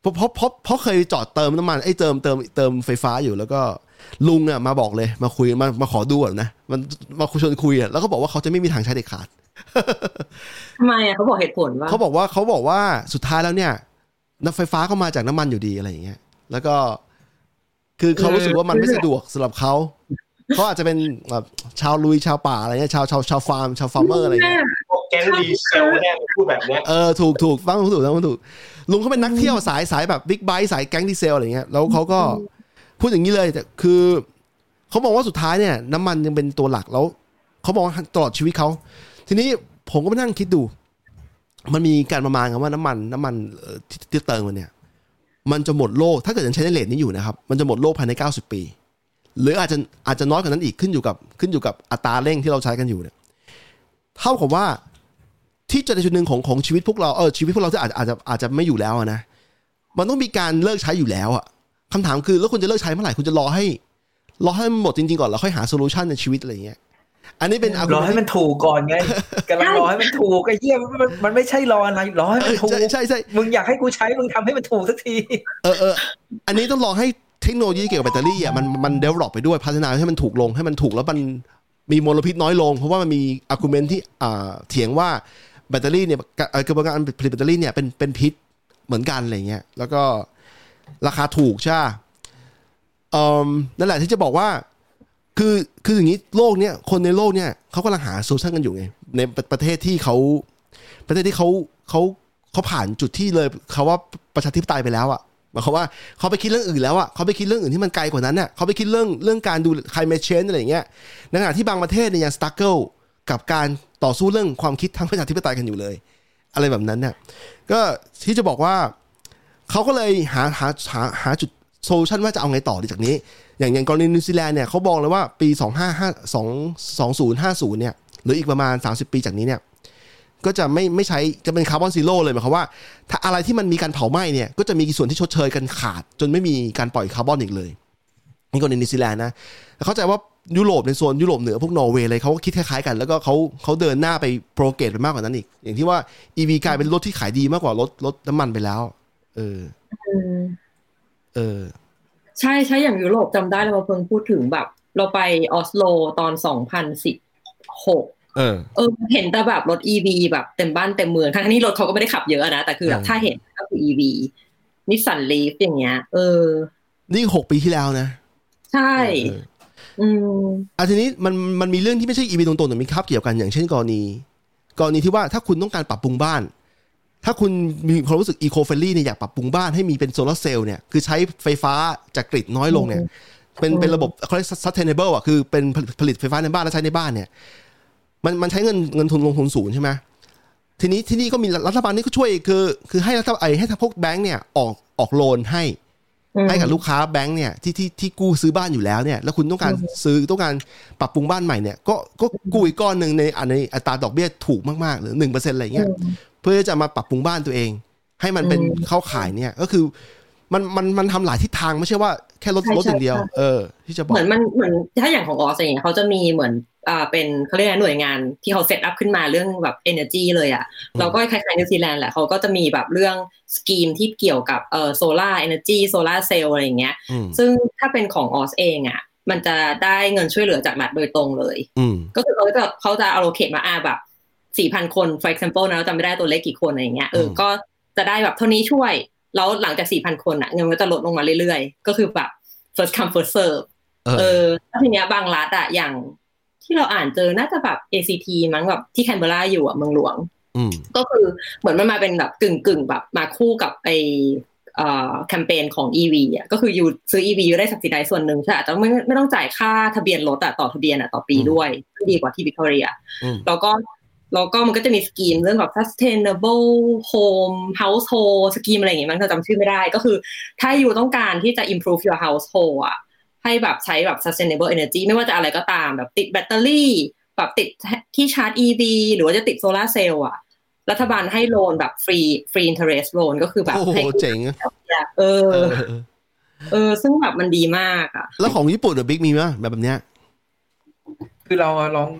B: เพราะเพราะเพราะเพราะเคยจอดเติมน้ำมันไอ้เติมเติมเติมไฟฟ้าอยู่แล้วก็ลุงอ่ะมาบอกเลยมาคุยมามาขอดูอ่ะนะมันมาคุยชวนคุยอ่ะแล้วก็บอกว่าเขาจะไม่มีทางใช้เด็ดขาด
C: ทำไมอ่ะเขาบอกเหตุผลว่า
B: เขาบอกว่าเขาบอกว่าสุดท้ายแล้วเนี่ยน้ำไฟฟ้าก็มาจากน้ำมันอยู่ดีอะไรอย่างเงี้ยแล้วก็คือเขารู้สึกว่ามันไม่สะดวกสำหรับเขาเขาอาจจะเป็นแบบชาวลุยชาวป่าอะไรเงี้ยชาวชาวชาวฟาร์มชาวฟาร์มเมอร์อะไรเงี้ย
D: แก๊งดีเซลแน่พูดแบบเนี้ย
B: เออถูกถูกฟังถูกฟังถูกลุงเขาเป็นนักเที่ยวสายสายแบบบิ๊กไบค์สายแก๊งดีเซลอะไรเงี้ยแล้วเขาก็พูดอย่างนี้เลยแต่คือเขาบอกว่าสุดท้ายเนี่ยน้ำมันยังเป็นตัวหลักแล้วเขาบอกว่าตลอดชีวิตเขาทีนี้ผมก็มานั่งคิดดูมันมีการประมาณกันว่าน้ำมันน้ำมันที่เติมมันเนี่ยมันจะหมดโลกถ้าเกิดยังใช้ในเรทนี้อยู่นะครับมันจะหมดโลกภายในเก้าสิบปีหรืออาจจะอาจจะน้อยกว่านั้นอีกขึ้นอยู่กับขึ้นอยู่กับอัตราเร่งที่เราใช้กันอยู่เนี่ยเท่ากับว่าที่จุดจุดหนึ่งของของชีวิตพวกเราเออชีวิตพวกเราที่อาจจะอาจจะอาจจะไม่อยู่แล้วนะมันต้องมีการเลิกใช้อยู่แล้วอ่ะคำถามคือแล้วคุณจะเลิกใช้เมื่อไหร่คุณจะรอให้รอให้มันหมดจริงๆก่อนแล้วค่อยหาโซลูชันในชีวิตอะไรอย่างเงี้ยอันนี้เป็น
A: รอให้มันถูกก่อนไงกำลังรอให้มันถูกไอ้เหี้ยมันมันไม่ใช่รออะไรรอให้มันถูก
B: ใช่ใช่
A: มึงอยากให้กูใช้มึงทำให้มันถูกสักที
B: เออเอออันนี้ต้องรอให้เทคโนโลยีเกี่ยวกับแบตเตอรี่อ่ะมันมัน develop ไปด้วยพัฒนาให้มันถูกลงให้มันถูกแล้วมันมีมลพิษน้อยลงเพราะว่ามันมี argument ที่อ่าเถียงว่าแบตเตอรี่เนี่ยกระบวนการผลิตแบตเตอรี่เนี่ยเป็นเป็นพิษเหมือนกันอะไรเงี้ยแล้วก็ราคาถูกใช่เอ่อนั่นแหละที่จะบอกว่าคือคืออย่างนี้โลกเนี้ยคนในโลกเนี้ยเขากำลังหาโซลูชันกันอยู่ไงในประเทศที่เขาประเทศที่เขาเขาเขาผ่านจุดที่เลยเขาว่าประชาธิปไตยไปแล้วอ่ะหมายความว่าเขาไปคิดเรื่องอื่นแล้วอ่ะเขาไปคิดเรื่องอื่นที่มันไกลกว่านั้นน่ะเขาไปคิดเรื่องเรื่องการดู climate change อะไรอย่างเงี้ยในขณะที่บางประเทศเนี่ยยัง struggle กับการต่อสู้เรื่องความคิดทางประชาธิปไตยกันอยู่เลยอะไรแบบนั้นเนี่ยก็ที่จะบอกว่าเขาก็เลยหาหาหาหาจุดโซลูชันว่าจะเอาไงต่อดีจากนี้อย่างอย่างกรณีนิวซีแลนด์เนี่ยเขาบอกเลยว่าปีสองพันห้าร้อยห้าสิบเนี่ยหรืออีกประมาณสามสิบปีจากนี้เนี่ยก็จะไม่ไม่ใช้จะเป็นคาร์บอนซีโร่เลยหมายความว่าถ้าอะไรที่มันมีการเผาไหม้เนี่ยก็จะมีส่วนที่ชดเชยกันขาดจนไม่มีการปล่อยคาร์บอนอีกเลยนี่กรณีนิวซีแลนด์นะเข้าใจว่ายุโรปในโซนยุโรปเหนือพวกนอร์เวย์อะไรเขาก็คิดคล้ายๆกันแล้วก็เขาเขาเดินหน้าไปโปรเกรสไปมากกว่านั้นอีกอย่างที่ว่า อี วี กลายเป็นรถที่ขายดีมากกว่ารถรถน้ำมันไปแล้วเออเออ
C: ใช่ใช่อย่างยุโรปจำได้เราเพิ่งพูดถึงแบบเราไปออสโลตอนสองพันสิบหก
B: เออ
C: เออเห็นแต่แบบรถ อี วี แบบเต็มบ้านเต็มเมืองทั้งที่รถเขาก็ไม่ได้ขับเยอะนะแต่คือแบบถ้าเห็นก็คือ อี วี Nissan Leaf อย่างเงี้ยเออ
B: นี่หกปีที่แล้วนะ
C: ใช่อืม
B: อ่ะทีนี้มันมันมีเรื่องที่ไม่ใช่ อี วี ตรงๆแต่มีคาบเกี่ยวกันอย่างเช่นกรณีกรณีที่ว่าถ้าคุณต้องการปรับปรุงบ้านถ้าคุณมีความรู้สึกอีโคเฟรนลี่เนี่ยอยากปรับปรุงบ้านให้มีเป็นโซลาร์เซลล์เนี่ยคือใช้ไฟฟ้าจากกริดน้อยลงเนี่ยเป็นเป็นระบบเขาเรียก sustainable อ่ะคือเป็นผลิตไฟฟ้าในบ้านแล้วใช้ในบ้านเนี่ยมันมันใช้เงินเงินทุนลงทุนสูงใช่ไหมทีนี้ที่นี่ก็มีรัฐบาลนี่ก็ช่วยคือคือให้รัฐบาลให้พวกแบงก์เนี่ยออกออกโลนให้ให้กับลูกค้าแบงก์เนี่ยที่ที่ที่กู้ซื้อบ้านอยู่แล้วเนี่ยแล้วคุณต้องการซื้อต้องการปรับปรุงบ้านใหม่เนี่ยก็ก็กู้อีกก้อนนึงในในอัตราดอกเบี้ยถูกมากๆหรือ หนึ่งเปอร์เซ็นต์ อะไรเงี้ยเพื่อจะมาปรับปรุงบ้านตัวเองให้มันเป็นเข้าข่ายเนี่ยก็คือมันมันมันทำหลายทิศทางไม่ใช่ว่าแค่ลดลดอย่างเดียวเออที่จะบอก
C: เหมือนมันเหมือนถ้าอย่างของออสเองเขาจะมีเหมือนอ่าเป็นเขาเรียกหน่วยงานที่เขาเซตอัพขึ้นมาเรื่องแบบ energy เลยอ่ะเราก็คล้ายๆนิวซีแลนด์แหละเขาก็จะมีแบบเรื่องสกีมที่เกี่ยวกับเอ่อโซล่าเอเนอร์จีโซล่าเซลล์อะไรอย่างเงี้ยซึ่งถ้าเป็นของออสเองอ่ะมันจะได้เงินช่วยเหลือจากรัฐโดยตรงเลยก็คือเขาจะเขาจะ allocate มาอ่าแบบ สี่พัน คน for example นะเราจำไม่ได้ตัวเลขกี่คนอะไรอย่างเงี้ยเออก็จะได้แบบเท่านี้ช่วยแล้วหลังจาก สี่พัน คนอ่ะเงินมันจะลดลงมาเรื่อยๆก็คือแบบ first come first serve เออแล้วทีเนี้ยบางรัฐอ่ะอย่างที่เราอ่านเจอน่าจะแบบ เอ ซี ที มั้งแบบที่แคนเบอร์ราอยู่อ่ะเมืองหลวงก็คือเหมือนมันมาเป็นแบบกึ่งๆแบบมาคู่กับไอเอ่อแคมเปญของ อี วี อ่ะก็คืออยู่ซื้อ อี วี อยู่ได้ subsidize ส่วนหนึ่งใช่อาจจะไม่ไม่ต้องจ่ายค่าทะเบียนรถอ่ะต่อทะเบียนอ่ะต่อปีด้วยดีกว่าที่วิกตอเรียแล้วก็แล้วก็มันก็จะมีสกีมเรื่องแบบ sustainable home household สกีมอะไรอย่างเงี้ยมันเราจำชื่อไม่ได้ก็คือถ้าอยู่ต้องการที่จะ improve your household อ่ะให้แบบใช้แบบ sustainable energy ไม่ว่าจะอะไรก็ตามแบบติดแบตเตอรี่แบบติดที่ชาร์จ อี วี หรือว่าจะติดโซลาร์เซลล์อ่ะรัฐบาลให้โลนแบบฟรีฟรี interest loan ก็คือแบบให้
B: เจ๋ง
C: เออเออซึ่งแบบมันดีมากอ่ะ
B: แล้วของญี่ปุ่นกับบิ๊กมีมั้ยแบบแบบเนี้ย
A: คือเราลอง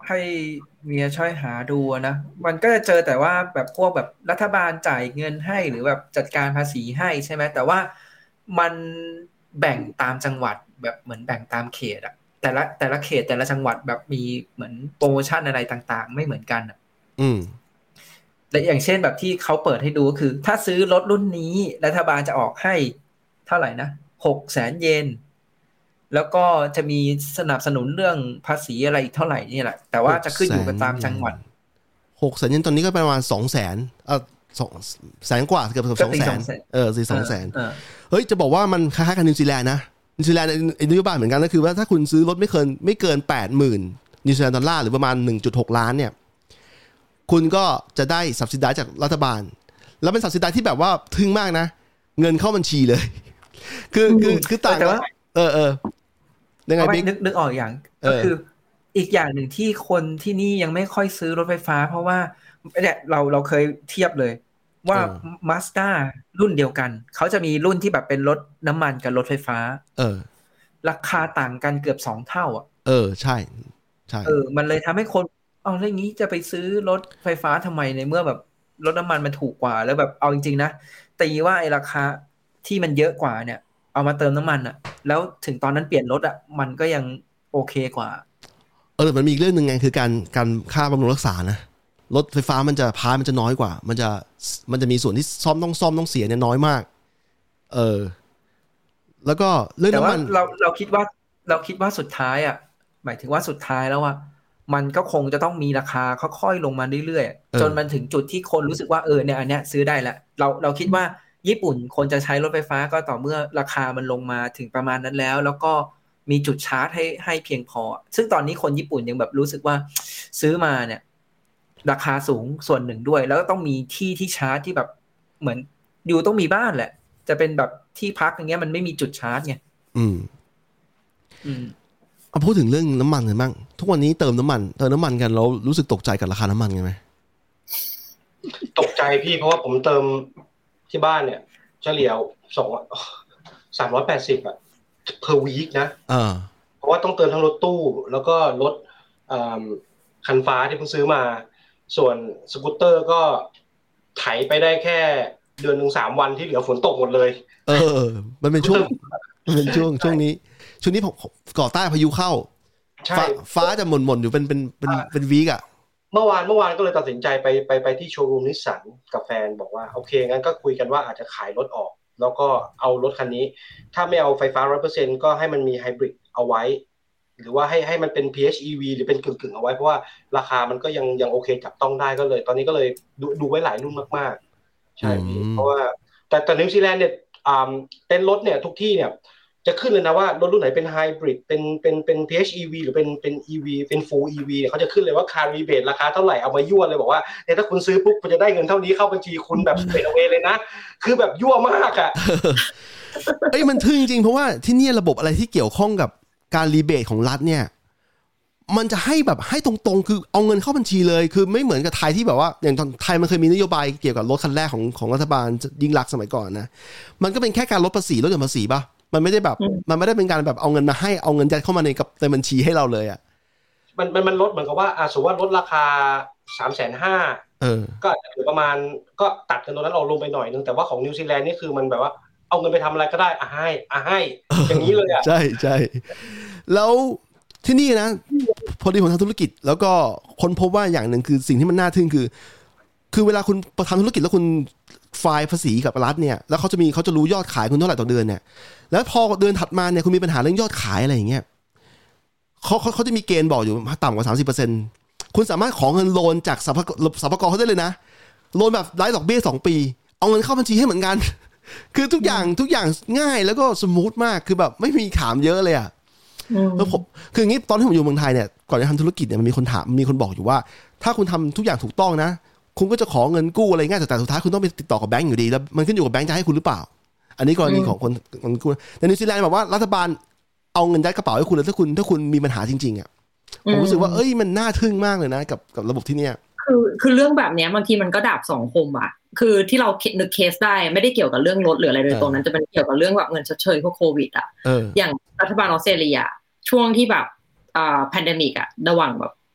A: ให้เมียช่วยหาดูนะมันก็จะเจอแต่ว่าแบบพวกแบบรัฐบาลจ่ายเงินให้หรือแบบจัดการภาษีให้ใช่ไหมแต่ว่ามันแบ่งตามจังหวัดแบบเหมือนแบ่งตามเขตอะแต่ละแต่ละเขตแต่ละจังหวัดแบบมีเหมือนโปรโมชั่นอะไรต่างๆไม่เหมือนกันอ่ะ
B: อืม
A: และอย่างเช่นแบบที่เขาเปิดให้ดูก็คือถ้าซื้อรถรุ่นนี้รัฐบาลจะออกให้เท่าไหร่นะหกแสนเยนแล้วก็จะมีสนับสนุนเรื่องภาษีอะไรอีกเท่าไหร่นี่แหละแต่ว่าจะขึ้นอยู่กับตามจังหวัด
B: หกแสนเยนตอนนี้ก็ประมาณสองแสนเออสองแสนกว่าเกือบสองแสนเออสี่สองแสนเฮ้ยจะบอกว่ามันคล้ายๆกับนิวซีแลนด์นะนิวซีแลนด์นโยบายเหมือนกันก็คือว่าถ้าคุณซื้อรถไม่เกินไม่เกินแปดหมื่นนิวซีแลนด์ดอลลาร์หรือประมาณ หนึ่งจุดหก ล้านเนี่ยคุณก็จะได้ subsidy จากรัฐบาลแล้วเป็น subsidy ที่แบบว่าทึ่งมากนะเงินเข้าบัญชีเลยคือคือคือต่างกันเออเออยังไงบิ๊ก
A: นึกนึกออกอย่างก็คืออีกอย่างหนึ่งที่คนที่นี่ยังไม่ค่อยซื้อรถไฟฟ้าเพราะว่าเนี่ยเราเราเคยเทียบเลยว่า Mazda รุ่นเดียวกันเขาจะมีรุ่นที่แบบเป็นรถน้ำมันกับรถไฟฟ้า
B: เออ
A: ราคาต่างกันเกือบสองเท่าอ่ะ
B: เออใช่ใช่
A: เออมันเลยทำให้คนเอาเรื่องนี้จะไปซื้อรถไฟฟ้าทำไมในเมื่อแบบรถน้ำมันมันถูกกว่าแล้วแบบเอาจริงๆนะตีว่าไอ้ราคาที่มันเยอะกว่าเนี่ยเอามาเติมน้ำมันอ่ะแล้วถึงตอนนั้นเปลี่ยนรถอ่ะมันก็ยังโอเคกว่า
B: เออมันมีอีกเรื่องนึงไงคือการการค่าบำรุงรักษานะรถไฟฟ้ามันจะพาร์ทมันจะน้อยกว่ามันจะมันจะมีส่วนที่ซ่อมต้องซ่อมต้องเสียเนี่ยน้อยมากเออแล้วก็เรื่องน้ำมัน
A: เราเราคิดว่าเราคิดว่าสุดท้ายอ่ะหมายถึงว่าสุดท้ายแล้วอ่ะมันก็คงจะต้องมีราคาค่อยๆลงมาเรื่อยๆจนมันถึงจุดที่คนรู้สึกว่าเออเนี่ยอันเนี้ยซื้อได้แล้วเราเราคิดว่าญี่ปุ่นคนจะใช้รถไฟฟ้าก็ต่อเมื่อราคามันลงมาถึงประมาณนั้นแล้วแล้วก็มีจุดชาร์จให้ให้เพียงพอซึ่งตอนนี้คนญี่ปุ่นยังแบบรู้สึกว่าซื้อมาเนี่ยราคาสูงส่วนหนึ่งด้วยแล้วก็ต้องมีที่ที่ชาร์จที่แบบเหมือนอยู่ต้องมีบ้านแหละจะเป็นแบบที่พักอย่างเงี้ยมันไม่มีจุดชาร์จไง
B: อืม
A: อืม
B: เอาพูดถึงเรื่องน้ำมันกันบ้างทุกวันนี้เติมน้ำมันเติมน้ำมันกันแล้วรู้สึกตกใจกับราคาน้ำมันกันไหม
D: ตกใจพี่เพราะว่าผมเติมที่บ้านเนี่ยเฉลี่ยสองสามร้อยแปดสิบอะ per week นะ
B: อ่า
D: เพราะว่าต้องเติมทั้งรถตู้แล้วก็รถคันฟ้าที่เพิ่งซื้อมาส่วนสกูตเตอร์ก็ไถไปได้แค่เดือนหนึ่งสามวันที่เหลือฝนตกหมดเลย
B: เออมันเป็นช่วงมันเป็นช่วงช่วงนี้ช่วงนี้ก่อใต้พายุเข้าฟ้าฟ้าจะหม่นๆอยู่เป็นเป็นเป็นเป็นวีกอ่ะ
D: เมื่อวานเมื่อวานก็เลยตัดสินใจไปไปไปที่โชว์รูมนิสสันกับแฟนบอกว่าโอเคงั้นก็คุยกันว่าอาจจะขายรถออกแล้วก็เอารถคันนี้ถ้าไม่เอาไฟฟ้า ร้อยเปอร์เซ็นต์ ก็ให้มันมีไฮบริดเอาไว้หรือว่าให้ให้มันเป็น พี เอช อี วี หรือเป็นกึ่งๆเอาไว้เพราะว่าราคามันก็ยังยังโอเคจับต้องได้ก็เลยตอนนี้ก็เลยดูดูไว้หลายรุ่นมากๆใช่พี่เพราะว่าแต่แต่นิวซีแลนด์เนี่ยอ่าเต้นรถเนี่ยทุกที่เนี่ยจะขึ้นเลยนะว่ารถรุ่นไหนเป็นไฮบริดเป็นเป็นเป็น พี เอช อี วี หรือเป็นเป็น อี วี เป็น Full อี วี เขาจะขึ้นเลยว่า Car Rebate ราคาเท่าไหร่เอามายั่วเลยบอกว่าเนี่ยถ้าคุณซื้อปุ๊บคุณจะได้เงินเท่านี้เข้าบัญชีคุณแบบเฟดเอาไว้เลยนะคือแบบยั่วมากอ่ะ
B: เอ้ยมันทึ่งจริงเพราะว่าที่นี่ระบบอะไรที่เกี่ยวข้องกับการรีเบทของรัฐเนี่ยมันจะให้แบบให้ตรงๆคือเอาเงินเข้าบัญชีเลยคือไม่เหมือนกับไทยที่แบบว่าอย่างตอนไทยมันเคยมีนโยบายเกี่ยวกับรถคันแรกของของรัฐบาลยิ่งรักสมัยก่อนนะมันก็เป็นแค่การลดภาษีลดหย่อนภาษีป่ะมันไม่ได้แบบมันไม่ได้เป็นการแบบเอาเงินมาให้เอาเงินยัดเข้ามาในกับในบัญชีให้เราเลยอ่ะ
D: มันมันมันลดเหมือนกับว่าอ่ะสมมติว่าลดราคา สามแสนห้าหมื่น ก็เหลือประมาณก็ตัดเงินตรงนั้นออกลงไปหน่อยนึงแต่ว่าของนิวซีแลนด์นี่คือมันแบบว่าเอาเงินไปทำอะไรก็ได้อ่ะให้อ่ะให้อย่างนี้เลยอ่ะ
B: ใช่ใช่แล้วที่นี่นะพอดีผมทำธุรกิจแล้วก็ค้นพบว่าอย่างหนึ่งคือสิ่งที่มันน่าทึ่งคือคือเวลาคุณทำธุรกิจแล้วคุณไฟล์ภาษีกับรัฐเนี่ยแล้วเขาจะมีเขาจะรู้ยอดขายคุณเท่าไหร่ต่อเดือนเนี่ยแล้วพอเดือนถัดมาเนี่ยคุณมีปัญหาเรื่องยอดขายอะไรอย่างเงี้ยเขาเขาเขาจะมีเกณฑ์บอกอยู่ต่ำกว่า สามสิบเปอร์เซ็นต์ คุณสามารถขอเงินโลนจากสรรพสรรพากรเขาได้เลยนะโลนแบบไร้ดอกเบี้ยสองปีเอาเงินเข้าบัญชีให้เหมือนกันคือทุกอย่างทุกอย่างง่ายแล้วก็สมูทมากคือแบบไม่มีถามเยอะเลยอ่ะแล้วผมคืออย่างนี้ตอนที่ผมอยู่เมืองไทยเนี่ยก่อนจะทำธุรกิจเนี่ยมันมีคนถามมีคนบอกอยู่ว่าถ้าคุณทำทุกอย่างถูกต้องนะคุณก็จะขอเงินกู้อะไรง่ายแต่สุดท้ายคุณต้องไปติดต่อกับแบงก์อยู่ดีแล้วมันขึ้นอยู่กับแบงก์จะให้คุณหรือเปล่าอันนี้กรณีของคนคนกู้แต่นิวซีแลนด์บอกว่ารัฐบาลเอาเงินยัดกระเป๋าให้คุณแล้วถ้าคุณถ้าคุณมีปัญหาจริงๆอ่ะผมรู้สึกว่าเอ้ยมันน่าทึ่งมากเลยนะกับกับระบบที่เนี่ย
C: คือคือเรื่องแบบนี้บางทีมันก็ดาบสองคมอ่ะคือที่เรานึกเคสได้ไม่ได้เกี่ยวกับเรื่องรถหรืออะไรโดยตรงนั้นจะเป็นเกี่ยวกับเรื่องแบบเงินชดเชยพวกโควิดอ่ะอย่างรัฐบาลออสเตรเลียช่วงที่แบบอ่าแพนเดมิกอ่ะระหว่างแบบ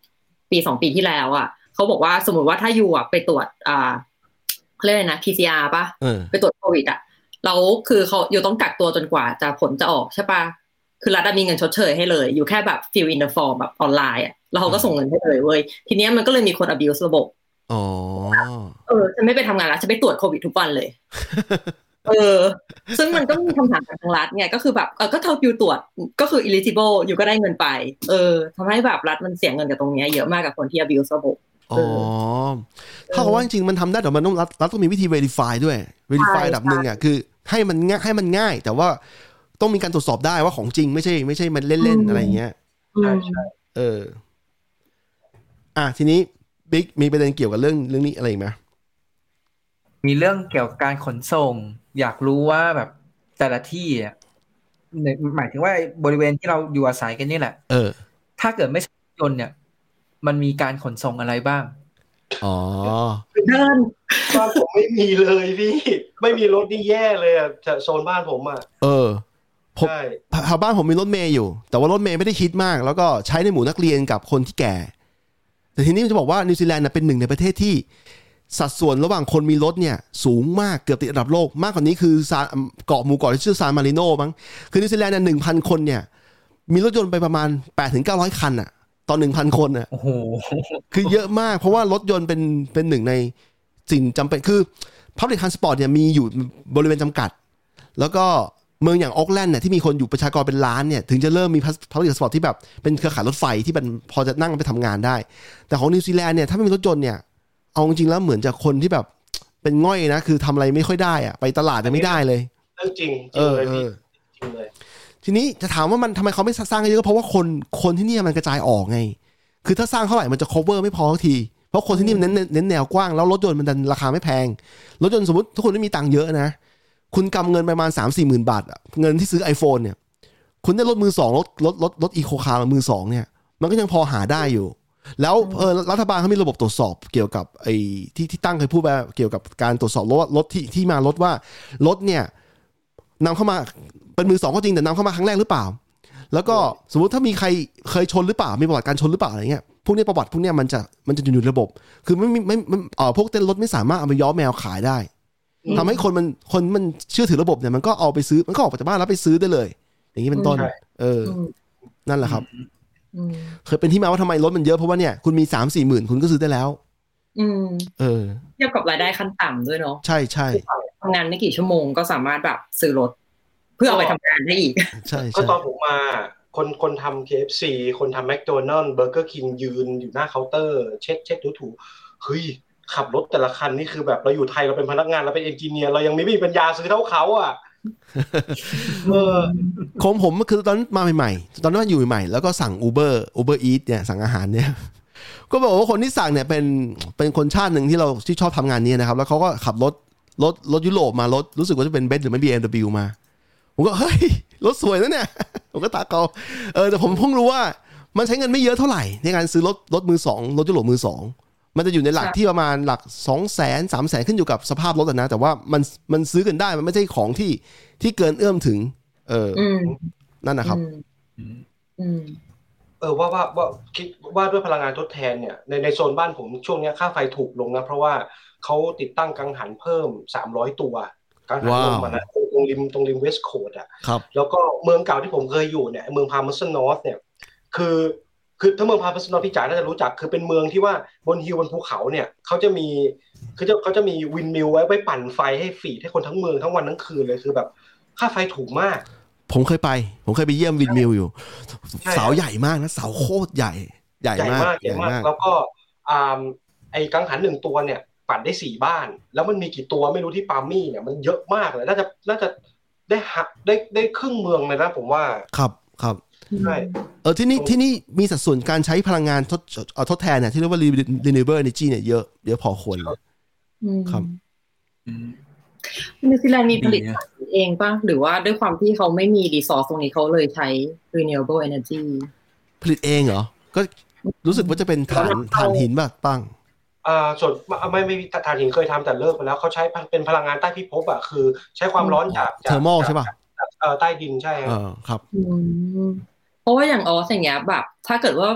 C: ปีสองปีที่แล้วอ่ะเขาบอกว่าสมมติว่าถ้าอยู่อ่ะไปตรวจอ่าเขาเรียกอะไรนะ พี ซี อาร์ ป่ะไปตรวจโควิดอ่ะแล้วคือเขาอยู่ต้องกักตัวจนกว่าจะผลจะออกใช่ป่ะคือรัฐมีเงินชดเชยให้เลยอยู่แค่แบบ fill in the form แบบออนไลน์อ่ะแล้วเขาก็ส่งเงินให้เลยเว้ยทีเนี้ยมันก็เลยมีคน abuse ระบบ
B: อ๋อ
C: เออฉันไม่ไปทำงานแล้วฉันไปตรวจโควิดทุกวันเลยเออซึ่งมันก็มีคำถามจากทางรัฐไงก็คือแบบเออก็เท่าอยู่ตรวจก็คือ eligible อยู่ก็ได้เงินไปเออทำให้แบบรัฐมันเสียเงินกับตรงนี้เยอะมากกับคนที่ abuse ระบบ
B: อ๋อถ้าเขาว่าจริงๆมันทำได้แต่มันต้องรัฐรัฐต้องมีวิธี verify ด้วย verify ระดับนึงอ่ะคือให้มันง่ายให้มันง่ายแต่ว่าต้องมีการตรวจสอบได้ว่าของจริงไม่ใช่ไม่ใช่มันเล่นๆอะไรอย่างเงี้ย
D: ใช่ใช่
B: เอออ่ะทีนี้บิ๊กมีประเด็นเกี่ยวกับเรื่องเรื่องนี้อะไรอีกไหม
A: มีเรื่องเกี่ยวกับการขนส่งอยากรู้ว่าแบบแต่ละที่อ่ะหมายถึงว่าบริเวณที่เราอยู่อาศัยกันนี่แหละ
B: เออ
A: ถ้าเกิดไม่ใช่รถยนต์เนี่ยมันมีการขนส่งอะไรบ้าง
B: อ๋อ
C: เดิน
D: บ้านผมไม่มีเลยพี่ไม่มีรถนี่แย่เลยอ่ะโซนบ้านผมอ่ะ
B: เออผมแถวบ้านผมมีรถเมย์อยู่แต่ว่ารถเมย์ไม่ได้คิดมากแล้วก็ใช้ในหมู่นักเรียนกับคนที่แก่แต่ทีนี้จะบอกว่านิวซีแลนด์เป็นหนึ่งในประเทศที่สัดส่วนระหว่างคนมีรถเนี่ยสูงมากเกือบติดอันดับโลกมากกว่านี้คือเกาะหมู่เกาะที่ชื่อซานมาริโนมั้งคือนิวซีแลนด์เนี่ย หนึ่งพัน คนเนี่ยมีรถยนต์ไปประมาณ แปดถึงเก้าร้อย คันอ่ะต่อ หนึ่งพัน คนอ่ะ
A: โอ้โห
B: คือเยอะมากเพราะว่ารถยนต์เป็นเป็นหนึ่งในสิ่งจำเป็นคือ Public Transport เนี่ยมีอยู่บริเวณจำกัดแล้วก็เมืองอย่างออกแลนด์เนี่ยที่มีคนอยู่ประชากรเป็นล้านเนี่ยถึงจะเริ่มมี Public Transport ที่แบบเป็นเครือข่ายรถไฟที่มันพอจะนั่งไปทำงานได้แต่ของนิวซีแลนด์เนี่ยถ้าไม่มีรถยนต์เนี่ยเอาจริงๆแล้วเหมือนจะคนที่แบบเป็นง่อยนะคือทำอะไรไม่ค่อยได้อะไปตลาดยังไม่ได้เลย
D: เรื่องจริง
B: จริงเลยพี่จริงเลยทีนี้จะถามว่ามันทำไมเขาไม่สร้างเยอะเพราะว่าคนคนที่นี่มันกระจายออกไงคือถ้าสร้างเท่าไหร่มันจะ cover ไม่พอทุกทีเพราะคนที่นี่มันเน้นเน้นแนวกว้างแล้วรถยนต์มันดันราคาไม่แพงรถยนต์สมมติทุกคนไม่มีตังค์เยอะนะคุณกำเงินประมาณ สามถึงสี่หมื่น บาทเงินที่ซื้อ iPhone เนี่ยคุณได้รถมือสองรถรถรถรถอีโคคาร์มือสองเนี่ยมันก็ยังพอหาได้อยู่แล้วเออรัฐบาลเขามีระบบตรวจสอบเกี่ยวกับไอ้ที่ที่ตั้งเคยพูดไปเกี่ยวกับการตรวจสอบรถรถที่ที่มารถว่ารถเนี่ยนำเข้ามาเป็นมือสองก็จริงแต่นำเข้ามาครั้งแรกหรือเปล่าแล้วก็สมมติถ้ามีใครเคยชนหรือเปล่ามีประวัติการชนหรือเปล่าอะไรเงี้ยพวกนี้ประวัติพวกนี้มันจะมันจะอยู่ในระบบคือไม่ไม่ไม่เอ่อพวกเต้นรถไม่สามารถเอาไปย้อมแมวขายได้ทำให้คนมันคนมันเชื่อถือระบบเนี่ยมันก็เอาไปซื้อมันก็ออกจากบ้านแล้วไปซื้อได้เลยอย่างนี้เป็นต้นเออนั่นแหละครับเคยเป็นที่มาว่าทำไมรถมันเยอะเพราะว่าเนี่ยคุณมี สามถึงสี่ หมื่นคุณก็ซื้อได้แล้ว
C: อืม
B: เออ
C: เทียบกับรายได้ขั้นต่ำด้วยเนาะ
B: ใช่ใช่
C: ทำงานไม่กี่ชั่วโมงก็สามารถแบบซื้อรถเพื่อเอาไปทำงานได้อีก
B: ใช่
D: ก็ตอนผมมาคนคนทำ เค เอฟ ซี คนทำ McDonald's Burger King ยืนอยู่หน้าเคาน์เตอร์เช็ดเช็ดถูๆเฮ้ยขับรถแต่ละคันนี่คือแบบเราอยู่ไทยเราเป็นพนักงานเราเป็นเอนจิเนียร์เรายังไม่มีปัญญาซื้อเท่าเขาอ่ะ
B: เออของผมก็คือตอนมาใหม่ๆตอนนั้นอยู่ใหม่ๆแล้วก็สั่ง Uber Uber Eats เนี่ยสั่งอาหารเนี่ยก็บอกว่าคนที่สั่งเนี่ยเป็นเป็นคนชาติหนึ่งที่เราที่ชอบทำงานนี้นะครับแล้วเขาก็ขับรถรถรถยุโรปมารถรู้สึกว่าจะเป็นเบนซ์หรือไม่ บี เอ็ม ดับเบิลยู มาผมก็เฮ้ยรถสวยนะเนี่ยผมก็ตาเขาเออแต่ผมเพิ่งรู้ว่ามันใช้เงินไม่เยอะเท่าไหร่ในการซื้อรถรถมือสองรถยุโรปมือสองมันจะอยู่ในหลักที่ประมาณหลัก สองแสน สามแสน ขึ้นอยู่กับสภาพรถนะแต่ว่ามันมันซื้อกันได้มันไม่ใช่ของที่ที่เกินเอื้อมถึงเออนั่นนะครับ
D: เออว่าว่าว่าคิดว่าด้วยพลังงานทดแทนเนี่ยในในโซนบ้านผมช่วงนี้ค่าไฟถูกลงนะเพราะว่าเขาติดตั้งกังหันเพิ่มสามร้อยตัวกังหันลงมานะตรงริมตรงริมเวสต์โคสต์อ่ะแล้วก็เมืองเก่าที่ผมเคยอยู่เนี่ยเมืองพาร์เมอร์สันนอร์ธเนี่ยคือคือถ้าเมืองพาร์เมอร์สันนอร์ธพี่จ๋าน่าจะรู้จักคือเป็นเมืองที่ว่าบนฮิลบนภูเขาเนี่ยเขาจะมีคือจะเขาจะมีวินมิลไว้ไว้ปั่นไฟให้ฟีดให้คนทั้งเมืองทั้งวันทั้งคืนเลยคือแบบค่าไฟถูกมาก
B: ผมเคยไปผมเคยไปเยี่ยมวินมิลอยู่เสาใหญ่มากนะเสาโคตรใหญ่ใหญ่มาก
D: ใหญ่มากแล้วก็อ่าไอ้กังหันหนึ่งตัวเนี่ยปั่นได้สี่บ้านแล้วมันมีกี่ตัวไม่รู้ที่ปามี่เนี่ยมันเยอะมากเลยน่าจะน่าจะได้หักได้ได้ครึ่งเมืองเลยนะผมว่า
B: ครับครับ
D: ใช่
B: เออที่นี่ที่นี่มีสัดส่วนการใช้พลังงานทดทดแทนเนี่ยที่เรียกว่า renewable energy เนี่ยเยอะเยอะพอควรครับ
C: นิวซีแลนด์มีผลิตเองป่ะหรือว่าด้วยความที่เขาไม่มีรีซอสตรงนี้เขาเลยใช้ renewable energy
B: ผลิตเองเหรอก็รู้สึกว่าจะเป็นถ่านถ่านหินป่ะปัง
D: อ่าส่วนไม่ไม่ถ่านหินเคยทำแต่เลิกไปแล้วเขาใช้เป็นพลังงานใต้พิภพอ่ะคือใช้ความร้อนจาก
B: เทอร์มอลใช่ป่ะ
D: เอ่อใต้ดินใช่
B: เออครับ
C: เพราะว่าอย่างออสอย่างเงี้ยแบบถ้าเกิดว่าเ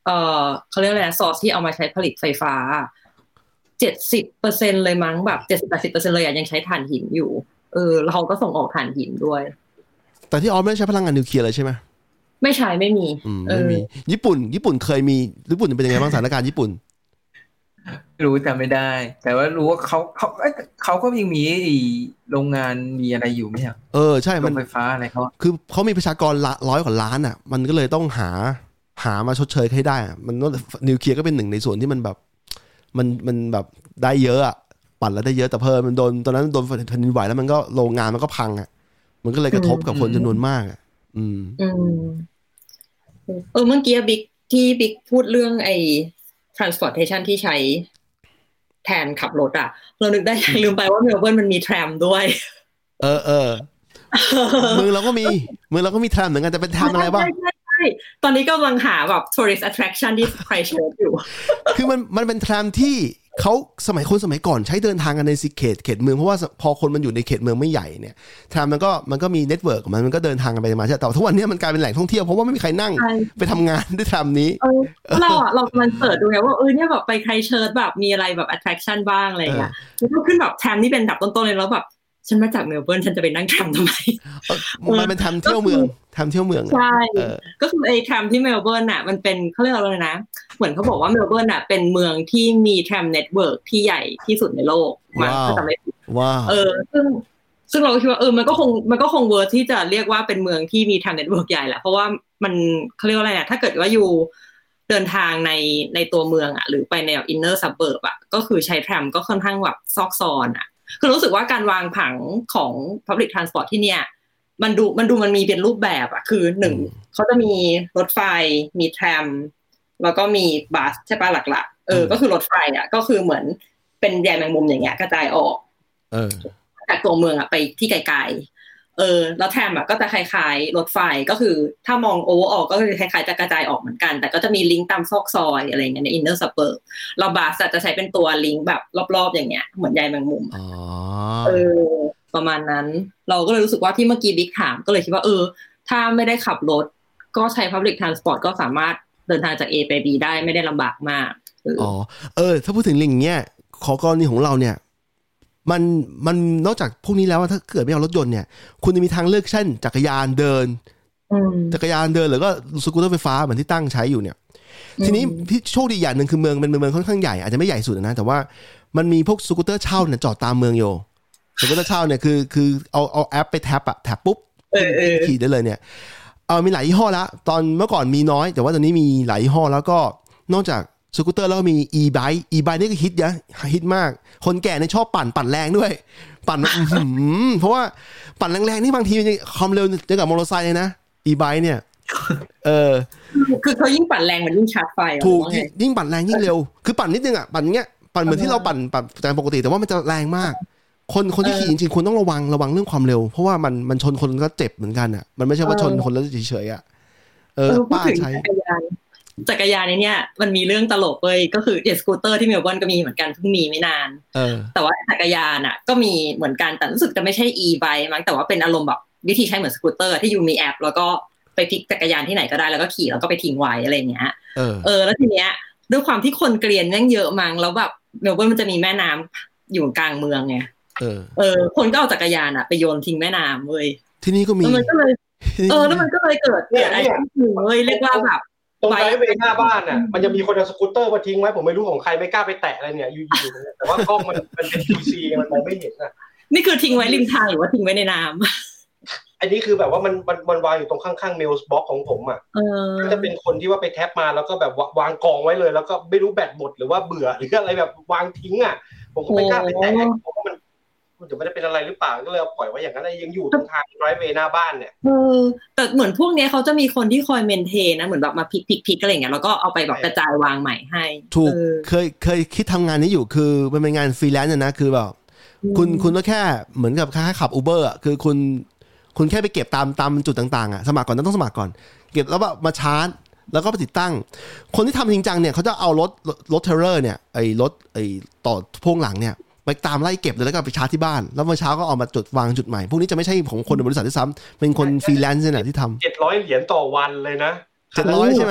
C: เอ่อเขาเรียกอะไรนะซอสที่เอามาใช้ผลิตไฟฟ้า เจ็ดสิบเปอร์เซ็นต์ เลยมั้งแบบ เจ็ดสิบถึงแปดสิบเปอร์เซ็นต์ เลยอ่ะยังใช้ถ่านหินอยู่เออแล้วเขาก็ส่งออกถ่านหินด้วย
B: แต่ที่ออสไม่ได้ใช้พลังงานนิวเคลียร์เลยใช่ไหม
C: ไม่ใช่ไม่มี
B: ไม่มีญี่ปุ่นญี่ปุ่นเคยมีญี่ปุ่นเป็นยังไงบ้างสถานการณ์ญี่ปุ่น
A: รู้แต่ไม่ได้แต่ว่ารู้ว่าเขาเขาเขาก็ยังมีโรงงานมีอะไรอยู่ไหมครับ
B: เออใช่
A: มันไฟฟ้าอะไรเขา
B: คือเขามีประชากรละร้อยกว่าล้านอ่ะมันก็เลยต้องหาหามาชดเชยให้ได้มันนิวเคลียร์ก็เป็นหนึ่งในส่วนที่มันแบบมันมันแบบได้เยอะอ่ะปั่นแล้วได้เยอะแต่เพิ่มมันโดนตอนนั้นโดนแผ่นดินไหวแล้วมันก็โรงงานมันก็พังอ่ะมันก็เลยกระทบกับคนจำนวนมากอ่ะอืม
C: อืมเออเมื่อกี้บิ๊กที่บิ๊กพูดเรื่องไอ้ transportation ที่ใช้แทนขับรถอ่ะเรานึกได้ลืมไปว่าเมลเบิร์นมันมีแทรมด้วย
B: เออเออเมืองเราก็มีเมืองเราก็มีแทรมเหมือนกันจะเป็นแทรมอะไรบ้าง
C: ใช่ตอนนี้กำลังหาแบบ tourist attraction ที่ใครเชิญอยู่
B: คือมันมันเป็นแทรมที่เขาสมัยคนสมัยก่อนใช้เดินทางกันในเขตเขตเมืองเพราะว่าพอคนมันอยู่ในเขตเมืองไม่ใหญ่เนี่ยแทรมมันก็มันก็มีเน็ตเวิร์กของมันมันก็เดินทางกันไปมาใช่แต่ทุกวันนี้มันกลายเป็นแหล่งท่องเที่ยวเพราะว่าไม่มีใครนั่งไปทำงานด้วยแทรมนี้
C: เราอ่ะเรามันเปิดดูไงว่าเออเนี่ยแบบไปใครเชิญแบบมีอะไรแบบ attraction บ้างอะไรอย่างเงี้ยแล้วก็ขึ้นแบบแทรมนี่เป็นดับต้นๆเลยแล้วแบบฉันมาจากเมลเบิร์นฉันจะไปนั่งแทรมทำไม
B: มันเป็นแทรมเที่ยวเมืองแทรมเที่ยวเมือง
C: ใช่ก็คือไอ้แทรมที่เมลเบิร์นน่ะมันเป็นเขาเรียกอะไรนะเหมือนเขาบอกว่าเมลเบิร์นน่ะเป็นเมืองที่มีแทรมเน็ตเวิร์กที่ใหญ่ที่สุดในโลกมันก็จะไม่
B: ว้า
C: เออซึ่งซึ่งเราคิดว่าเออมันก็คงมันก็คงเวิร์ดที่จะเรียกว่าเป็นเมืองที่มีแทรมเน็ตเวิร์กใหญ่แหละเพราะว่ามันเขาเรียกว่าอะไรนะถ้าเกิดว่าอยู่เดินทางในในตัวเมืองอ่ะหรือไปในแบบอินเนอร์ซับเบิร์บอ่ะก็คือใช้แทรมก็ค่อนข้างแบบซอกซอนอ่ะคือรู้สึกว่าการวางผังของ Public Transport ที่เนี่ยมันดูมันดูมันมีเป็นรูปแบบอ่ะคือหนึ่งเขาจะมีรถไฟมีแทรมแล้วก็มีบัสใช่ป่ะหลักๆเออก็คือรถไฟอ่ะก็คือเหมือนเป็นใยแมงมุมอย่างเงี้ยกระจายออก
B: เออ
C: จากตัวเมืองอ่ะไปที่ไกลๆเออแล้วแทรมอ่ะก็จะคล้ายๆรถไฟก็คือถ้ามองโอเวอร์ออกก็คือคล้ายๆจะกระจายออกเหมือนกันแต่ก็จะมีลิงก์ตามซอกซอยอะไรเงี้ยในอินเนอร์ซับเบิร์บเราบัสจะใช้เป็นตัวลิงก์แบบรอบๆอย่างเงี้ยเหมือนใยแมงมุม
B: อ๋อ
C: เออประมาณนั้นเราก็เลยรู้สึกว่าที่เมื่อกี้บิ๊กถามก็เลยคิดว่าเออถ้าไม่ได้ขับรถก็ใช้ Public Transport ก็สามารถเดินทางจาก A ไป B ได้ไม่ได้ลำบากมาก
B: อ๋อเออถ้าพูดถึงลิงเนี้ยขอกรณีของเราเนี่ยมันมันนอกจากพวกนี้แล้วถ้าเกิดไม่เอารถยนต์เนี่ยคุณจะมีทางเลือกเช่นจักรยานเดินจักรยานเดินหรือก็สกูตเตอร์ไฟฟ้าเหมือนที่ตั้งใช้อยู่เนี่ยทีนี้ที่โชคดีอย่างนึงคือเมืองเป็นเมืองค่อนข้างใหญ่อาจจะไม่ใหญ่สุดนะแต่ว่ามันมีพวกสกูตเตอร์เช่าเนี่ยจอดตามเมืองอยู่สกูตเตอร์เช่าเนี่ยคือคือเอาเอาแอปไปแท็บอะแท็บปุ๊บขี่ได้เลยเนี่ยเอามีหลายยี่ห้อแล้วตอนเมื่อก่อนมีน้อยแต่ว่าตอนนี้มีหลายยี่ห้อแล้วก็นอกจากสกูตเตอร์แล้วก็มี e-bike e-bike นี่ก็ฮิตนะฮิตมากคนแก่เนี่ยชอบปั่นปั่นแรงด้วยปั่น เพราะว่าปั่นแรงๆนี่บางทีความเร็วเท่ากับมอเตอร์ไซค์เลยนะ e-bike เนี่ยเออ
C: คือเขายิ่งปั่นแรงมันยิ่งชาร์จไฟ
B: ถูกยิ่งปั่นแรงยิ่งเร็วคือปั่นนิดนึงอ่ะปั่นเงี้ยปั่นเหมือนที่เราปั่นปั่นตามปกติแต่ว่ามันจะแรงมากคนคนที่ขี่จริงๆควรต้องระวังระวังเรื่องความเร็วเพราะว่ามันมันชนคนก็เจ็บเหมือนกันอ่ะมันไม่ใช่ว่าชนคนแล้วเฉยๆอ่ะเออป้าใช้
C: จักรยานเนี่ยมันมีเรื่องตลกเลยก็คือเจ็ตสกูตเตอร์ที่เมลเบิร์นก็มีเหมือนกันเพิ่งมีไม่นานแต่ว่าจักรยานอ่ะก็มีเหมือนกันแต่รู้สึกจะไม่ใช่ e-bike มั้งแต่ว่าเป็นอารมณ์แบบวิธีใช้เหมือนสกูตเตอร์ที่อยู่มีแอปแล้วก็ไปพลิกจักรยานที่ไหนก็ได้แล้วก็ขี่แล้วก็ไปทิ้งไว้อะไรเงี้ยเออแล้วทีเนี้ยด้วยความที่คนเกลียนแม่งเยอะมั้งแล้วแบบเมลเบิร์นมันจะมีแม่น้ำอยู่กลางเมืองไงเออเออคนก็เอาจักรยานอ่ะไปโยนทิ้งแม่น้ำเว้ย
B: ที่นี่ก็มี
C: มันก็เลยเออแล้วมันก็เลยเกิดเนี่ยไอ้ที่เว้ยเรียกว่าแบบ
D: ตรงไดเวย์หน้าบ้านน่ะมันจะมีคนเอาสกูตเตอร์มาทิ้งไว้ผมไม่รู้ของใครไม่กล้าไปแตะอะไรเนี่ยอยู่ๆแต่ว่ากล้องมันมันเป็น พี ซี มันมองไม่เห็นน่ะ
C: นี่คือทิ้งไว้ริมทางหรือว่าทิ้งไว้ในน้
D: ำอันนี้คือแบบว่ามันมันมันวางอยู่ตรงข้างๆเมลส์บ็อกของผมอ่ะก็จะเป็นคนที่ว่าไปแท็บมาแล้วก็แบบวางกองไว้เลยแล้วก็ไม่รู้แบตหมดหรือว่าเบื่อหรืออะไรแบบวางทิ้งอ่ะผมก็ไม่กล้าไปแตะเพราะว่ามันมันจะไม่ได้เป็นอะไรหรือเปล่าก็เลยปล่อยไว้อย่างนั้นยังอยู่ตรงทางไดรฟ์เวย์หน้าบ้านเนี่ย
C: เออแต่เหมือนพวกนี้เขาจะมีคนที่คอยเมนเทนนะเหมือนแบบมาพลิกๆๆอะไรอย่างเงี้ยแล้วก็เอาไปแบบกระจายวางใหม่ให้
B: ถูกเคยเคยคิดทำงานนี้อยู่คือมันเป็นงานฟรีแลนซ์นะคือแบบคุณคุณก็แค่เหมือนกับแค่ขับ Uber อ่ะคือคุณคุณแค่ไปเก็บตามตามจุดต่างๆอ่ะสมัครก่อนต้องสมัครก่อนเก็บแล้วแบบมาชาร์จแล้วก็ไปติดตั้งคนที่ทำจริงจังเนี่ยเขาจะเอารถรถเทเลอร์เนี่ยไอ้รถไอ้ต่อพ่วงหลังเนี่ยไปตามไล่เก็บเลยแล้วก็ไปชาร์จที่บ้านแล้วเมื่อเช้าก็เอามาจุดวางจุดใหม่พวกนี้จะไม่ใช่ของคนในบริษัทที่ซ้ำเป็นคนฟรีแลนซ์เนี่ยที่ทำ
D: เจ็ดร้อยเหรียญต่อวันเลยนะ
B: เจ็ดร้อยใช่ไหม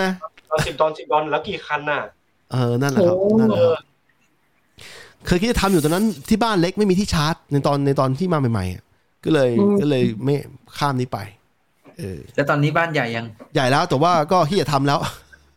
D: ตอนสิบดอนสิบดอนแล้วกี่คันน่ะ
B: เออนั่นแหละครับนั่นแหละเคยคิดจะทำอยู่ตอนนั้นที่บ้านเล็กไม่มีที่ชาร์จในตอนในตอนที่มาใหม่ๆก็เลยก็เลยไม่ข้ามนี้ไปเออ
A: แล้วตอนนี้บ้านใหญ่ยัง
B: ใหญ่แล้วแต่ว่าก็ที่จะทำแล้ว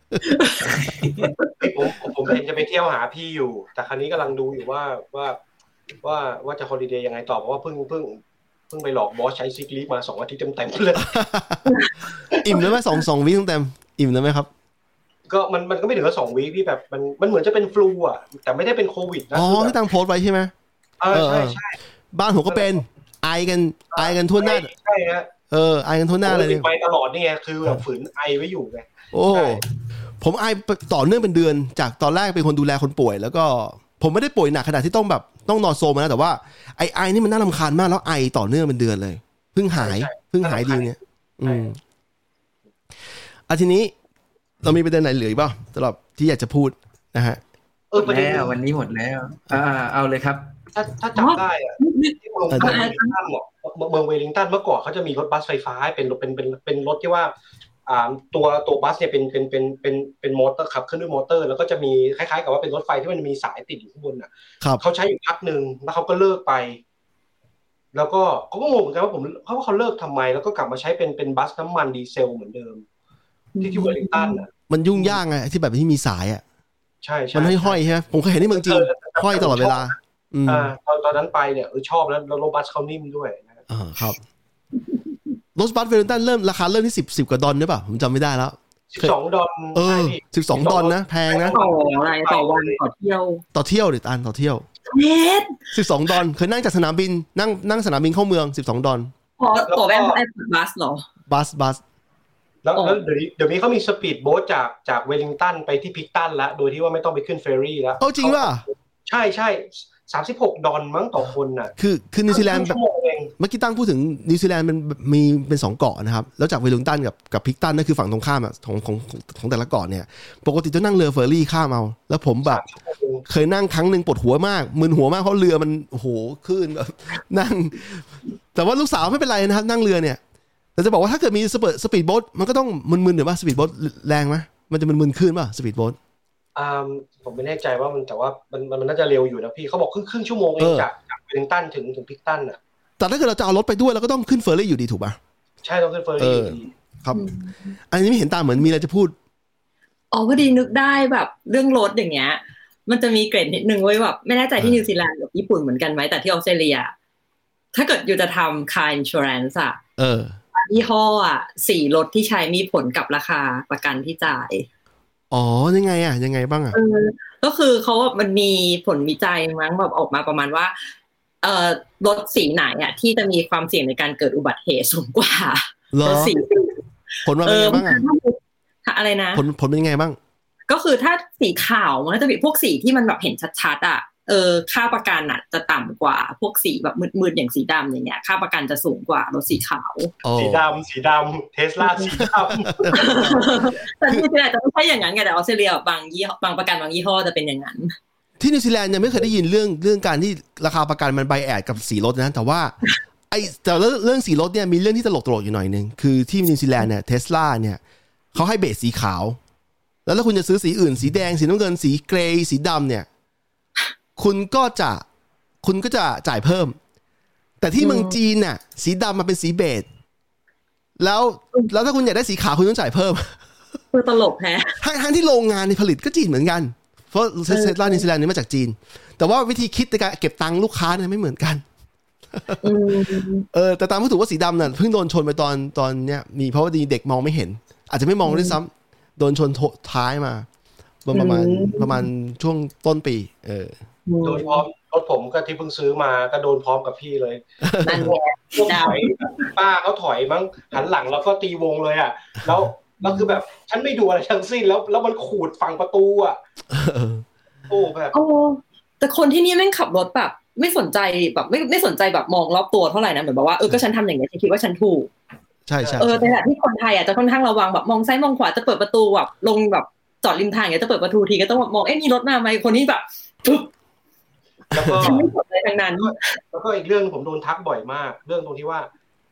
D: ผมผมเองจะไปเที่ยวหาพี่อยู่แต่ครั้นี้กำลังดูอยู่ว่าว่าว่าว่าจะฮอลิเดย์ยังไงต่อเพราะว่าเพิ่งเพิ่งเพิ่งไปหลอกบอสใช้ซิกลีฟมาสองอาทิตย์เต็มๆเลย
B: อิ่มเลยไหมสองสองวีคเต็มอิ่มเลยไหมครับ
D: ก็มันมันก็ไม่ถึงกับสองวีคพี่แบบมันมันเหมือนจะเป็นฟลูอ่ะแต่ไม่ได้เป็นโควิดนะ
B: อ๋อที่ตั้งโพสต์ไว้ใช่ไหม
D: เออใช่ใช่
B: บ้านผมก็เป็นไอกันไอกันทั่วหน้า
D: ใช่ฮะ
B: เออไอกันทั่วหน้าเลย
D: ไปตลอดนี่ไงคือแบบฝืนไอไว้อยู่ไง
B: โอ้ผมไอต่อเนื่องเป็นเดือนจากตอนแรกเป็นคนดูแลคนป่วยแล้วก็ผมไม่ได้ป่วยหนักขนาดที่ต้องแบบต้องนอนโซมนะแต่ว่าไอไอนี่มันน่ารำคาญมากแล้วไอต่อเนื่องเป็นเดือนเลยเพิ่งหายเพิ่งหายดีเนี่ยอืมอ่ะทีนี้เรามีประเด็นไหนเหลืออีกเปล่าสำหรับที่อยากจะพูดนะฮะ
A: เออประเด็นวันนี้หมดแล้วอ่าเอาเลยครับ
D: ถ้าถ้าจำได้อ่ะที่เมืองเวลลิงตันเนาะเมืองเวลลิงตันเมื่อก่อนเขาจะมีรถบัสไฟฟ้าเป็นเป็นเป็นเป็นรถที่ว่าอ่าตัวตัวบัสเนี่ยเป็นเป็นเป็นเป็นเป็นมอเตอร์ขับเคลื่อนด้วยมอเตอร์แล้วก็จะมีคล้ายๆกับว่าเป็นรถไฟที่มันมีสายติดอยู่ข้างบนอ่ะเขาใช้อยู่พักนึงแล้วเขาก็เลิกไปแล้วก็เขาก็งงเหมือนกันว่าผมเขาว่าเขาเลิกทำไมแล้วก็กลับมาใช้เป็นเป็นบัสน้ำมันดีเซลเหมือนเดิมที่ที่เวลลิงตันอ่ะ
B: มันยุ่งยากไงที่แบบที่มีสายอ่ะ
D: ใช่
B: ๆมันห้อยๆใช่ไหมผมเคยเห็นในเมืองจีนห้อยตลอดเวลา
D: อ่าตอนตอนนั้นไปเนี่ยเออชอบแล้วแล้วรถบัสเขานิ่มด้วย
B: อ่าครับรถบัสเวลลิงตันเริ่มราคาเริ่มที่สิบ สิบกว่าดอลได้ป่ะผมจำไม่ได้แล้ว
D: สิบสองดอล
B: เออสิบสองดอลนะแพงนะ
C: ต่ออะไรต่อวันต่อเที่ยว
B: ต่อเที่ยวดิอันต่อเที่ยว
C: เม็ด
B: สิบสองดอลเคยนั่งจากสนามบินนั่งนั่งสนามบินเข้าเมืองสิบสองดอล
C: อ๋อต่อแบบไอ้บัสเหรอ
B: บัสบัส
D: แล้วแล้วเดี๋ยวนี้เดี๋ยวนี้เขามีสปีดโบ๊ทจากจากเวลลิงตันไปที่พิกตันแล้วโดยที่ว่าไม่ต้องไปขึ้นเฟอร์รี่แล้ว
B: เอาจริงป่ะ
D: ใช่ใช่สามสิบหกดอลมั้งต่อคนน่ะ
B: คือคือนิวซีแลนด์แบบเมื่อกี้ตั้งพูดถึงนิวซีแลนด์มันมีเป็นสองเกาะนะครับแล้วจากเวลลิงตันกับกับพิกตันนั่นคือฝั่งตรงข้ามอ่ะของของของแต่ละเกาะเนี่ยปกติจะนั่งเรือเฟอร์รี่ข้ามเอาแล้วผมแบบเคยนั่งครั้งนึงปวดหัวมากมึนหัวมากเพราะเรือมันโอ้โหคลื่นแบบนั่งแต่ว่าลูกสาวไม่เป็นไรนะครับนั่งเรือเนี่ยแต่จะบอกว่าถ้าเกิดมีสปีดสปีดโบ๊ทมันก็ต้องมึนๆเดี๋ยวว่าสปีดโบ๊ทแรงไหมมันจะมึนๆขึ้นป่ะสปีดโบ๊ท
D: อ่าผมไม่แน่ใจว่ามันแต่ว่ามันมันน่าจะเร็วอยู่นะพี่เขาบอกครึ่งครึ่งชั่วโมงเองจากจากเวลลิงตันถึงถึงพิกตันอ่ะ
B: แต่ถ้าเกิดเราจะเอารถไปด้วยเราก็ต้องขึ้นเฟอร์รี่อยู่ดีถูกป่ะ
D: ใช่ต้องขึ้นเฟอร์รี่อยู่ดี
B: ครับอันนี้ไม่เห็นตาเหมือนมีอะไรจะพูด
C: อ๋อพอดีนึกได้แบบเรื่องรถอย่างเงี้ยมันจะมีเกรดนิดนึงไว้แบบไม่แน่ใจที่นิวซีแลนด์กับญี่ปุ่นเหมือนกันไหมแต่ที่ออสเตรเลียถ้าเกิดอยู่จะทำ car insurance อ่ะ
B: เออ
C: ยี่ห้ออ่ะสี่รถที่ใช้มีผลกับราคาประกันที่จ่าย
B: อ๋อยังไงอ่ะยังไงบ้างอ่ะ
C: ก็คือเขามันมีผลวิจัยมั้งแบบออกมาประมาณว่าเอ่อรถสีไหนอ่ะที่จะมีความเสี่ยงในการเกิดอุบัติเหตุสูงกว่ารถสี
B: ผลว่าเป็นยังไงบ้างอ่
C: ะอะไรนะ
B: ผลผลเป็นยังไงบ้าง
C: ก็คือถ้าสีขาวมันจะมีพวกสีที่มันแบบเห็นชัดๆอ่ะเออค่าประกันอ่ะจะต่ำกว่าพวกสีแบบมืดๆอย่างสีดำอย่างเงี้ยค่าประกันจะสูงกว่ารถสีขาว
D: สีดำสีดำเทสลาสีด
C: ำแต่ที่อาจจะไม่ใช่อย่างนั้นไงแต่ออสเตรเลียบางยี่บางประกันบางยี่ห้อจะเป็นอย่างนั้น
B: ที่นิวซีแลนด์ยังไม่เคยได้ยินเรื่องเรื่องการที่ราคาประกันมันไบแอดกับสีรถนะแต่ว่าไอ้แต่เรื่องสีรถเนี่ยมีเรื่องที่ตลกตลกอยู่หน่อยนึงคือที่นิวซีแลนด์เนี่ยเทสลาเนี่ยเขาให้เบสสีขาวแล้วถ้าคุณจะซื้อสีอื่นสีแดงสีน้ำเงินสีเกรย์สีดำเนี่ยคุณก็จะคุณก็จะจ่ายเพิ่มแต่ที่เมืองจีนน่ะสีดำมาเป็นสีเบจแล้วแล้วถ้าคุณอยากได้สีขาวคุณต้องจ่ายเพิ่ม
C: คือตลกแฮะ
B: ทั้งที่โรงงานในผลิตก็จีนเหมือนกันเพราะเทสลานิวซีแลนด์นี่มาจากจีนแต่ว่าวิธีคิดในการเก็บตังค์ลูกค้าเนี่ยไม่เหมือนกันเออแต่ตามผู้ถือว่าสีดำน่ะเพิ่งโดนชนไปตอนตอนเนี้ยมีเพราะว่าดีเด็กมองไม่เห็นอาจจะไม่มองด้วยซ้ำโดนชนท้ายมาประมาณประมาณช่วงต้นปีเออ
D: โดนพร้อมรถผมก็ที่เพิ่งซื้อมาก็โดนพร้อมกับพี่เลยนั่นแหละถอยป้าเขาถอยมั้งหันหลังแล้วก็ตีวงเลยอ่ะแล้วแล้วคือแบบฉันไม่ดูอะไรทั้งสิ้นแล้วแล้วมันขูดฝั่งประตูอ่ะโอ้แบบ
C: โอ้แต่คนที่นี่แม่งขับรถแบบไม่สนใจแบบไม่ไม่สนใจแบบมองรอบตัวเท่าไหร่นะเหมือนแบบว่าเออก็ฉันทำอย่างนี้ฉันคิดว่าฉันถูก
B: ใช่ใช่
C: เออแต่แบบที่คนไทยอ่ะจะค่อนข้างระวังแบบมองซ้ายมองขวาจะเปิดประตูแบบลงแบบจอดริมทางอย่างเงี้ยจะเปิดประตูทีก็ต้องมองเอ๊ะมีรถมาไหมคนนี้แบบปุ๊บ
D: แล้วก็
C: ฉันไม่สนใจทางนั้น
D: แล้วก็อีกเรื่องผมโดนทักบ่อยมากเรื่องตรงที่ว่า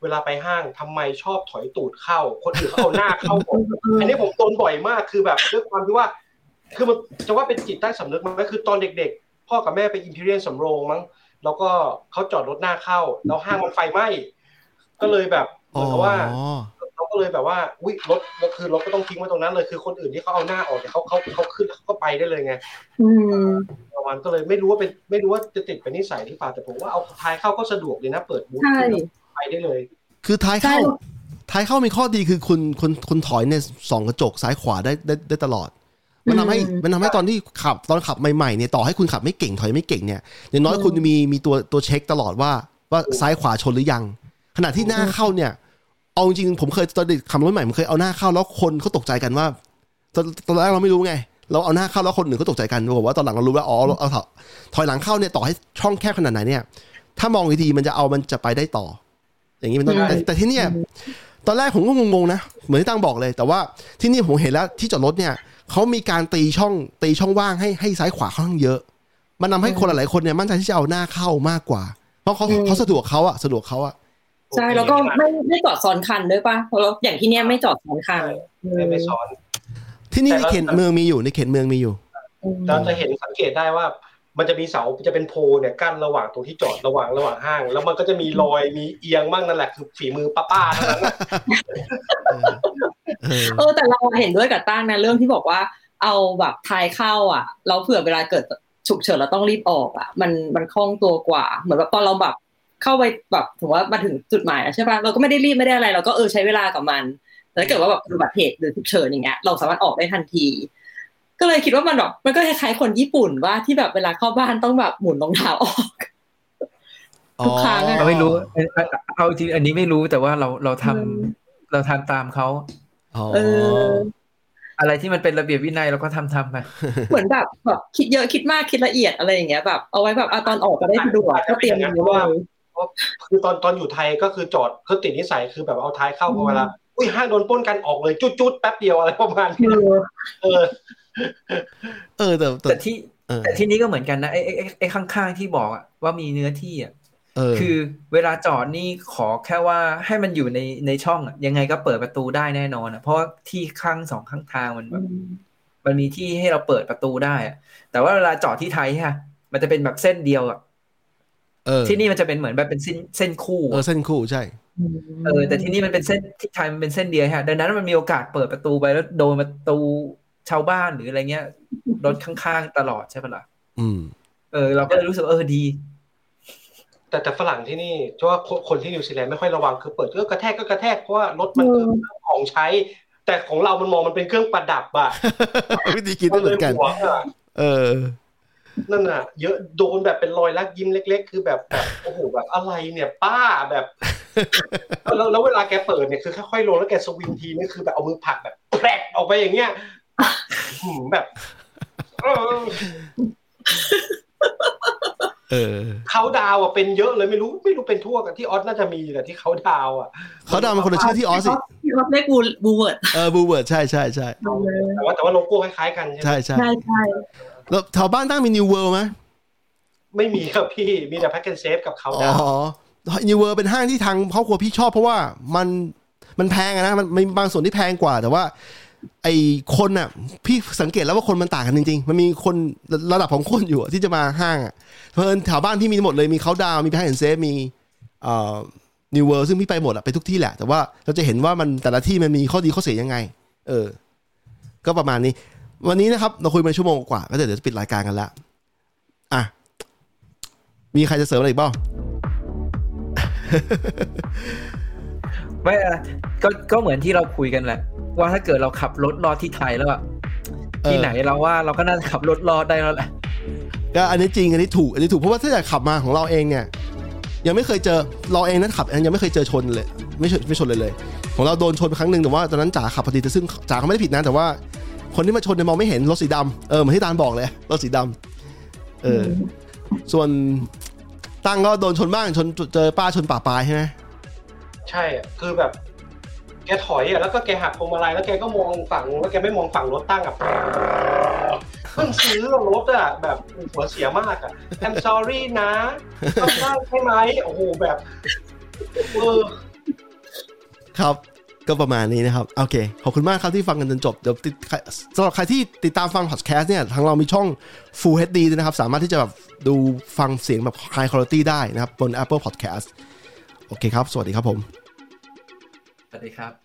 D: เวลาไปห้างทำไมชอบถอยตูดเข้าคนอื่นเขาเอาหน้าเข้าหมดอันนี้ผมโดนบ่อยมากคือแบบด้วยความที่ว่าคือมันจะว่าเป็นจิตใต้สำนึกมันก็คือตอนเด็กๆพ่อกับแม่ไปอิมพีเรียลสำโรงมั้งแล้วก็เขาจอดรถหน้าเข้าแล้วห้างมันไฟไหม้ก็เลยแบบเหมือนกับว่าเขาก็เลยแบบว่าอุ๊ยรถก็คือรถก็ต้องทิ้งไว้ตรงนั้นเลยคือคนอื่นที่เขาเอาหน้าออกเนี่ยเขาเขาเขาขึ้นเขาก็ไปได้เลยไงประมาณก็เลยไม่รู้ว่าเป็นไม่รู้ว่าจะติดเป็นนิสัยหรือเปล่าแต่ผมว่าเอาท้ายเข้าก็สะดวกเลยนะเปิดบูธไปได้เลย
B: คือท้ายเข้าท้ายเข้ามีข้อดีคือคุณคุณคุณถอยในสองกระจกซ้ายขวาได้ได้ได้ตลอดมันทำให้มันทำให้ตอนที่ขับตอนขับใหม่ๆเนี่ยต่อให้คุณขับไม่เก่งถอยไม่เก่งเนี่ยอย่างน้อยคุณมีมีตัวตัวเช็คตลอดว่าว่าซ้ายขวาชนหรือยังขณะที่หน้าเข้าเนี่ยเอาจริงผมเคยตอนเด็กขับรถใหม่ผมเคยเอาหน้าเข้าแล้วคนเขาตกใจกันว่าตอนตอนแรกเราไม่รู้ไงเราเอาหน้าเข้าแล้วคนหนึ่งเขาตกใจกันบอกว่าตอนหลังเรารู้ว่าอ๋อเอาถอยหลังเข้าเนี่ยต่อให้ช่องแคบขนาดไหนเนี่ยถ้ามองดีๆมันจะเอามันจะไปได้ต่ออย่างนี้เป็นต้นแต่แต่ที่เนี่ยตอนแรกผมก็งงๆนะเหมือนที่ตั้งบอกเลยแต่ว่าที่นี่ผมเห็นแล้วที่จอดรถเนี่ยเขามีการตีช่องตีช่องว่างให้ให้ซ้ายขวาค่อนข้างเยอะมันทำให้คนหลายๆคนเนี่ยมั่นใจที่จะเอาหน้าเข้ามากกว่าเพราะเขาเขาสะดวกเขาอะสะดวกเขาอะ
C: ใช่แล้วก็ไม่ไม่จอดซ้อนคันด้วยป่ะเพราะอย่างที่เนี้ยไม่จอดซ้อนคัน
D: ไม่ไม่ซ้อน
B: ที่นี่ในเขตเมืองมีอยู่ในเขตเมืองมีอยู่
D: เราจะเห็นสังเกตได้ว่ามันจะมีเสาจะเป็นโพเนี่ยกั้นระหว่างตรงที่จอดระหว่างระหว่างห้างแล้วมันก็จะมีรอยมีเอียงบ้างนั่นแหละคือฝีมือป้าๆทั้งนั้น
C: เออแต่เราเห็นด้วยกับตั้งนะเรื่องที่บอกว่าเอาแบบท้ายเข้าอ่ะเราเผื่อเวลาเกิดฉุกเฉินเราต้องรีบออกอ่ะมันมันคล่องตัวกว่าเหมือนแบบตอนเราแบบเข้าไปแบบถือว่ามาถึงจุดหมายใช่ป่ะเราก็ไม่ได้รีบไม่ได้อะไรเราก็เออใช้เวลากับมันแต่ถ้าเกิดว่าแบบอุบัติเหตุหรือฉุกเฉินอย่างเงี้ยเราสามารถออกได้ทันทีก็เลยคิดว่ามันแบบมันก็คล้ายๆคนญี่ปุ่นว่าที่แบบเวลาเข้าบ้านต้องแบบหมุนรองเท้าออกทุกครั้ง
A: เราไม่รู้เอาจริงอันนี้ไม่รู้แต่ว่าเราเราทำเราทำตามเขา
C: เออ
A: อะไรที่มันเป็นระเบียบวินัยเราก็ทำทำไป
C: เหมือนแบบแบบคิดเยอะคิดมากคิดละเอียดอะไรอย่างเงี้ยแบบเอาไว้แบบตอนออกก็ได้สะดวกก็เตรียมอย่างนี้ว่า
D: คือตอนตอนอยู่ไทยก็คือจอดคือติดนิสัยคือแบบเอาท้ายเข้าเวลาอุ้ยห้างโดนปล้นกันออกเลยจุดๆแป๊บเดียวอะไรประมาณนี้เออ
B: เออแต่
A: แต่ที่แต่ที่นี้ก็เหมือนกันนะไอ้ไอ้ไอ้ข้างๆที่บอกอะว่ามีเนื้อที่อะคือเวลาจอดนี่ขอแค่ว่าให้มันอยู่ในในช่องอะยังไงก็เปิดประตูได้แน่นอนอะเพราะว่าที่ข้างสองข้างทางมันแบบมันมีที่ให้เราเปิดประตูได้อะแต่ว่าเวลาจอดที่ไทยฮะมันจะเป็นแบบเส้นเดียวอะที่นี่มันจะเป็นเหมือนแบบเป็นเส้นเส้นคู่
B: เออเส้นคู่ใช่
A: เออแต่ที่นี่มันเป็นเส้นที่ไทยมันเป็นเส้นเดียวฮะดังนั้นมันมีโอกาสเปิดประตูไปแล้วโดนประตูชาวบ้านหรืออะไรเงี้ยรถข้างๆตลอดใช่ปะล่ะ
B: อืม
A: เออเราก็เลยรู้สึกเออดี
D: แต่แต่ฝรั่งที่นี่เพราะว่าคนที่นิวซีแลนด์ไม่ค่อยระวังคือเปิดก็กระแทกก็กระแทกเพราะว่ารถมันคือของใช้แต่ของเรามันมองมันเป็นเครื่องประดับอะ
B: วิธีคิดเหมือนกันเออ
D: นั่นน่ะเยอะโดนแบบเป็นรอยลักยิ้มเล็กๆคือแบบแบบโอ้โหแบบอะไรเนี่ยป้าแบบแล้วแล้วเวลาแกเปิดเนี่ยคือค่อยๆลงแล้วแกสวิงทีนี่คือแบบเอามือผลักแบบแปะออกไปอย่างเงี้ยแบบ
B: เออ
D: เขาดาวอ่ะเป็นเยอะเลยไม่รู้ไม่รู้เป็นทั่วกันที่ออสน่าจะมีแต่ที่เขาดาวอ่ะ
B: เขาดาวมันคนละชื่อที่ออสสิ
C: ที่ออสเรียกบูบูเวิร์ด
B: เออบูเวิร์ดใช่ใช่ใช่
D: แต่ว่าแต่ว่าโลโก้คล้ายๆกัน
B: ใช่ใช่ใช่แล้วแถวบ้านตั้งมีนิวเวิลด์ไหม
D: ไม่มีครับพี่มีแต่แพ็คเกจเซฟกับเขาดาว
B: อ๋อนิวเวิลด์เป็นห้างที่ทางครอบครัวพี่ชอบเพราะว่ามันมันแพงนะมันมีบางส่วนที่แพงกว่าแต่ว่าไอ้คนอ่ะพี่สังเกตแล้วว่าคนมันต่างกันจริงๆมันมีคนระดับของคนอยู่ที่จะมาห้างอ่ะเพลินแถวบ้านพี่มีหมดเลยมีเขาดาวมีแพ็คเกจเซฟมีเอ่อนิวเวิลด์ซึ่งพี่ไปหมดอ่ะไปทุกที่แหละแต่ว่าเราจะเห็นว่ามันแต่ละที่มันมีข้อดีข้อเสียยังไงเออก็ประมาณนี้วันนี้นะครับเราคุยมาชั่วโมงกว่าก็เดี๋ยวจะปิดรายการกันแล้วอ่ะมีใครจะเสริมอะไรอีกบ้าง
A: ไม่อ่ะก็ก็เหมือนที่เราคุยกันแหละว่าถ้าเกิดเราขับรถรอดที่ไทยแล้วอ่ะที่ไหนเราว่าเราก็น่าจะขับรถรอดได้แล้วแหละ
B: ก็อันนี้จริงอันนี้ถูกอันนี้ถูกเพราะว่าถ้าจะขับมาของเราเองเนี่ยยังไม่เคยเจอเราเองนั้นขับยังไม่เคยเจอชนเลยไม่ชนไม่ชนเลยเลยของเราโดนชนครั้งนึงแต่ว่าตอนนั้นจ๋าขับพอดีแต่ซึ่งจ๋าเขาไม่ได้ผิดนะแต่ว่าคนที่มาชนเนี่ยมองไม่เห็นรถสีดำเออเหมือนที่ตาลบอกเลยรถสีดำเออส่วนตั้งก็โดนชนบ้างชนเจอป้าชนป่าปลายใช่ไหม
D: ใช่คือแบบแกถอยอ่ะแล้วก็แกหักพวงมาลัยแล้วแกก็มองฝั่งแล้วแกไม่มองฝั่งรถตั้งอ่ะเพิ่งซื้อรถอ่ะแบบหัวเสียมากอ่ะ I'm sorry นะต้องได้ใช่ไหมโอ้โหแบบเออ
B: ครับก็ประมาณนี้นะครับโอเคขอบคุณมากครับที่ฟังกันจนจบเดี๋ยวสำหรับใครที่ติดตามฟังพอดแคสต์เนี่ยทางเรามีช่อง Full เอช ดี ด้วยนะครับสามารถที่จะแบบดูฟังเสียงแบบ High Quality ได้นะครับบน Apple Podcast โอเคครับสวัสดีครับผม
A: สวัสดีครับ